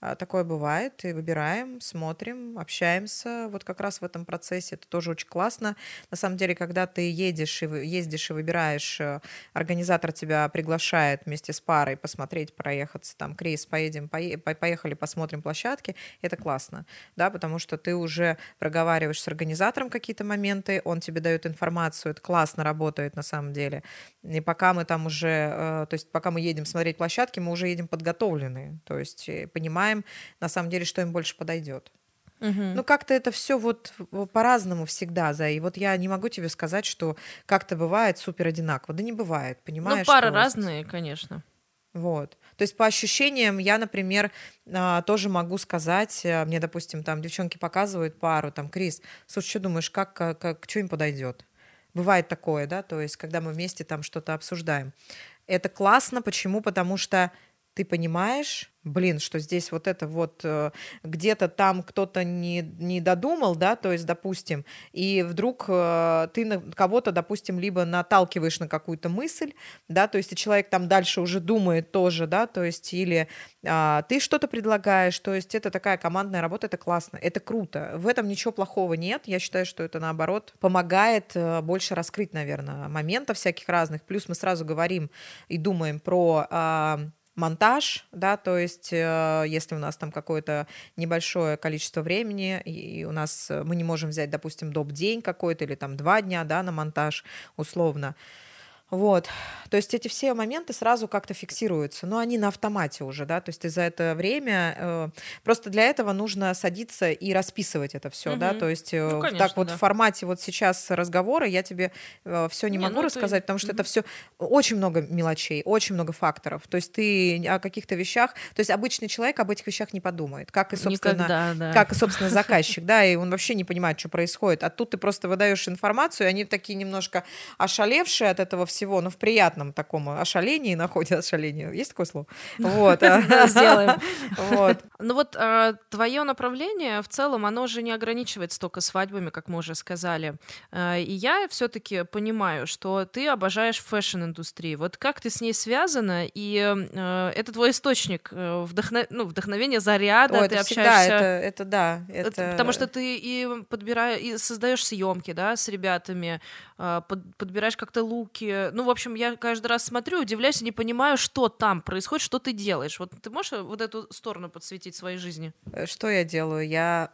Такое бывает, и выбираем, смотрим, общаемся. Вот как раз в этом процессе это тоже очень классно. На самом деле, когда ты ездишь и выбираешь, организатор тебя приглашает вместе с парой посмотреть, проехаться, там, Крис, поехали, посмотрим площадки, это классно, да, потому что ты уже проговариваешь с организатором какие-то моменты, он тебе дает информацию, это классно работает на самом деле. И пока мы там уже, то есть пока мы едем смотреть площадки, мы уже едем подготовленные, то есть понимаем на самом деле, что им больше подойдет. Ну, как-то это все вот по-разному всегда, и вот я не могу тебе сказать, что как-то бывает супер одинаково. Да не бывает, понимаешь? Ну, пары разные, конечно. Вот. То есть по ощущениям я, например, тоже могу сказать, мне, допустим, там девчонки показывают пару, там, Крис, слушай, что думаешь, что им подойдет? Бывает такое, да, то есть когда мы вместе там что-то обсуждаем. Это классно, почему? Потому что ты понимаешь, что здесь вот это вот где-то там кто-то не додумал, да, то есть, допустим, и вдруг ты кого-то, допустим, либо наталкиваешь на какую-то мысль, да, то есть и человек там дальше уже думает тоже, да, то есть или ты что-то предлагаешь, то есть это такая командная работа, это классно, это круто, в этом ничего плохого нет, я считаю, что это наоборот помогает больше раскрыть, наверное, моментов всяких разных, плюс мы сразу говорим и думаем про монтаж, да, то есть если у нас там какое-то небольшое количество времени, и у нас мы не можем взять, допустим, доп. День какой-то или там 2 дня, да, на монтаж условно. Вот, то есть эти все моменты сразу как-то фиксируются, но они на автомате уже, да, то есть ты за это время, просто для этого нужно садиться и расписывать это все, да, то есть конечно, так вот да. в формате вот сейчас разговора я тебе все не могу рассказать, потому что это все очень много мелочей, очень много факторов, то есть ты о каких-то вещах, то есть обычный человек об этих вещах не подумает, как и, собственно, заказчик, да, и он вообще не понимает, что происходит, а тут ты просто выдаешь информацию, и они такие немножко ошалевшие от этого всего, но в приятном таком ошалении находят. Ошаление. Есть такое слово? Вот. Сделаем. Вот. Ну вот твое направление в целом, оно же не ограничивается только свадьбами, как мы уже сказали. И я все-таки понимаю, что ты обожаешь фэшн-индустрию. Вот как ты с ней связана? И это твой источник вдохновения, заряда. Ты общаешься... Это да. Потому что ты и подбираешь, и создаешь съемки, да, с ребятами, подбираешь как-то луки. Ну, в общем, я каждый раз смотрю, удивляюсь и не понимаю, что там происходит, что ты делаешь. Вот ты можешь вот эту сторону подсветить в своей жизни? Что я делаю?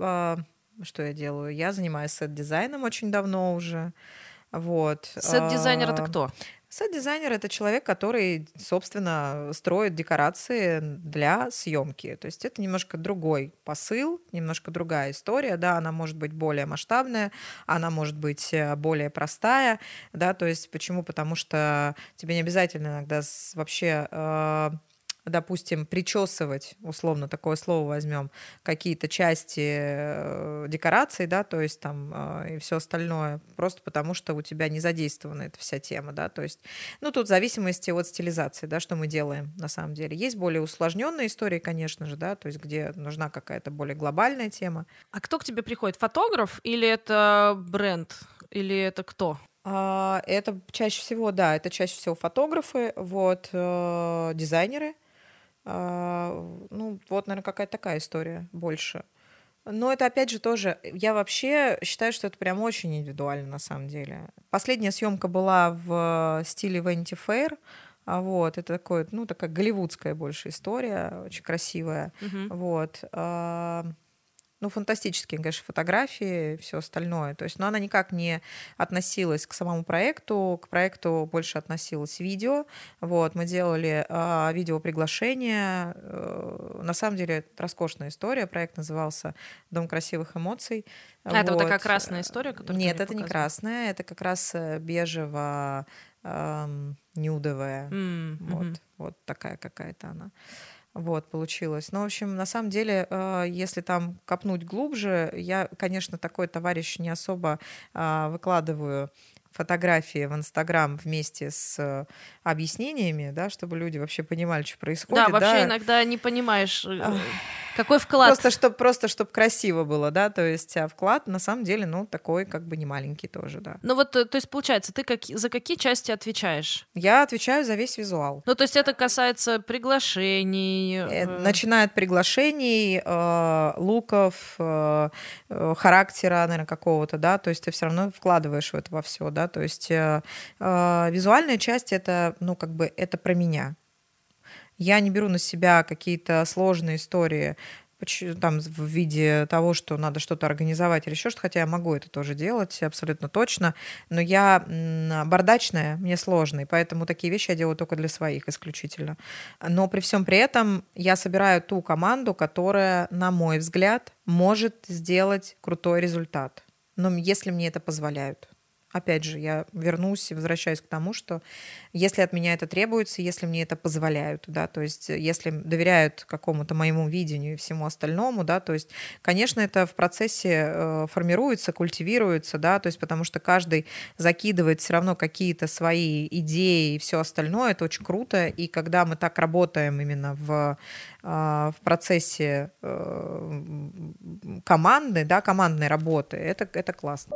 Что я делаю? Я занимаюсь сет-дизайном очень давно уже. Вот. Сет-дизайнер — это кто? Сет-дизайнер — это человек, который, собственно, строит декорации для съемки. То есть это немножко другой посыл, немножко другая история. Да, она может быть более масштабная, она может быть более простая. Да, то есть почему? Потому что тебе не обязательно иногда вообще... допустим, причесывать, условно такое слово возьмем, какие-то части декораций, да, то есть там и все остальное, просто потому что у тебя не задействована эта вся тема, да, то есть, ну, тут в зависимости от стилизации, да, что мы делаем на самом деле. Есть более усложненные истории, конечно же, да, то есть где нужна какая-то более глобальная тема. А кто к тебе приходит? Фотограф или это бренд? Или это кто? Это чаще всего, да, это чаще всего фотографы, вот, дизайнеры. Ну, вот, наверное, какая-то такая история больше. Но это, опять же, тоже... Я вообще считаю, что это прям очень индивидуально, на самом деле. Последняя съемка была в стиле Vanity Fair. Вот, это такое, ну, такая голливудская больше история, очень красивая. Вот. Ну, фантастические, конечно, фотографии, все остальное. То есть, но она никак не относилась к самому проекту. К проекту больше относилось видео. Вот, мы делали видеоприглашение. На самом деле, это роскошная история. Проект назывался «Дом красивых эмоций». Это вот такая красная история, которую Нет, ты мне это не показывала? красная, это как раз бежево-нюдовая. Вот такая какая-то она. Вот, получилось. Ну, в общем, на самом деле, если там копнуть глубже, я, конечно, такой товарищ не особо выкладываю фотографии в Инстаграм вместе с объяснениями, да, чтобы люди вообще понимали, что происходит. Да, вообще иногда не понимаешь, какой вклад. Просто чтобы красиво было, да, то есть вклад на самом деле, ну, такой как бы не маленький тоже, да. Ну вот, то есть получается, ты за какие части отвечаешь? Я отвечаю за весь визуал. Ну, то есть это касается приглашений. Начиная от приглашений, луков, характера, наверное, какого-то, да, то есть ты все равно вкладываешь в это во все, да, то есть визуальная часть это, ну, как бы это про меня. Я не беру на себя какие-то сложные истории, там в виде того, что надо что-то организовать или еще что-то, хотя я могу это тоже делать абсолютно точно, но я бардачная, мне сложно, и поэтому такие вещи я делаю только для своих исключительно. Но при всем при этом я собираю ту команду, которая, на мой взгляд, может сделать крутой результат. Но если мне это позволяют. Опять же, я вернусь и возвращаюсь к тому, что если от меня это требуется, если мне это позволяют, да, то есть если доверяют какому-то моему видению и всему остальному, да, то есть, конечно, это в процессе формируется, культивируется, да, то есть потому что каждый закидывает все равно какие-то свои идеи и все остальное, это очень круто, и когда мы так работаем именно в процессе команды, да, командной работы, это классно.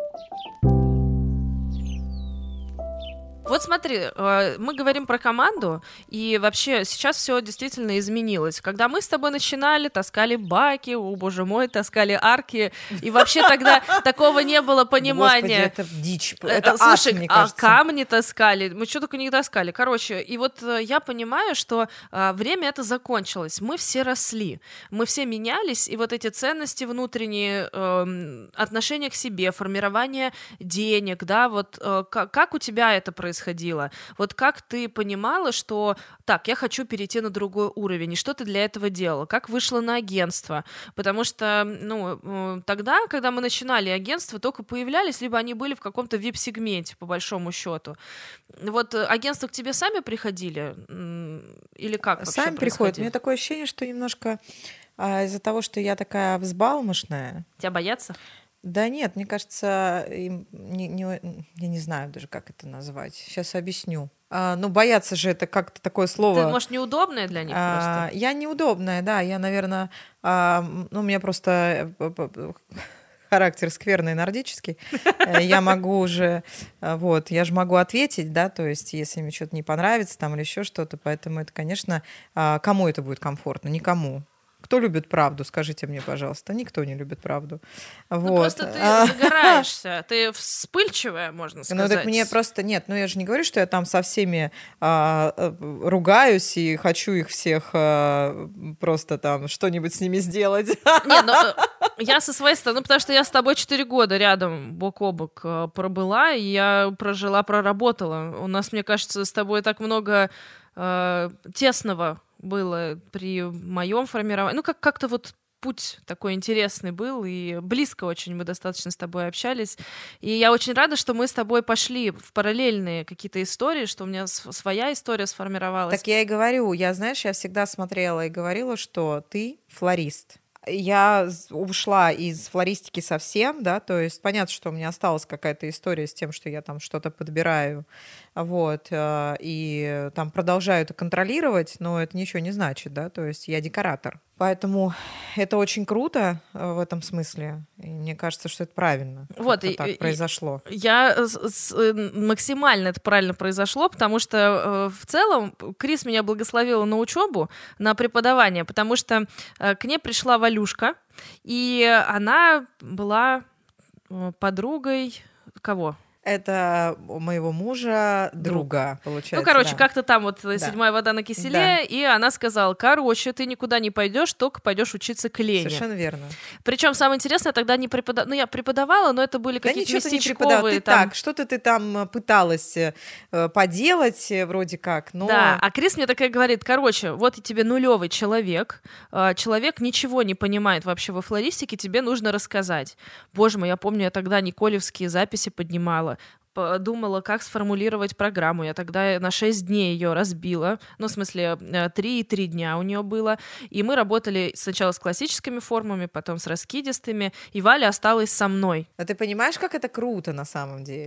Вот смотри, мы говорим про команду, и вообще сейчас все действительно изменилось. Когда мы с тобой начинали, таскали баки, о боже мой, таскали арки, и вообще тогда такого не было понимания. Господи, это дичь, это слушай, ад, мне кажется. Камни таскали, мы что только не таскали. Короче, и вот я понимаю, что время это закончилось, мы все росли, мы все менялись, и вот эти ценности внутренние, отношения к себе, формирование денег, да, вот как у тебя это происходило? Вот как ты понимала, что так, я хочу перейти на другой уровень, и что ты для этого делала? Как вышла на агентство? Потому что, ну, тогда, когда мы начинали, агентства только появлялись, либо они были в каком-то VIP-сегменте, по большому счету. Вот агентства к тебе сами приходили? Или как вообще сами приходят. У меня происходило? такое ощущение, что немножко из-за того, что я такая взбалмошная. Тебя боятся? Да нет, мне кажется, я не знаю даже, как это назвать. Сейчас объясню. Ну, бояться же это как-то такое слово. Ты, может, неудобное для них просто? Я неудобная, да. Я, наверное, ну, у меня просто характер скверный, нордический. Я могу уже, вот, я же могу ответить, да, то есть если мне что-то не понравится там или еще что-то, поэтому это, конечно, кому это будет комфортно? Никому. Кто любит правду, скажите мне, пожалуйста. Никто не любит правду. Ну, вот. просто ты загораешься, ты вспыльчивая, можно сказать. Ну, так мне просто... Нет, ну я же не говорю, что я там со всеми ругаюсь и хочу их всех просто там что-нибудь с ними сделать. Нет, ну, я со своей стороны, потому что я с тобой 4 года рядом бок о бок пробыла, и я проработала. У нас, мне кажется, с тобой так много тесного было при моем формировании. Ну, как-то вот путь такой интересный был, и близко очень мы достаточно с тобой общались. И я очень рада, что мы с тобой пошли в параллельные какие-то истории, что у меня своя история сформировалась. Так я и говорю, я всегда смотрела и говорила, что ты флорист. Я ушла из флористики совсем, да, то есть понятно, что у меня осталась какая-то история с тем, что я там что-то подбираю, вот, и там продолжаю это контролировать, но это ничего не значит, да, то есть я декоратор. Поэтому это очень круто в этом смысле, и мне кажется, что это правильно, вот, так произошло. Максимально это правильно произошло, потому что в целом Крис меня благословила на учебу, на преподавание, потому что к ней пришла Валюшка, и она была подругой кого? Это у моего мужа друга, получается. Ну, короче, да. Как-то там вот седьмая вода на киселе, Да. и она сказала, короче, ты никуда не пойдешь, только пойдешь учиться к Лене. Совершенно верно. Причем самое интересное, я тогда не преподавала, ну, я преподавала, но это были какие-то местечковые. Так, что-то ты там пыталась поделать вроде как, но... Да, а Крис мне такая говорит, короче, вот тебе нулевый человек, человек ничего не понимает вообще во флористике, тебе нужно рассказать. Боже мой, я помню, я тогда николевские записи поднимала, думала, как сформулировать программу. Я тогда на 6 дней ее разбила. Ну, в смысле, 3 дня у нее было. И мы работали сначала с классическими формами, потом с раскидистыми. И Валя осталась со мной. А ты понимаешь, как это круто на самом деле?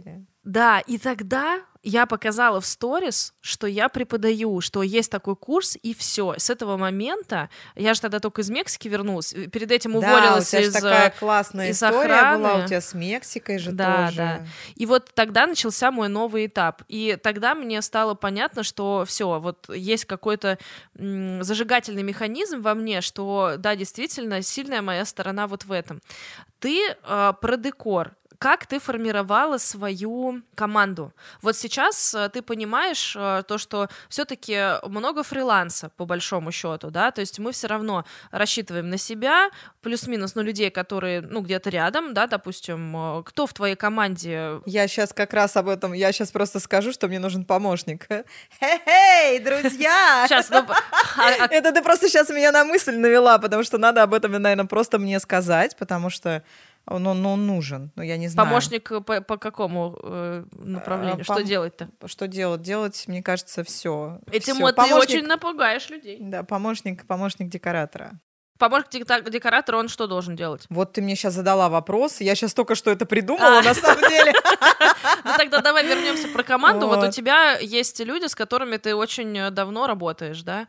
Да, и тогда я показала в сторис, что я преподаю, что есть такой курс, и все. С этого момента, я же тогда только из Мексики вернулась, перед этим уволилась Да, у тебя же такая классная из история охраны. была у тебя с Мексикой же Да, тоже. да. И вот тогда начался мой новый этап. И тогда мне стало понятно, что все, вот есть какой-то зажигательный механизм во мне, что да, действительно, сильная моя сторона вот в этом. Ты про декор. Как ты формировала свою команду? Вот сейчас ты понимаешь то, что все-таки много фриланса, по большому счету, да, то есть мы все равно рассчитываем на себя, плюс-минус, людей, которые, где-то рядом, да, допустим, кто в твоей команде? Я сейчас как раз об этом, я сейчас просто скажу, что мне нужен помощник. Хей, друзья! Сейчас, Это ты просто сейчас меня на мысль навела, потому что надо об этом, наверное, просто мне сказать, потому что он нужен, я не знаю. Помощник по какому направлению? Что делать-то? Что делать? Делать, мне кажется, все. Этим ты очень напугаешь людей. Да, помощник декоратора. Помощник декоратора, он что должен делать? Вот ты мне сейчас задала вопрос, я сейчас только что это придумала, на самом деле. Ну тогда давай вернемся про команду. Вот у тебя есть люди, с которыми ты очень давно работаешь, да?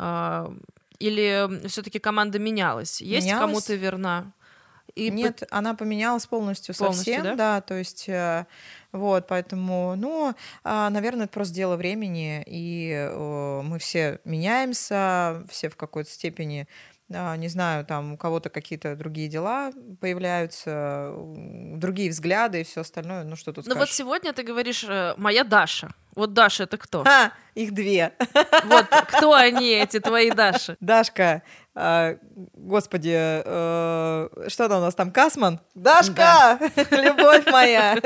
Или все-таки команда менялась? Есть кому ты верна? Нет, она поменялась полностью совсем, да, то есть вот, поэтому, наверное, это просто дело времени, и мы все меняемся, все в какой-то степени, не знаю, там у кого-то какие-то другие дела появляются, другие взгляды и все остальное, что тут скажешь? Вот сегодня ты говоришь, моя Даша. Вот Даша — это кто? Их две. Вот кто они, эти твои Даши? Дашка, господи, что она у нас там, Касман? Дашка, любовь моя.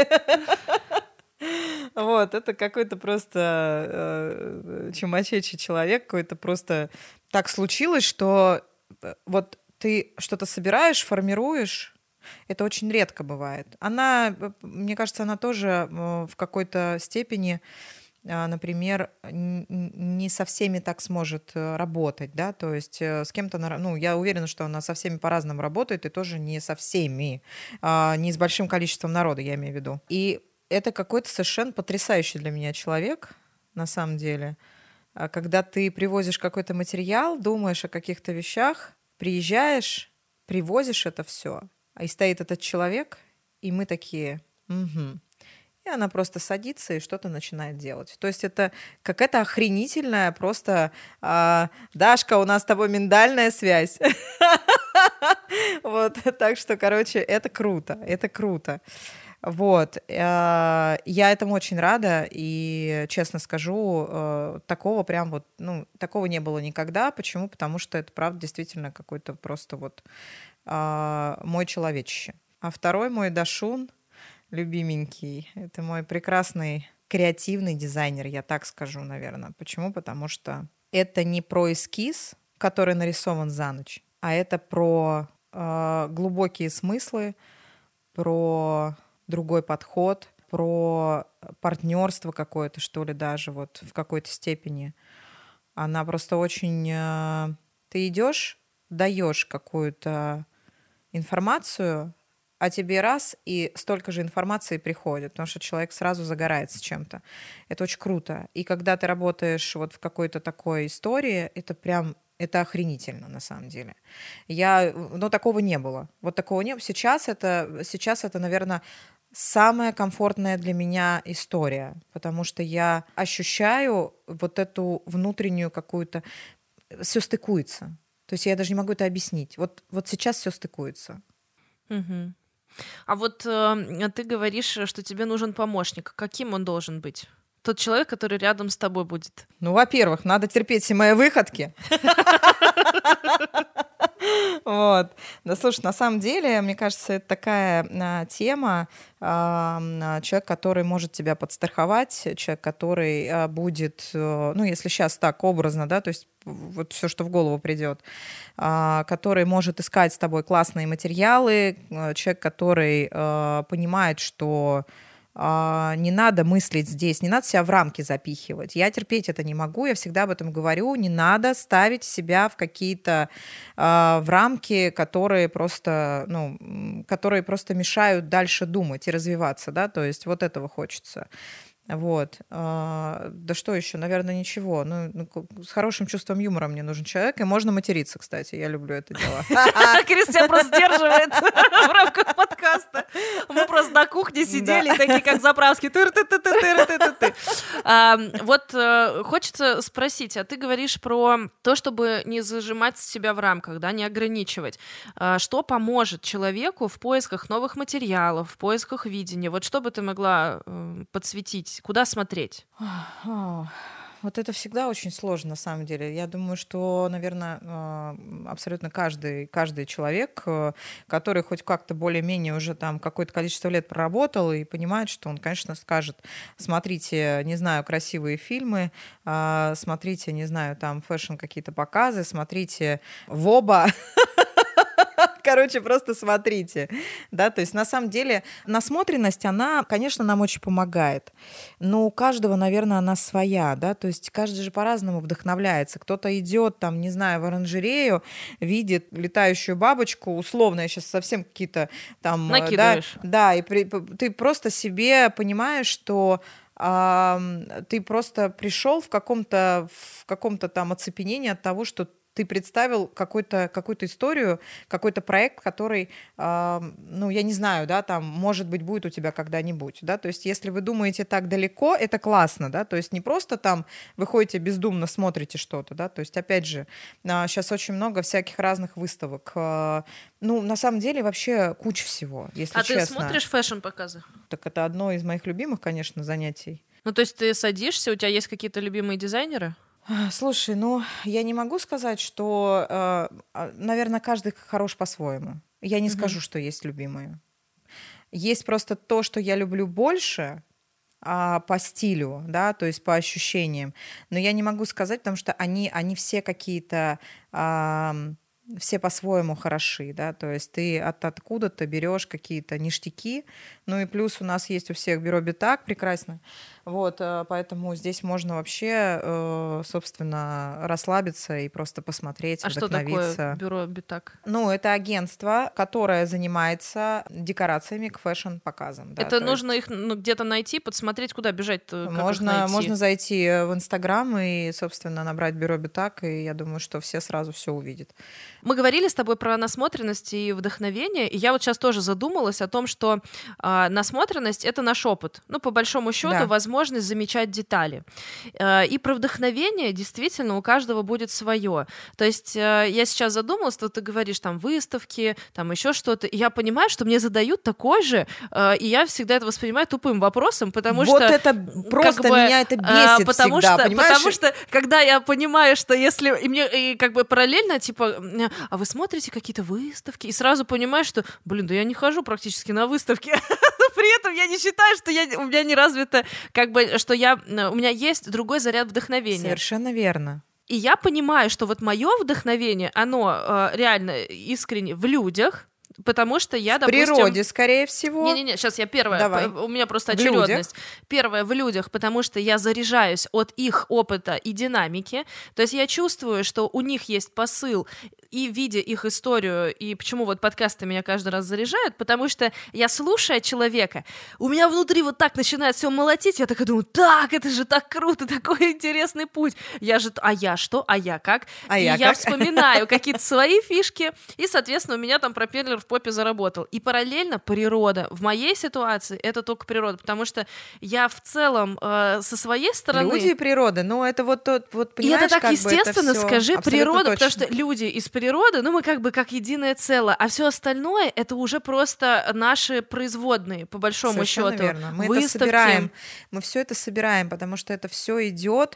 Вот, это какой-то просто чумачечий человек, какой-то просто так случилось, что вот ты что-то собираешь, формируешь, это очень редко бывает. Она, мне кажется, она тоже в какой-то степени, например, не со всеми так сможет работать, да, то есть с кем-то, я уверена, что она со всеми по-разному работает, и тоже не со всеми, не с большим количеством народа, я имею в виду. И это какой-то совершенно потрясающий для меня человек, на самом деле. Когда ты привозишь какой-то материал, думаешь о каких-то вещах, приезжаешь, привозишь это все, и стоит этот человек, и мы такие, угу. И она просто садится и что-то начинает делать. То есть это какая-то охренительная просто... Дашка, у нас с тобой миндальная связь. Вот, так что, короче, это круто, это круто. Вот, я этому очень рада, и, честно скажу, такого прям вот, такого не было никогда. Почему? Потому что это, правда, действительно какой-то просто вот мой человечище. А второй мой Дашун, любименький, это мой прекрасный креативный дизайнер, я так скажу, наверное. Почему? Потому что это не про эскиз, который нарисован за ночь, а это про глубокие смыслы, про другой подход, про партнерство какое-то, что ли, даже вот в какой-то степени. Она просто очень... Ты идешь, даешь какую-то информацию, а тебе раз, и столько же информации приходит, потому что человек сразу загорается чем-то. Это очень круто. И когда ты работаешь вот в какой-то такой истории, это прям... Это охренительно, на самом деле. Такого не было. Вот такого не было. Сейчас это, наверное, самая комфортная для меня история, потому что я ощущаю вот эту внутреннюю какую-то... Все стыкуется. То есть я даже не могу это объяснить. Вот сейчас все стыкуется. Угу. А вот ты говоришь, что тебе нужен помощник. Каким он должен быть? Тот человек, который рядом с тобой будет. Во-первых, надо терпеть все мои выходки. Вот. Да, слушай, на самом деле, мне кажется, это такая тема. Человек, который может тебя подстраховать, человек, который будет, если сейчас так образно, да, то есть вот все, что в голову придет, который может искать с тобой классные материалы, человек, который понимает, что не надо мыслить здесь, не надо себя в рамки запихивать. Я терпеть это не могу, я всегда об этом говорю. Не надо ставить себя в какие-то в рамки, которые просто мешают дальше думать и развиваться, да, то есть вот этого хочется. Вот. Да что еще? Наверное, ничего. С хорошим чувством юмора мне нужен человек, и можно материться, кстати. Я люблю это дело. Крис тебя просто сдерживает в рамках подкаста. Мы просто на кухне сидели, такие как заправски. Вот хочется спросить, а ты говоришь про то, чтобы не зажимать себя в рамках, да, не ограничивать. Что поможет человеку в поисках новых материалов, в поисках видения? Вот что бы ты могла подсветить? Куда смотреть? Вот это всегда очень сложно, на самом деле. Я думаю, что, наверное, абсолютно каждый человек, который хоть как-то более-менее уже там какое-то количество лет проработал и понимает, что он, конечно, скажет: смотрите, не знаю, красивые фильмы, смотрите, не знаю, там фэшн какие-то показы, смотрите ВОБА. Короче, просто смотрите. Да, то есть на самом деле насмотренность, она, конечно, нам очень помогает. Но у каждого, наверное, она своя. Да? То есть каждый же по-разному вдохновляется. Кто-то идет, там, не знаю, в оранжерею, видит летающую бабочку, условно, я сейчас совсем какие-то там... Накидываешь. Да, и ты просто себе понимаешь, что ты просто пришел в каком-то там оцепенении от того, что ты представил какую-то историю, какой-то проект, который, я не знаю, да, там, может быть, будет у тебя когда-нибудь, да, то есть если вы думаете так далеко, это классно, да, то есть не просто там вы ходите бездумно, смотрите что-то, да, то есть, опять же, сейчас очень много всяких разных выставок, на самом деле вообще куча всего, если честно. А ты смотришь фэшн-показы? Так это одно из моих любимых, конечно, занятий. Ну, то есть ты садишься, у тебя есть какие-то любимые дизайнеры? Слушай, я не могу сказать, что, наверное, каждый хорош по-своему. Я не скажу, что есть любимые. Есть просто то, что я люблю больше по стилю, да, то есть по ощущениям. Но я не могу сказать, потому что они все какие-то... все по-своему хороши, да, то есть ты откуда-то берешь какие-то ништяки, и плюс у нас есть у всех бюро Битак прекрасно, вот, поэтому здесь можно вообще, собственно, расслабиться и просто посмотреть, вдохновиться. Что такое бюро Битак? Это агентство, которое занимается декорациями к фэшн-показам. Да, это нужно их где-то найти, подсмотреть, куда бежать-то, как их найти? Можно зайти в Инстаграм и, собственно, набрать бюро Битак, и я думаю, что все сразу все увидят. Мы говорили с тобой про насмотренность и вдохновение, и я вот сейчас тоже задумалась о том, что насмотренность — это наш опыт. По большому счету, да. Возможность замечать детали. И про вдохновение действительно у каждого будет свое. То есть я сейчас задумалась, что ты говоришь, там, выставки, там, еще что-то, и я понимаю, что мне задают такой же, и я всегда это воспринимаю тупым вопросом, потому вот что... Вот это просто меня это бесит всегда, понимаешь? Потому что, когда я понимаю, что если... И мне как бы параллельно, типа... А вы смотрите какие-то выставки? И сразу понимаешь, что, да я не хожу практически на выставки. Но при этом я не считаю, что у меня не развито, что у меня есть другой заряд вдохновения. Совершенно верно. И я понимаю, что вот мое вдохновение, оно реально искренне в людях, потому что я, допустим... В природе, скорее всего. Не-не-не, сейчас я первая. Давай. У меня просто очередность. Первая в людях, потому что я заряжаюсь от их опыта и динамики. То есть я чувствую, что у них есть посыл, и видя их историю, и почему вот подкасты меня каждый раз заряжают, потому что я, слушая человека, у меня внутри вот так начинает все молотить, я такая думаю, так, это же так круто, такой интересный путь. А я что? А я как? Я вспоминаю какие-то свои фишки, и, соответственно, у меня там пропеллер в попе заработал. И параллельно природа. В моей ситуации это только природа, потому что я в целом со своей стороны... Люди и природа, это вот понимаешь, и это так естественно, это скажи, природа, точно. Потому что люди из природы, мы как единое целое, а все остальное это уже просто наши производные, по большому Совершенно счету. Верно. Мы выставки. Это собираем, мы все это собираем, потому что это все идет,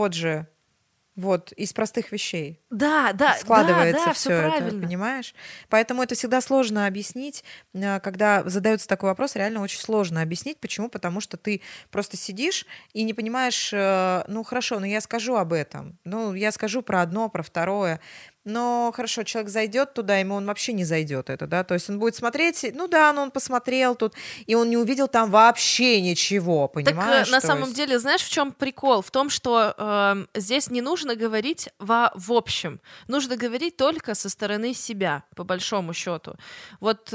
из простых вещей. Да, складывается все это, правильно. Понимаешь? Поэтому это всегда сложно объяснить, когда задается такой вопрос, реально очень сложно объяснить. Почему? Потому что ты просто сидишь и не понимаешь, хорошо, я скажу об этом, я скажу про одно, про второе. но хорошо, человек зайдет туда, ему он вообще не зайдет это, да, то есть он будет смотреть, ну да, ну он посмотрел тут, и он не увидел там вообще ничего, понимаешь? Так на То самом есть- деле, знаешь, в чем прикол? В том, что здесь не нужно говорить в общем. Нужно говорить только со стороны себя, по большому счету. Вот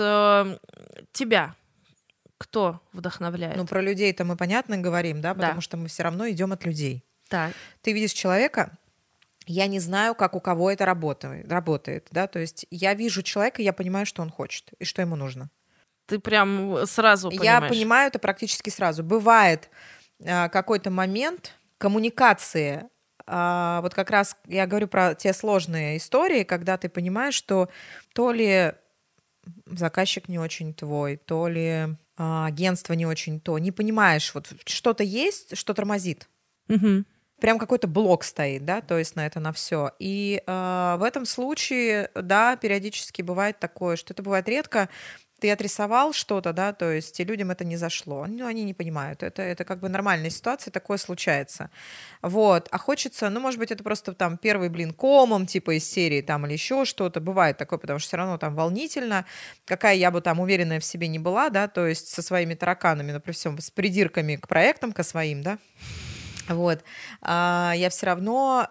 тебя кто вдохновляет? Ну, про людей-то мы понятно говорим, да, Да. потому что мы все равно идем от людей. Так. Ты видишь человека, я не знаю, как у кого это работает, да, то есть я вижу человека, я понимаю, что он хочет и что ему нужно. Ты прям сразу Я понимаешь. понимаю это практически сразу. Бывает какой-то момент коммуникации, вот как раз я говорю про те сложные истории, когда ты понимаешь, что то ли заказчик не очень твой, то ли агентство не очень то, не понимаешь, вот что-то есть, что тормозит. Мгм. Прям какой-то блок стоит, да, то есть на все. И в этом случае, да, периодически бывает такое, что это бывает редко. Ты отрисовал что-то, да, то есть и людям это не зашло. Ну, они не понимают. Это как бы нормальная ситуация, такое случается. Вот. А хочется, ну, может быть, это просто там первый блин комом, типа из серии там или еще что-то. Бывает такое, потому что все равно там волнительно. Какая я бы там уверенная в себе не была, да, то есть со своими тараканами, ну, при всем, с придирками к проектам, ко своим, да. Вот. Я все равно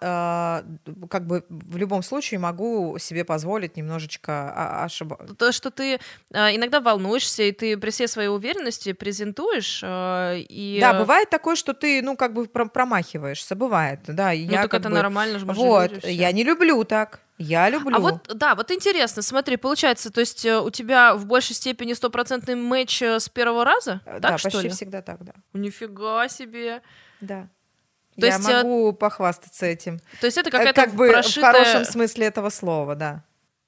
как бы в любом случае могу себе позволить немножечко ошибаться. То, что ты иногда волнуешься, и ты при всей своей уверенности презентуешь, и... Да, бывает такое, что ты, ну, как бы промахиваешься, бывает, да. Ну, так это нормально же, мы же Вот, люди все. я не люблю так, я люблю. А вот, да, вот интересно, смотри, получается, то есть у тебя в большей степени 100% матч с первого раза? Да, Так, что почти ли? всегда так, да. Нифига себе. Да. То Я есть, могу похвастаться этим. То есть это какая-то Как бы в прошитая... хорошем смысле этого слова, да.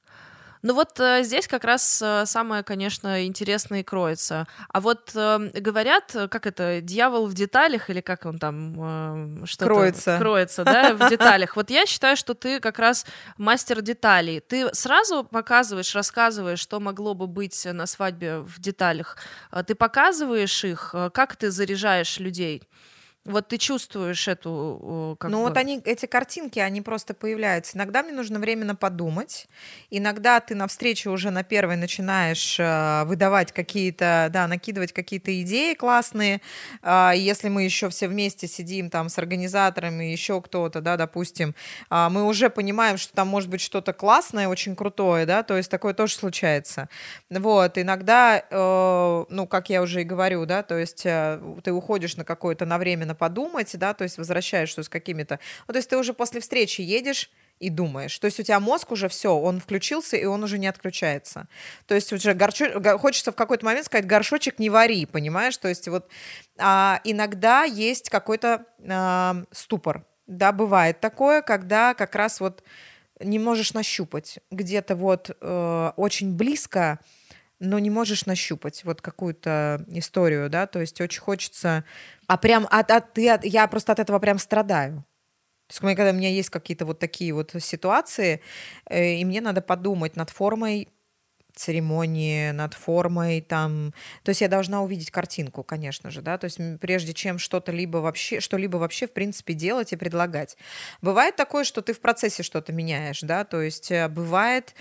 Ну вот здесь как раз самое, конечно, интересное и кроется. А вот говорят, как это, дьявол в деталях, или как он там что-то... Кроется, да, в деталях. Вот я считаю, что ты как раз мастер деталей. Ты сразу показываешь, рассказываешь, что могло бы быть на свадьбе в деталях. Ты показываешь их, как ты заряжаешь людей. Вот ты чувствуешь эту как Ну бы... вот эти картинки, они просто появляются. Иногда мне нужно временно подумать. Иногда ты на встрече уже на первой начинаешь выдавать какие-то, да, накидывать какие-то идеи классные. Если мы еще все вместе сидим там с организаторами, еще кто-то, да, допустим, мы уже понимаем, что там может быть что-то классное, очень крутое, да, то есть такое тоже случается. Вот, иногда, ну, как я уже и говорю, да, то есть ты уходишь на какое-то на время подумать, да, то есть возвращаешься с какими-то... Ну, то есть ты уже после встречи едешь и думаешь. То есть у тебя мозг уже все, он включился, и он уже не отключается. То есть уже хочется в какой-то момент сказать, горшочек не вари, понимаешь? То есть вот иногда есть какой-то ступор. Да, бывает такое, когда как раз вот не можешь нащупать. Где-то вот очень близко, но не можешь нащупать вот какую-то историю, да, то есть очень хочется, прям я просто от этого прям страдаю. То есть когда у меня есть какие-то вот такие вот ситуации, и мне надо подумать над формой церемонии, над формой там, то есть я должна увидеть картинку, конечно же, да, то есть прежде чем что-либо вообще в принципе делать и предлагать. Бывает такое, что ты в процессе что-то меняешь, да, то есть бывает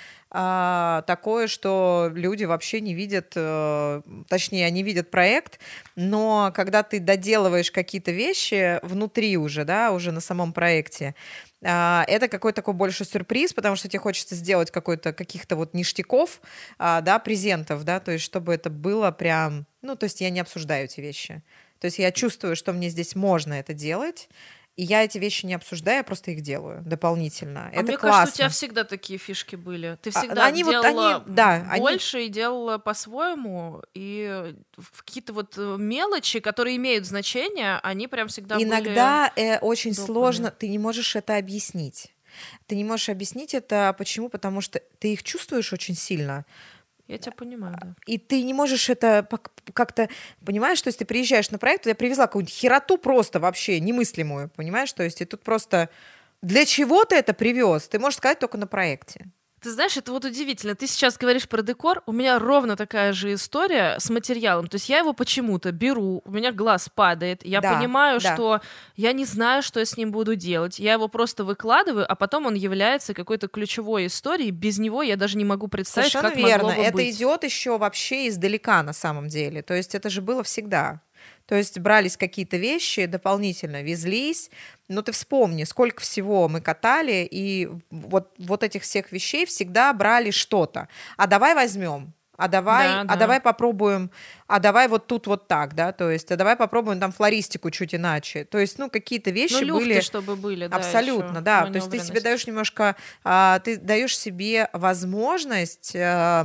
такое, что люди вообще не видят, точнее, они видят проект, но когда ты доделываешь какие-то вещи внутри уже, да, уже на самом проекте, это какой-то такой больше сюрприз, потому что тебе хочется сделать каких-то вот ништяков, да, презентов, да, то есть чтобы это было прям, ну, то есть я не обсуждаю эти вещи. То есть я чувствую, что мне здесь можно это делать, и я эти вещи не обсуждаю, я просто их делаю дополнительно. Это мне классно. кажется, у тебя всегда такие фишки были. Ты всегда они делала да, больше и делала по-своему. И какие-то вот мелочи, которые имеют значение, они прям всегда иногда были очень допами. сложно, ты не можешь это объяснить. Ты не можешь объяснить это. Почему? Потому что ты их чувствуешь очень сильно. Я тебя понимаю, да. И ты не можешь это как-то, понимаешь, то есть ты приезжаешь на проект, я привезла какую-нибудь хероту просто вообще немыслимую, понимаешь, то есть и тут просто для чего ты это привез, ты можешь сказать только на проекте. Ты знаешь, это вот удивительно. Ты сейчас говоришь про декор. У меня ровно такая же история с материалом. То есть я его почему-то беру, у меня глаз падает, я Да, понимаю, да. что я не знаю, что я с ним буду делать. Я его просто выкладываю, а потом он является какой-то ключевой историей. Без него я даже не могу представить, Совершенно как верно. могло бы Это быть. идет еще вообще издалека на самом деле. То есть это же было всегда. То есть брались какие-то вещи дополнительно, везлись. Но ты вспомни, сколько всего мы катали, и вот этих всех вещей всегда брали что-то. А давай возьмем, давай попробуем, а давай вот тут вот так, да, то есть, а давай попробуем там флористику чуть иначе. То есть, какие-то вещи люфты, были... чтобы были, да, Абсолютно, ещё, да. То есть ты себе даешь немножко, ты даешь себе возможность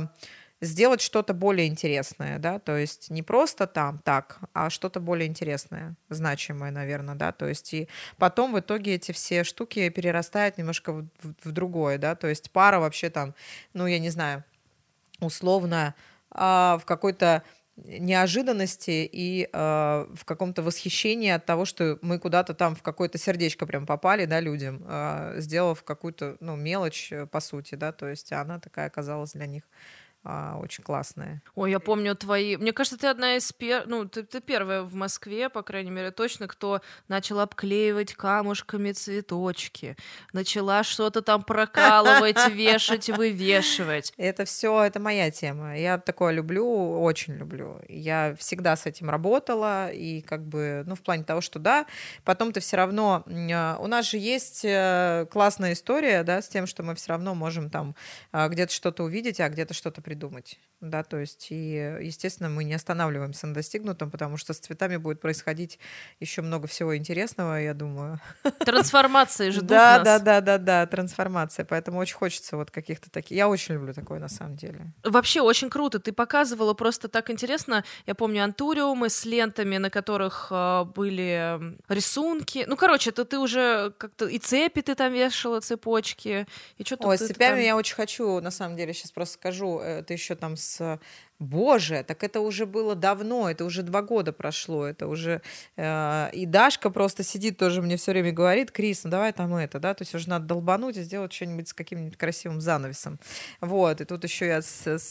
сделать что-то более интересное, да, то есть не просто там так, а что-то более интересное, значимое, наверное, да, то есть и потом в итоге эти все штуки перерастают немножко в другое, да, то есть пара вообще там, я не знаю, условно в какой-то неожиданности и в каком-то восхищении от того, что мы куда-то там в какое-то сердечко прям попали, да, людям, сделав какую-то, мелочь, по сути, да, то есть она такая оказалась для них очень классная. Ой, я помню твои... Мне кажется, ты одна из ты первая в Москве, по крайней мере, точно, кто начал обклеивать камушками цветочки, начала что-то там прокалывать, вешать, вывешивать. Это моя тема. Я такое люблю, очень люблю. Я всегда с этим работала, и в плане того, что да, потом ты все равно... У нас же есть классная история, да, с тем, что мы все равно можем там где-то что-то увидеть, а где-то что-то придумать, да, то есть и, естественно, мы не останавливаемся на достигнутом, потому что с цветами будет происходить еще много всего интересного, я думаю. Трансформации ждут нас. Да, трансформация, поэтому очень хочется вот каких-то таких, я очень люблю такое на самом деле. Вообще очень круто, ты показывала просто так интересно, я помню антуриумы с лентами, на которых были рисунки, ты уже как-то и цепи ты там вешала, цепочки, и что-то. Ой, с цепями я очень хочу, на самом деле, сейчас просто скажу, это еще там Боже, так это уже было давно, это уже 2 года прошло, это уже... и Дашка просто сидит тоже мне все время говорит, Крис, давай там это, да, то есть уже надо долбануть и сделать что-нибудь с каким-нибудь красивым занавесом. Вот, и тут еще я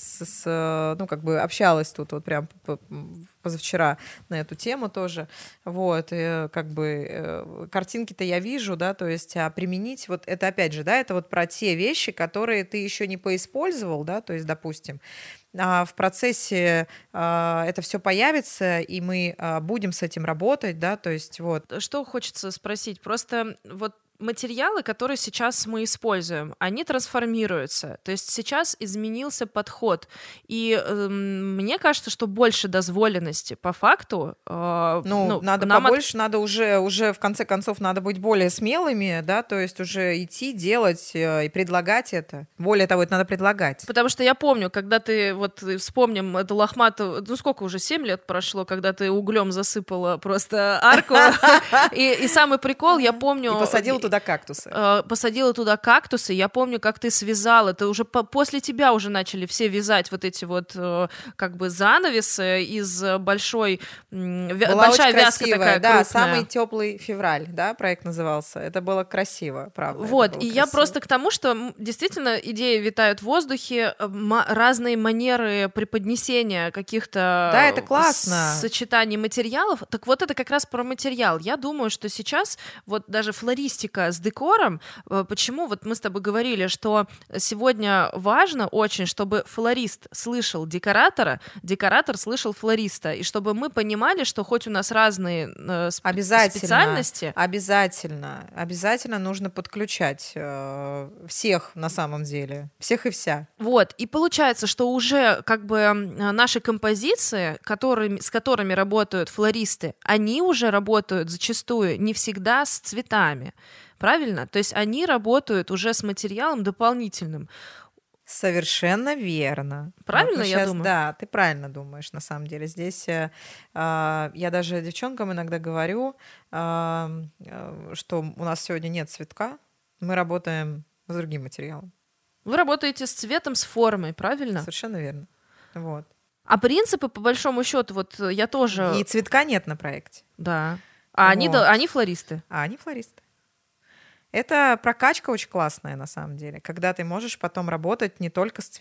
общалась тут вот прям позавчера на эту тему тоже, вот, и картинки-то я вижу, да, то есть, а применить, вот это опять же, да, это вот про те вещи, которые ты еще не поиспользовал, да, то есть, допустим, в процессе это все появится, и мы будем с этим работать, да, то есть вот. Что хочется спросить? Просто вот материалы, которые сейчас мы используем, они трансформируются. То есть сейчас изменился подход. И мне кажется, что больше дозволенности по факту. Надо побольше, надо уже в конце концов надо быть более смелыми, да, то есть уже идти, делать и предлагать это. Более того, это надо предлагать. Потому что я помню, когда ты, вспомним эту лохматую, сколько уже, 7 лет прошло, когда ты углем засыпала просто арку. И самый прикол, я помню... И посадила туда кактусы. Посадила туда кактусы. Я помню, как ты связала. Ты уже после тебя уже начали все вязать вот эти занавесы из большая вязка такая да, крупная. «Самый теплый февраль», да, проект назывался. Это было красиво, правда. Вот, и красиво. Я просто к тому, что действительно идеи витают в воздухе, разные манеры преподнесения каких-то да, это классно. Сочетаний материалов. Так вот это как раз про материал. Я думаю, что сейчас вот даже флористика с декором, почему мы с тобой говорили, что сегодня важно очень, чтобы флорист слышал декоратора, декоратор слышал флориста, и чтобы мы понимали, что хоть у нас разные специальности... Обязательно нужно подключать всех на самом деле, всех и вся. Вот, и получается, что уже наши композиции, с которыми работают флористы, они уже работают зачастую не всегда с цветами. Правильно? То есть они работают уже с материалом дополнительным. Совершенно верно. Правильно я думаю? Да, ты правильно думаешь, на самом деле. Здесь я даже девчонкам иногда говорю, что у нас сегодня нет цветка, мы работаем с другим материалом. Вы работаете с цветом, с формой, правильно? Совершенно верно. Вот. А принципы, по большому счету, я тоже... И цветка нет на проекте. Да. А они флористы? А они флористы. Это прокачка очень классная на самом деле, когда ты можешь потом работать не только с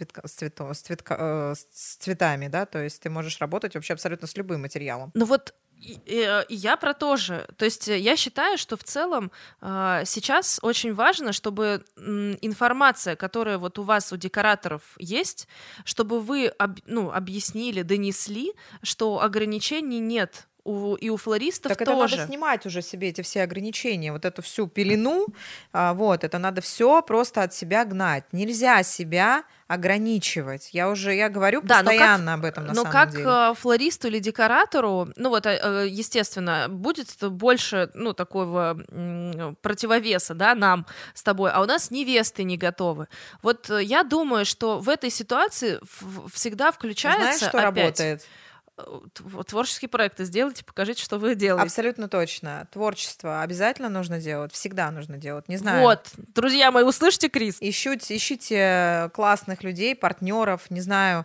цветами, да, то есть ты можешь работать вообще абсолютно с любым материалом. Ну вот и я про то же. То есть я считаю, что в целом сейчас очень важно, чтобы информация, которая вот у вас, у декораторов есть, чтобы вы объяснили, донесли, что ограничений нет. И у флористов так тоже. Это надо снимать уже себе эти все ограничения, вот эту всю пелену, вот, это надо все просто от себя гнать. Нельзя себя ограничивать. Я говорю постоянно об этом на самом деле. Но как флористу или декоратору, естественно, будет больше, такого противовеса, да, нам с тобой, а у нас невесты не готовы. Вот я думаю, что в этой ситуации всегда включается Знаешь, что работает? Творческие проекты сделайте, покажите, что вы делаете. Абсолютно точно. Творчество обязательно нужно делать, всегда нужно делать. Не знаю. Вот, друзья мои, услышьте, Крис. Ищите классных людей, партнеров, не знаю,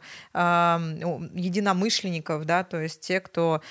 единомышленников, да, то есть те, кто,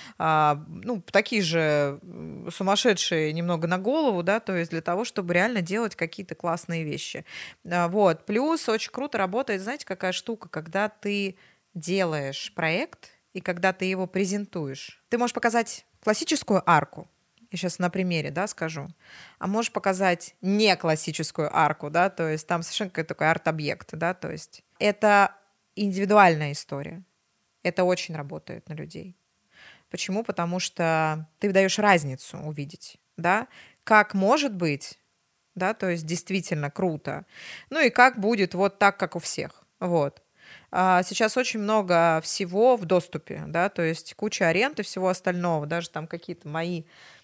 такие же сумасшедшие немного на голову, да, то есть для того, чтобы реально делать какие-то классные вещи. Вот. Плюс очень круто работает, знаете, какая штука, когда ты делаешь проект, и когда ты его презентуешь, ты можешь показать классическую арку, я сейчас на примере, да, скажу, а можешь показать не классическую арку, да, то есть там совершенно какой-то такой арт-объект, да, то есть это индивидуальная история, это очень работает на людей. Почему? Потому что ты даешь разницу увидеть, да, как может быть, да, то есть действительно круто, и как будет вот так, как у всех, вот. Сейчас очень много всего в доступе, да, то есть куча аренд и всего остального, даже там какие-то мои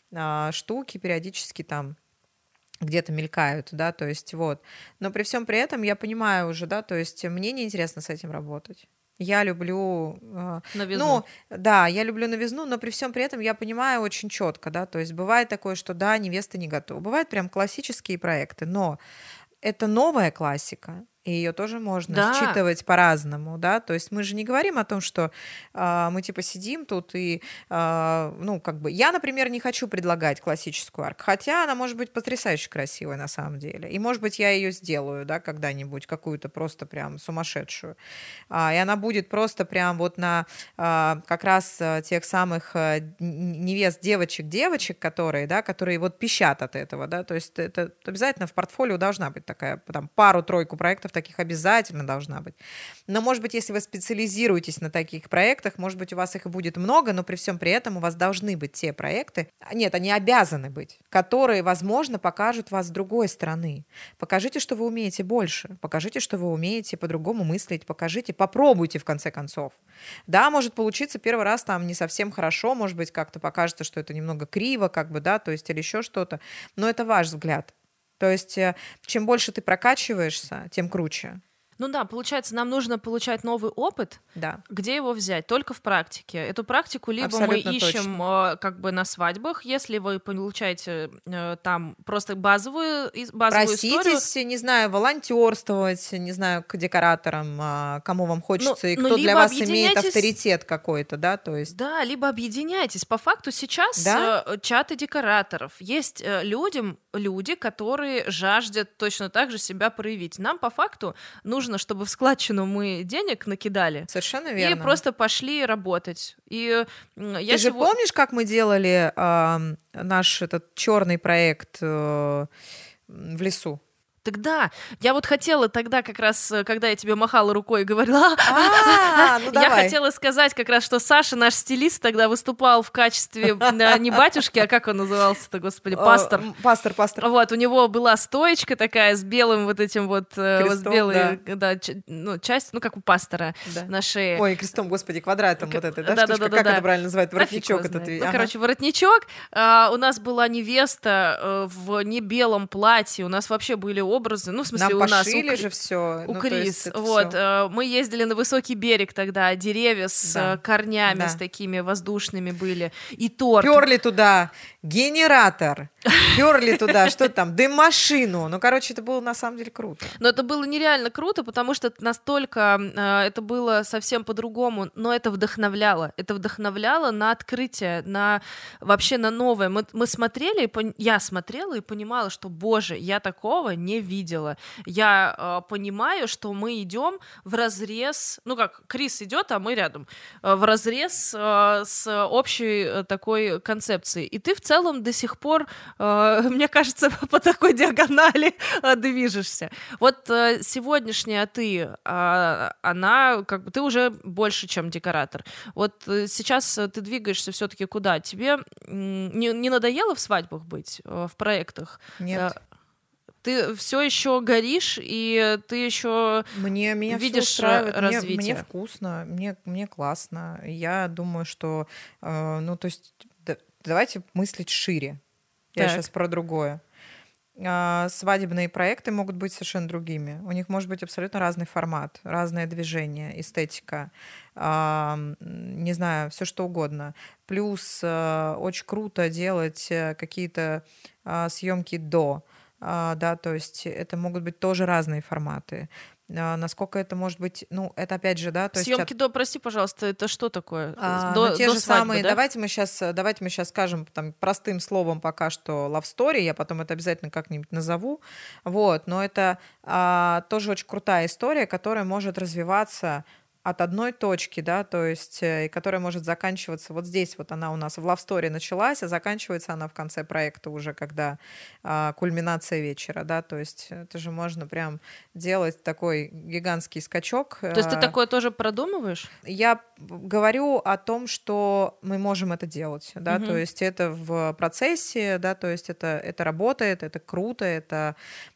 штуки периодически там где-то мелькают, да, то есть вот. Но при всем при этом я понимаю уже, да, то есть мне неинтересно с этим работать. Я люблю новизну. Да, я люблю новизну, но при всем при этом я понимаю очень четко, да, то есть бывает такое, что да, невеста не готова. Бывают прям классические проекты, но это новая классика, и ее тоже можно считывать по-разному, да, то есть мы же не говорим о том, что мы типа сидим тут и, я, например, не хочу предлагать классическую арку, хотя она может быть потрясающе красивой на самом деле, и, может быть, я ее сделаю, да, когда-нибудь, какую-то просто прям сумасшедшую, и она будет просто прям вот на как раз тех самых невест, девочек, которые вот пищат от этого, да, то есть это обязательно в портфолио должна быть такая, там, пару-тройку проектов таких обязательно должна быть. Но, может быть, если вы специализируетесь на таких проектах, может быть, у вас их и будет много, но при всем при этом у вас должны быть те проекты, нет, они обязаны быть, которые, возможно, покажут вас с другой стороны. Покажите, что вы умеете больше, покажите, что вы умеете по-другому мыслить, попробуйте, в конце концов. Да, может получиться первый раз там не совсем хорошо, может быть, как-то покажется, что это немного криво, да, то есть или еще что-то, но это ваш взгляд. То есть чем больше ты прокачиваешься, тем круче. Ну да, получается, нам нужно получать новый опыт. Да. Где его взять? Только в практике. Эту практику либо абсолютно мы ищем на свадьбах, если вы получаете там просто базовую историю. Проситесь, не знаю, волонтерствовать, не знаю, к декораторам, кому вам хочется, и кто для вас имеет авторитет какой-то, да, то есть. Да, либо объединяйтесь. По факту сейчас чаты декораторов. Есть люди, которые жаждут точно так же себя проявить. Нам по факту нужно, чтобы в складчину мы денег накидали. Совершенно верно. И просто пошли работать. Ты же помнишь, как мы делали наш этот черный проект в лесу? Тогда я вот хотела тогда как раз, когда я тебе махала рукой и говорила, я хотела сказать как раз, что Саша, наш стилист, тогда выступал в качестве не батюшки, а как он назывался-то, господи, пастор. Пастор. Вот, у него была стоечка такая с белым вот этим вот, крестом, с белой, часть, как у пастора на шее. Ой, крестом, господи, квадратом вот это, да, штучка, как это правильно называют, воротничок этот. Короче, воротничок. У нас была невеста в не белом платье, у нас вообще были образы. Ну, в смысле, Нам у нас, пошили же все. у Крис. Вот, мы ездили на высокий берег тогда, деревья с корнями, с такими воздушными были, и торт. Перли туда генератор, перли туда, что там, дым-машину. Ну, короче, это было на самом деле круто. Но это было нереально круто, потому что настолько это было совсем по-другому, но это вдохновляло. Это вдохновляло на открытие, вообще на новое. Мы смотрели, я смотрела и понимала, что, боже, я такого не видела. Я понимаю, что мы идем вразрез, ну как, Крис идет, а мы рядом, вразрез с общей такой концепцией. И ты в целом до сих пор, мне кажется, по такой диагонали движешься. Вот сегодняшняя ты, она как бы ты уже больше, чем декоратор. Вот сейчас ты двигаешься все-таки куда? Тебе не надоело в свадьбах быть, в проектах? Нет. Ты все еще горишь, и ты еще видишь развитие. Мне вкусно, мне классно. Я думаю, что, ну, то есть, давайте мыслить шире. Я сейчас про другое. Свадебные проекты могут быть совершенно другими. У них может быть абсолютно разный формат, разное движение, эстетика, не знаю, все что угодно. Плюс очень круто делать какие-то съемки до. Да, то есть это могут быть тоже разные форматы. Насколько это может быть, ну, это опять же, да, то съемки до, прости, пожалуйста, это что такое? Те же свадьбы, самые, да? давайте мы сейчас скажем там, простым словом пока что love story, я потом это обязательно как-нибудь назову, вот, но это тоже очень крутая история, которая может развиваться от одной точки, да, то есть, и которая может заканчиваться вот здесь, вот она у нас в Love Story началась, а заканчивается она в конце проекта уже, когда кульминация вечера, да, то есть это же можно прям делать такой гигантский скачок. То есть ты такое тоже продумываешь? Я говорю о том, что мы можем это делать, да, то есть это в процессе, да, то есть это работает, это круто, это...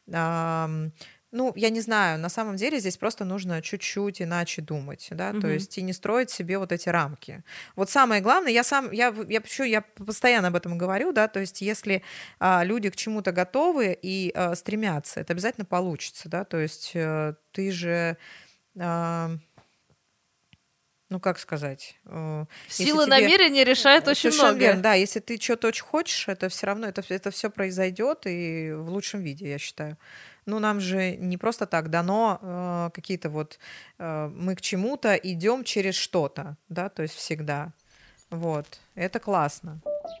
Ну, я не знаю, на самом деле здесь просто нужно чуть-чуть иначе думать, да, то есть и не строить себе вот эти рамки. Вот самое главное, я постоянно об этом говорю, да, то есть если люди к чему-то готовы и стремятся, это обязательно получится, да, то есть ты же... Ну, как сказать? Сила намерения решает очень много. Верно, да, если ты что-то очень хочешь, это все равно, это все произойдет и в лучшем виде, я считаю. Ну, нам же не просто так дано какие-то вот... мы к чему-то идем через что-то, да, то есть всегда. Вот, это классно.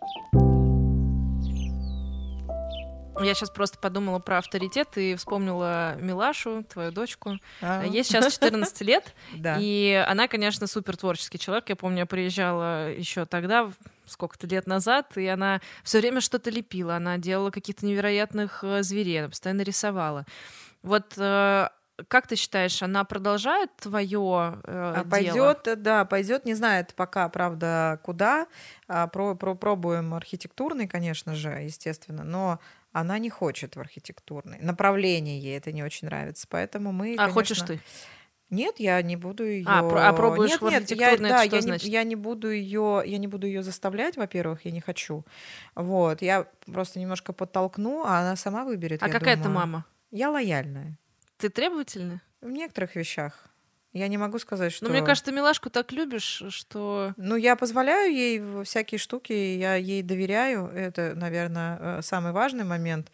Я сейчас просто подумала про авторитет и вспомнила Милашу, твою дочку. Ей сейчас 14 лет, и она, конечно, супер творческий человек. Я помню, я приезжала еще тогда, сколько-то лет назад, и она все время что-то лепила. Она делала каких-то невероятных зверей, она постоянно рисовала. Вот как ты считаешь, она продолжает твое дело? Пойдет, не знает пока, правда, куда. Пробуем архитектурный, конечно же, естественно, но она не хочет в архитектурный. Направление ей это не очень нравится, поэтому мы, конечно... хочешь ты? Нет, я не буду ее... пробуешь в архитектурный, это что значит? Я не буду ее заставлять, во-первых, я не хочу. Вот, я просто немножко подтолкну, а она сама выберет, А какая ты мама? Я лояльная. Ты требовательная? В некоторых вещах. Я не могу сказать, что... Ну, мне кажется, ты Милашку так любишь, что... Ну, я позволяю ей всякие штуки, я ей доверяю. Это, наверное, самый важный момент,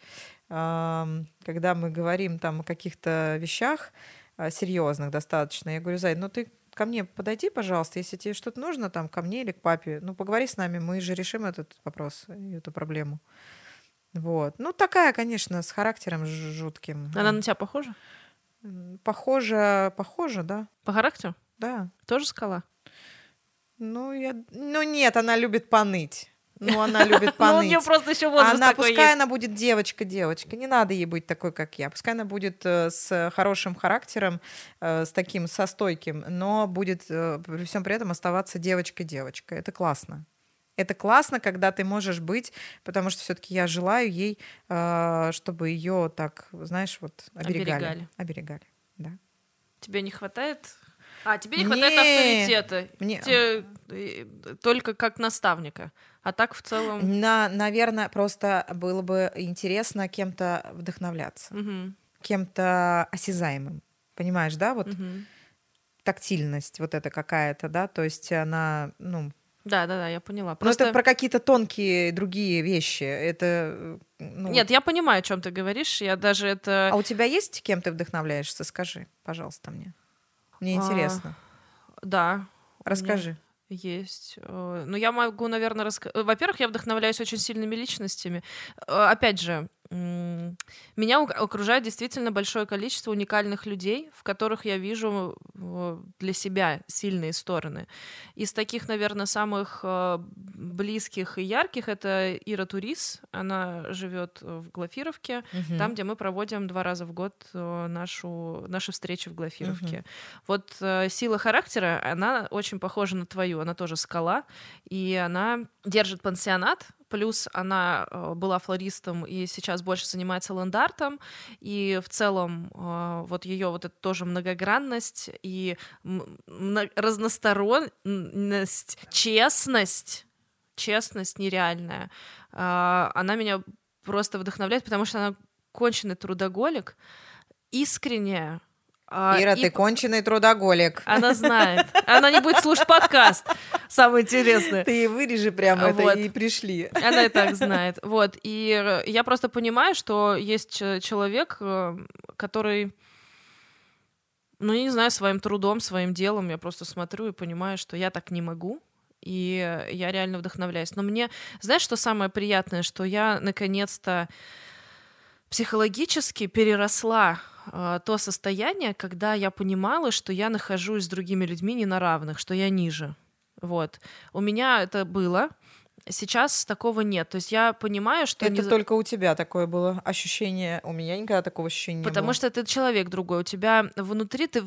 когда мы говорим там о каких-то вещах серьезных достаточно. Я говорю: Зай, ну ты ко мне подойди, пожалуйста, если тебе что-то нужно, там, ко мне или к папе, ну, поговори с нами, мы же решим этот вопрос, эту проблему. Вот. Ну, такая, конечно, с характером жутким. Она на тебя похожа? Похоже, да. По характеру? Да. Тоже скала? Ну, нет, она любит поныть. Ну, она любит поныть. Ну, у нее просто еще возраст такой пускай есть. она будет девочка. Не надо ей быть такой, как я. Пускай она будет с хорошим характером, с таким, со стойким, но будет при всем при этом оставаться девочкой. Это классно. Это классно, когда ты можешь быть, потому что все-таки я желаю ей, чтобы ее так, знаешь, вот оберегали. Да. Тебе не хватает? Тебе не хватает авторитета. Тебе только как наставника. А так в целом... Наверное, просто было бы интересно кем-то вдохновляться. кем-то осязаемым. Понимаешь, да? Вот Мгм. тактильность вот эта какая-то, да? То есть она, ну... Да, я поняла. Ну, это Просто про какие-то тонкие другие вещи. Это, ну... нет, я понимаю, о чем ты говоришь. Я даже это А у тебя есть кем ты вдохновляешься? Скажи, пожалуйста, мне. Мне а, интересно. да, у меня Расскажи. есть. Ну, я могу, наверное, рассказать. Во-первых, я вдохновляюсь очень сильными личностями. Опять же, меня окружает действительно большое количество уникальных людей, в которых я вижу для себя сильные стороны. Из таких, наверное, самых близких и ярких это Ира Турис. Она живет в Глафировке, там, Мгм. где мы проводим 2 раза в год наши встречи в Глафировке. Мгм. Вот сила характера, она очень похожа на твою. Она тоже скала, и она держит пансионат. Плюс она была флористом и сейчас больше занимается ландартом. И в целом вот ее вот эта тоже многогранность и разносторонность, честность нереальная. Она меня просто вдохновляет, потому что она конченый трудоголик, искренняя. Ира, И ты конченый трудоголик. она знает. Она не будет слушать подкаст. Самое интересное. Ты вырежи прямо это Вот. и пришли. Она и так знает. Вот. И я просто понимаю, что есть человек, который, ну, я не знаю, своим трудом, своим делом, я просто смотрю и понимаю, что я так не могу. И я реально вдохновляюсь. Но мне, знаешь, что самое приятное, что я наконец-то психологически переросла то состояние, когда я понимала, что я нахожусь с другими людьми не на равных, что я ниже. Вот. У меня это было. Сейчас такого нет. То есть я понимаю, что... Это только у тебя такое было ощущение. У меня никогда такого ощущения не было. Потому что ты человек другой. У тебя внутри ты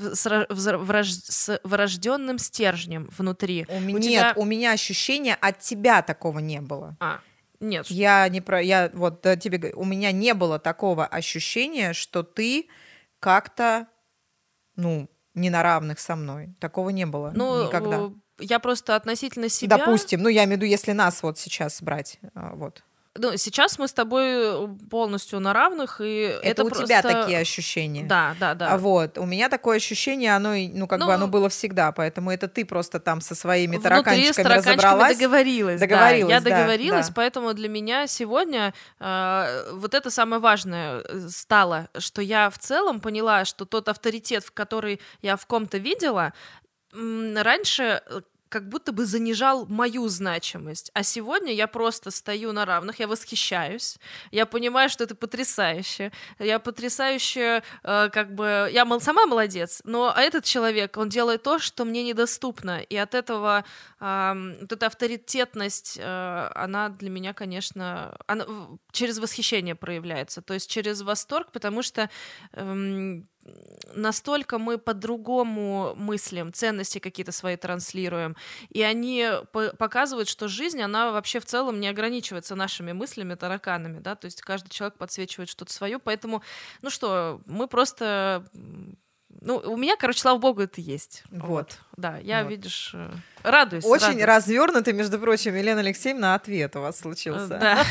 с врожденным стержнем внутри. Нет, у меня ощущения от тебя такого не было. Нет. Я вот тебе говорю, у меня не было такого ощущения, что ты как-то, ну, не на равных со мной. Такого не было никогда. Я просто относительно себя... Допустим, ну, я имею в виду, если нас вот сейчас брать, вот. Ну, сейчас мы с тобой полностью на равных, и Это у просто... тебя такие ощущения. Да. Вот. У меня такое ощущение, оно, ну, как бы оно было всегда, поэтому это ты просто там со своими тараканчиками разобралась. Договорилась, договорилась, я да, договорилась, да. Поэтому для меня сегодня вот это самое важное стало, что я в целом поняла, что тот авторитет, который я в ком-то видела, раньше как будто бы занижал мою значимость. А сегодня я просто стою на равных, я восхищаюсь, я понимаю, что это потрясающе. Я потрясающе, как бы... Я сама молодец, но этот человек, он делает то, что мне недоступно. И от этого вот эта авторитетность, она для меня, конечно, она через восхищение проявляется, то есть через восторг, потому что настолько мы по-другому мыслим, ценности какие-то свои транслируем, и они показывают, что жизнь, она вообще в целом не ограничивается нашими мыслями, тараканами, да, то есть каждый человек подсвечивает что-то свое, поэтому, ну что, мы просто... Ну, у меня, короче, слава богу, это есть. Вот. Да, я, вот. Видишь, радуюсь. Очень развернутый, между прочим, Елена Алексеевна, ответ у вас случился. Да.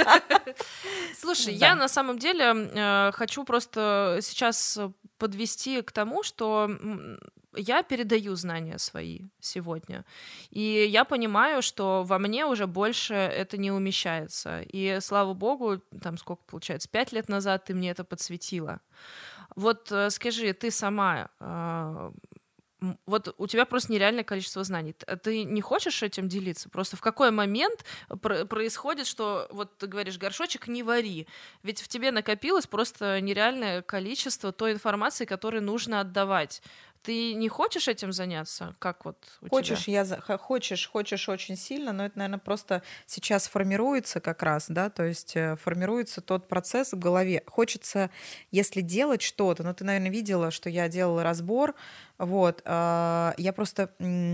Слушай, я на самом деле хочу просто сейчас подвести к тому, что я передаю знания свои сегодня. И я понимаю, что во мне уже больше это не умещается. И слава богу, там сколько получается, 5 лет назад ты мне это подсветила. Вот скажи, ты сама... Вот у тебя просто нереальное количество знаний. Ты не хочешь этим делиться? Просто в какой момент происходит, что вот ты говоришь, горшочек не вари. Ведь в тебе накопилось просто нереальное количество той информации, которую нужно отдавать. Ты не хочешь этим заняться? Как вот у тебя? Хочешь очень сильно, но это, наверное, просто сейчас формируется как раз, да, то есть формируется тот процесс в голове. Хочется, если делать что-то, ну, ты, наверное, видела, что я делала разбор, вот, я просто...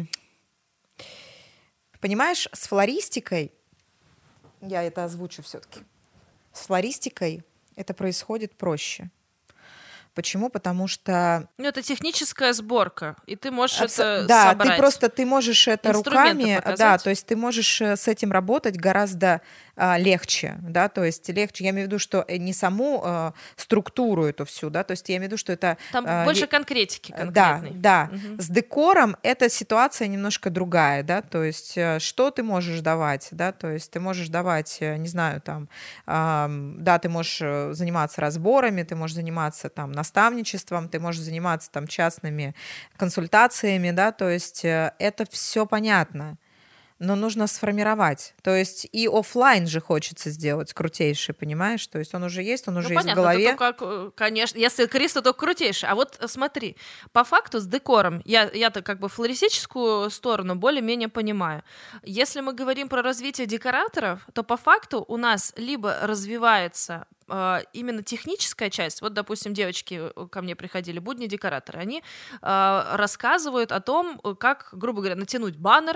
Понимаешь, с флористикой, я это озвучу все-таки, с флористикой это происходит проще. Почему? Потому что... Ну, это техническая сборка, и ты можешь это да, собрать. ты можешь это руками, да, то есть ты можешь с этим работать гораздо легче, да, то есть легче, я имею в виду, что не саму структуру эту всю, да, то есть я имею в виду, что это... Там больше конкретики конкретной. Да. С декором эта ситуация немножко другая, да, то есть что ты можешь давать, да, то есть ты можешь давать, не знаю, там, да, ты можешь заниматься разборами, ты можешь заниматься там наставничеством, ты можешь заниматься там частными консультациями, да, то есть это все понятно. Но нужно сформировать. То есть и офлайн же хочется сделать крутейший, понимаешь? То есть он уже есть, он уже есть в голове. Только, конечно, если Крис, то только крутейший. А вот смотри, по факту с декором, я-то как бы флористическую сторону более-менее понимаю. Если мы говорим про развитие декораторов, то по факту у нас либо развивается именно техническая часть, вот, допустим, девочки ко мне приходили, будни декораторы, они рассказывают о том, как, грубо говоря, натянуть баннер,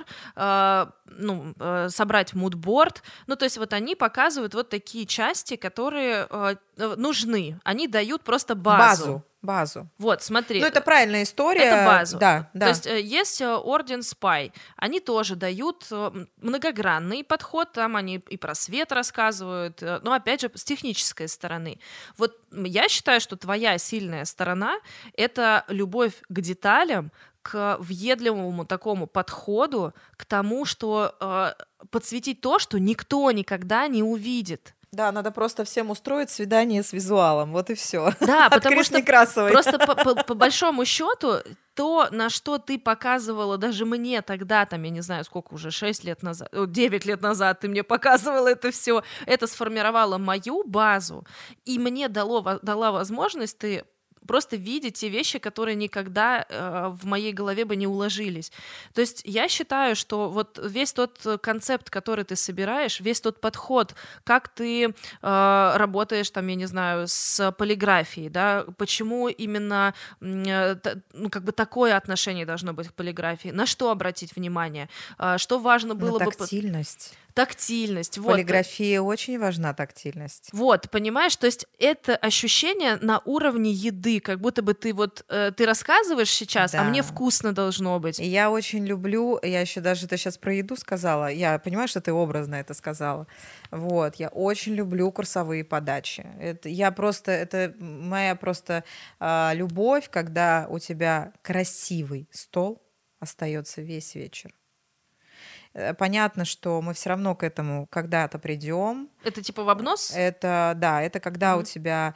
собрать мудборд, ну, то есть вот они показывают вот такие части, которые нужны, они дают просто базу. Вот, смотри. Ну, это правильная история. Это базу. Да. То есть есть Орден Спай. Они тоже дают многогранный подход, там они и про свет рассказывают, но, опять же, с технической стороны. Вот я считаю, что твоя сильная сторона — это любовь к деталям, к въедливому такому подходу, к тому, что подсветить то, что никто никогда не увидит. Да, надо просто всем устроить свидание с визуалом, вот и все. Да, потому что Некрасовой. Просто по большому счету то, на что ты показывала даже мне тогда, там, я не знаю, сколько уже, 6 лет назад, 9 лет назад ты мне показывала это все, это сформировало мою базу, и мне дала возможность ты просто видеть те вещи, которые никогда в моей голове бы не уложились. То есть я считаю, что вот весь тот концепт, который ты собираешь, весь тот подход, как ты работаешь, там, я не знаю, с полиграфией, да, почему именно как бы такое отношение должно быть к полиграфии, на что обратить внимание, что важно было бы... Тактильность. В полиграфии очень важна тактильность. Вот, понимаешь, то есть это ощущение на уровне еды, как будто бы ты ты рассказываешь сейчас, да, а мне вкусно должно быть. Я очень люблю, я еще даже ты сейчас про еду сказала, я понимаю, что ты образно это сказала. Вот, я очень люблю курсовые подачи. Это моя просто любовь, когда у тебя красивый стол остается весь вечер. Понятно, что мы все равно к этому когда-то придем. Это типа в обнос? Это когда у тебя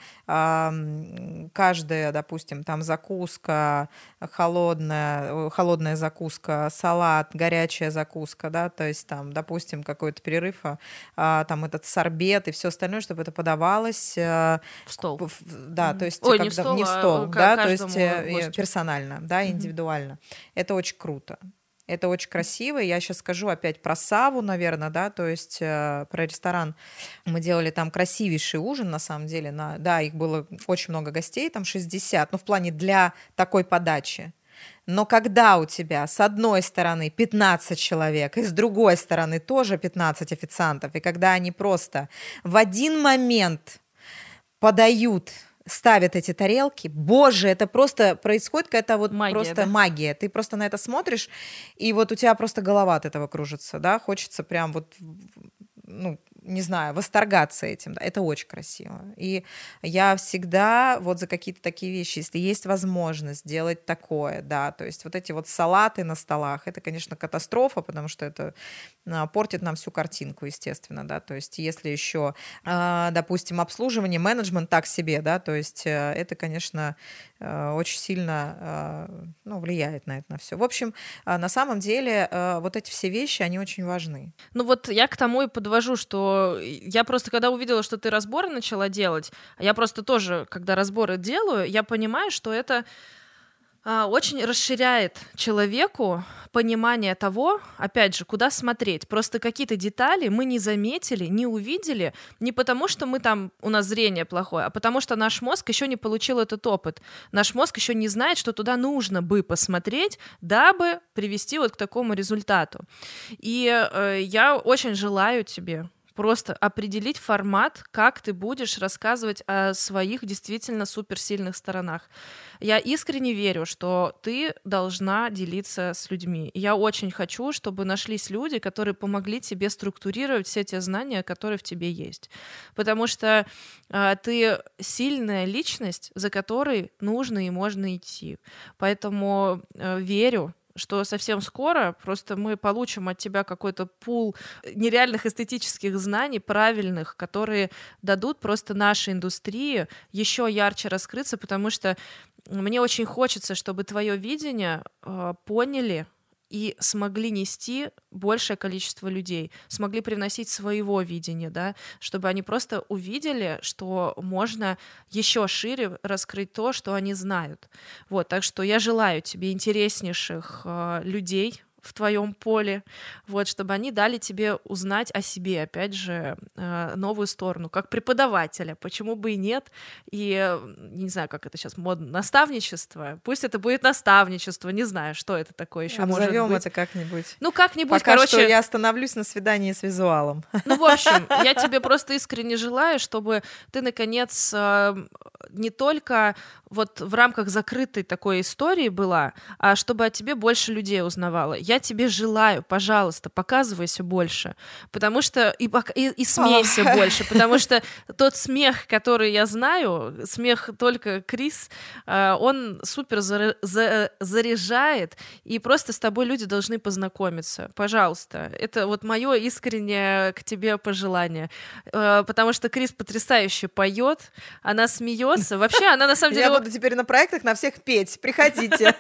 каждая, допустим, там закуска, холодная закуска, салат, горячая закуска, да, то есть там, допустим, какой-то перерыв, там этот сорбет и все остальное, чтобы это подавалось в стол. Да, то есть не в стол, да, то есть персонально, да, индивидуально. Это очень круто. Это очень красиво. Я сейчас скажу опять про Саву, наверное, да, то есть про ресторан. Мы делали там красивейший ужин, на самом деле. Да, их было очень много гостей, там 60, ну, в плане для такой подачи. Но когда у тебя с одной стороны 15 человек, и с другой стороны тоже 15 официантов, и когда они просто в один момент ставят эти тарелки, боже, это просто происходит какая-то вот магия, просто да? Магия. Ты просто на это смотришь, и вот у тебя просто голова от этого кружится, да, хочется прям вот, ну, не знаю, восторгаться этим. Да? Это очень красиво. И я всегда вот за какие-то такие вещи, если есть возможность делать такое, да, то есть вот эти вот салаты на столах, это, конечно, катастрофа, потому что это портит нам всю картинку, естественно, да, то есть если еще, допустим, обслуживание, менеджмент так себе, да, то есть это, конечно, очень сильно влияет на это, на все. В общем, на самом деле вот эти все вещи, они очень важны. Ну вот я к тому и подвожу, что я просто, когда увидела, что ты разборы начала делать, я просто тоже, когда разборы делаю, я понимаю, что это очень расширяет человеку понимание того, опять же, куда смотреть. Просто какие-то детали мы не заметили, не увидели, не потому что у нас зрение плохое, а потому что наш мозг еще не получил этот опыт. Наш мозг еще не знает, что туда нужно бы посмотреть, дабы привести вот к такому результату. И я очень желаю тебе просто определить формат, как ты будешь рассказывать о своих действительно суперсильных сторонах. Я искренне верю, что ты должна делиться с людьми. И я очень хочу, чтобы нашлись люди, которые помогли тебе структурировать все те знания, которые в тебе есть. Потому что ты сильная личность, за которой нужно и можно идти. Поэтому верю, что совсем скоро просто мы получим от тебя какой-то пул нереальных эстетических знаний, правильных, которые дадут просто нашей индустрии еще ярче раскрыться, потому что мне очень хочется, чтобы твое видение поняли и смогли нести большее количество людей, смогли привносить своего видения, да, чтобы они просто увидели, что можно еще шире раскрыть то, что они знают. Вот, так что я желаю тебе интереснейших людей в твоем поле, вот, чтобы они дали тебе узнать о себе, опять же, новую сторону, как преподавателя, почему бы и нет, и не знаю, как это сейчас модно, наставничество, пусть это будет наставничество, не знаю, что это такое еще может быть. Обзовем это как-нибудь. Ну, как-нибудь, Пока короче... что я остановлюсь на свидании с визуалом. Ну, в общем, я тебе просто искренне желаю, чтобы ты, наконец, не только вот в рамках закрытой такой истории была, а чтобы о тебе больше людей узнавало. Я тебе желаю, пожалуйста, показывайся больше, потому что и смейся больше, потому что тот смех, который я знаю, смех только Крис, он супер заряжает, и просто с тобой люди должны познакомиться. Пожалуйста, это вот мое искреннее к тебе пожелание, потому что Крис потрясающе поет, она смеется, вообще она на самом деле... Я буду теперь на проектах на всех петь, приходите.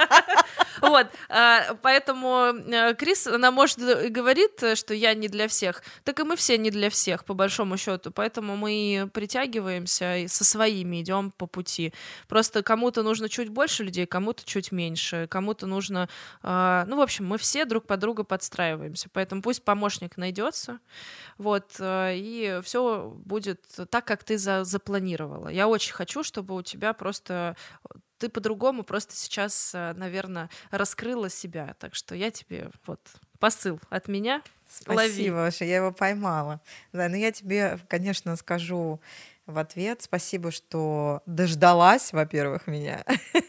Вот, поэтому Крис, она может и говорит, что я не для всех, так и мы все не для всех, по большому счету, поэтому мы притягиваемся и со своими идем по пути. Просто кому-то нужно чуть больше людей, кому-то чуть меньше, кому-то нужно... Ну, в общем, мы все друг под друга подстраиваемся, поэтому пусть помощник найдется, вот, и все будет так, как ты запланировала. Я очень хочу, чтобы у тебя просто... Ты по-другому просто сейчас, наверное, раскрыла себя. Так что я тебе вот посыл от меня. Спасибо, Маша, я его поймала. Да, но я тебе, конечно, скажу в ответ спасибо, что дождалась, во-первых, меня.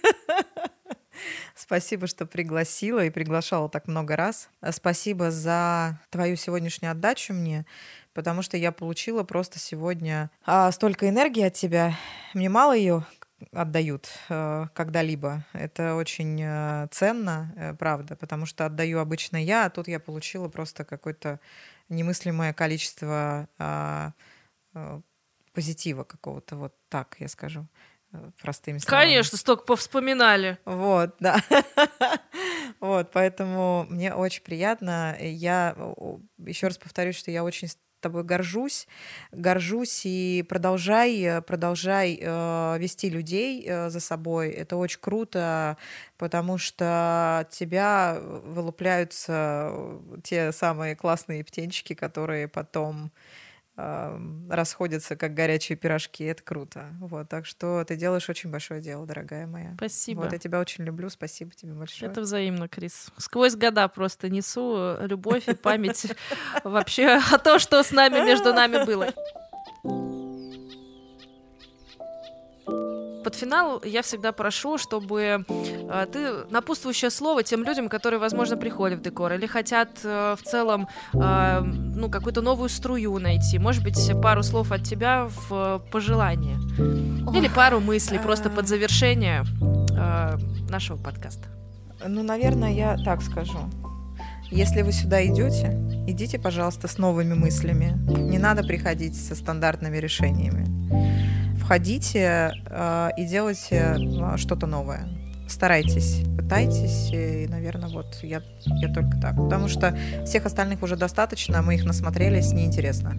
Спасибо, что пригласила и приглашала так много раз. Спасибо за твою сегодняшнюю отдачу мне, потому что я получила просто сегодня столько энергии от тебя. Мне мало ее отдают когда-либо. Это очень ценно, правда, потому что отдаю обычно я, а тут я получила просто какое-то немыслимое количество позитива какого-то, вот так я скажу, простыми словами. Конечно, столько повспоминали. Вот, да. Вот, поэтому мне очень приятно. Я еще раз повторюсь, что я очень тобой горжусь и продолжай вести людей за собой. Это очень круто, потому что от тебя вылупляются те самые классные птенчики, которые потом расходятся, как горячие пирожки. Это круто. Вот, так что ты делаешь очень большое дело, дорогая моя. Спасибо. Вот, я тебя очень люблю. Спасибо тебе большое. Это взаимно, Крис. Сквозь года просто несу любовь и память вообще о том, что с нами, между нами было. Под финал я всегда прошу, чтобы ты напутствующее слово тем людям, которые, возможно, приходят в декор или хотят в целом какую-то новую струю найти. Может быть, пару слов от тебя в пожелание. Или пару мыслей просто под завершение нашего подкаста. Ну, наверное, я так скажу. Если вы сюда идите, пожалуйста, с новыми мыслями. Не надо приходить со стандартными решениями. Входите и делайте что-то новое. Старайтесь, пытайтесь, и, наверное, вот я только так. Потому что всех остальных уже достаточно, мы их насмотрелись, неинтересно.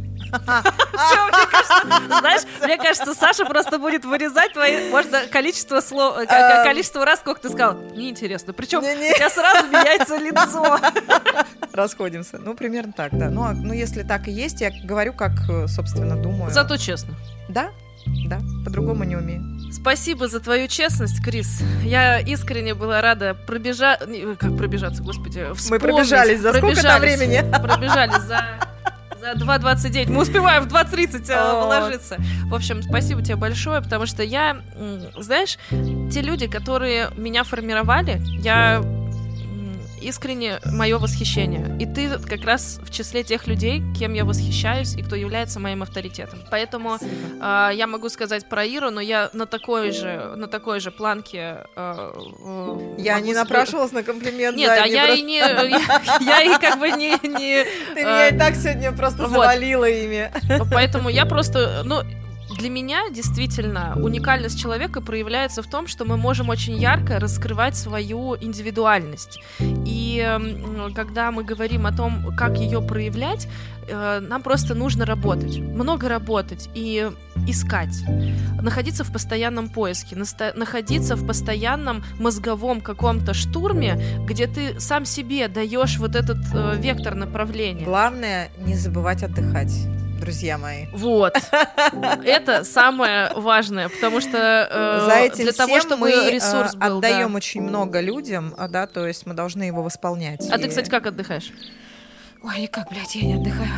Знаешь, мне кажется, Саша просто будет вырезать твои, можно, количество слов, количество раз, сколько ты сказал, неинтересно. Причем у тебя сразу меняется лицо. Расходимся. Ну, примерно так, да. Ну, если так и есть, я говорю, как, собственно, думаю. Зато честно. Да, по-другому не умею. Спасибо за твою честность, Крис. Я искренне была рада пробежаться, господи, вспомнить. Мы пробежались за сколько-то времени? Пробежались За 2:29. Мы успеваем в 2:30 вложиться. В общем, спасибо тебе большое, потому что я, знаешь, те люди, которые меня формировали, я искренне мое восхищение. И ты как раз в числе тех людей, кем я восхищаюсь и кто является моим авторитетом. Поэтому я могу сказать про Иру, но я на такой же планке... Я не напрашивалась на комплимент. Нет, а я и не... Я и как бы не... Ты меня и так сегодня просто завалила ими. Поэтому я просто... Для меня действительно уникальность человека проявляется в том, что мы можем очень ярко раскрывать свою индивидуальность. И когда мы говорим о том, как ее проявлять, нам просто нужно работать, много работать и искать, находиться в постоянном поиске, находиться в постоянном мозговом каком-то штурме, где ты сам себе даешь вот этот вектор направления. Главное, не забывать отдыхать. Друзья мои. Вот. Это самое важное, потому что за этим для того, чтобы мы ресурс был, отдаем очень много людям, да, то есть мы должны его восполнять. А ты, кстати, как отдыхаешь? Ой, никак, блядь, я не отдыхаю.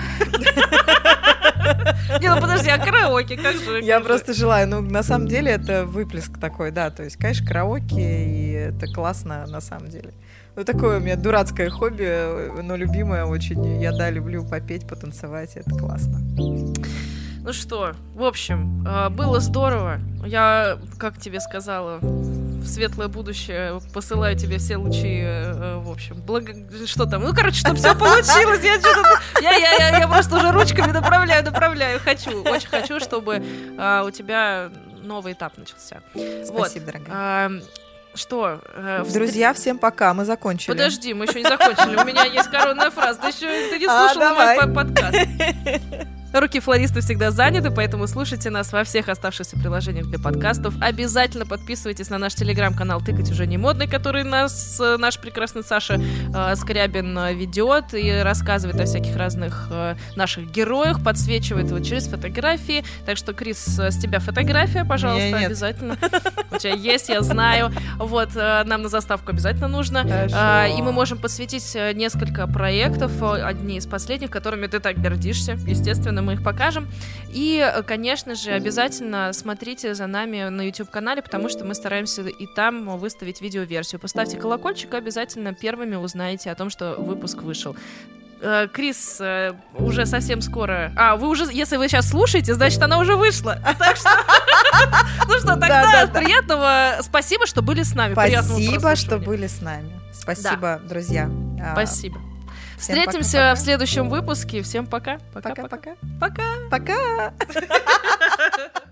Не, подожди, а караоке как же? Я просто желаю, на самом деле это выплеск такой, да, то есть, конечно, караоке, и это классно на самом деле. Такое у меня дурацкое хобби, но любимое очень. Я, люблю попеть, потанцевать, это классно. Ну что, в общем, было здорово. Я, как тебе сказала, в светлое будущее посылаю тебе все лучи, в общем, что там, чтобы все получилось. Я просто уже ручками направляю. Очень хочу, чтобы у тебя новый этап начался. Спасибо, дорогая. Что? Друзья, всем пока, мы закончили. Подожди, мы еще не закончили. У меня есть коронная фраза. Ты не слушала мой подкаст. Руки флориста всегда заняты, поэтому слушайте нас во всех оставшихся приложениях для подкастов. Обязательно подписывайтесь на наш телеграм-канал «Тыкать уже не модный», который наш прекрасный Саша Скрябин ведет и рассказывает о всяких разных наших героях, подсвечивает его через фотографии. Так что, Крис, с тебя фотография, пожалуйста, обязательно. У тебя есть, я знаю. Вот, нам на заставку обязательно нужно. Хорошо. И мы можем подсветить несколько проектов, одни из последних, которыми ты так гордишься, естественно. Мы их покажем. И, конечно же, обязательно смотрите за нами на YouTube-канале, потому что мы стараемся и там выставить видеоверсию. Поставьте колокольчик, и обязательно первыми узнаете о том, что выпуск вышел. Крис, уже совсем скоро... если вы сейчас слушаете, значит, она уже вышла. Так что... Ну что, тогда приятного... Спасибо, что были с нами. Спасибо, что были с нами. Спасибо, друзья. Спасибо. Встретимся в следующем выпуске. Всем пока. Пока-пока. Пока. Пока.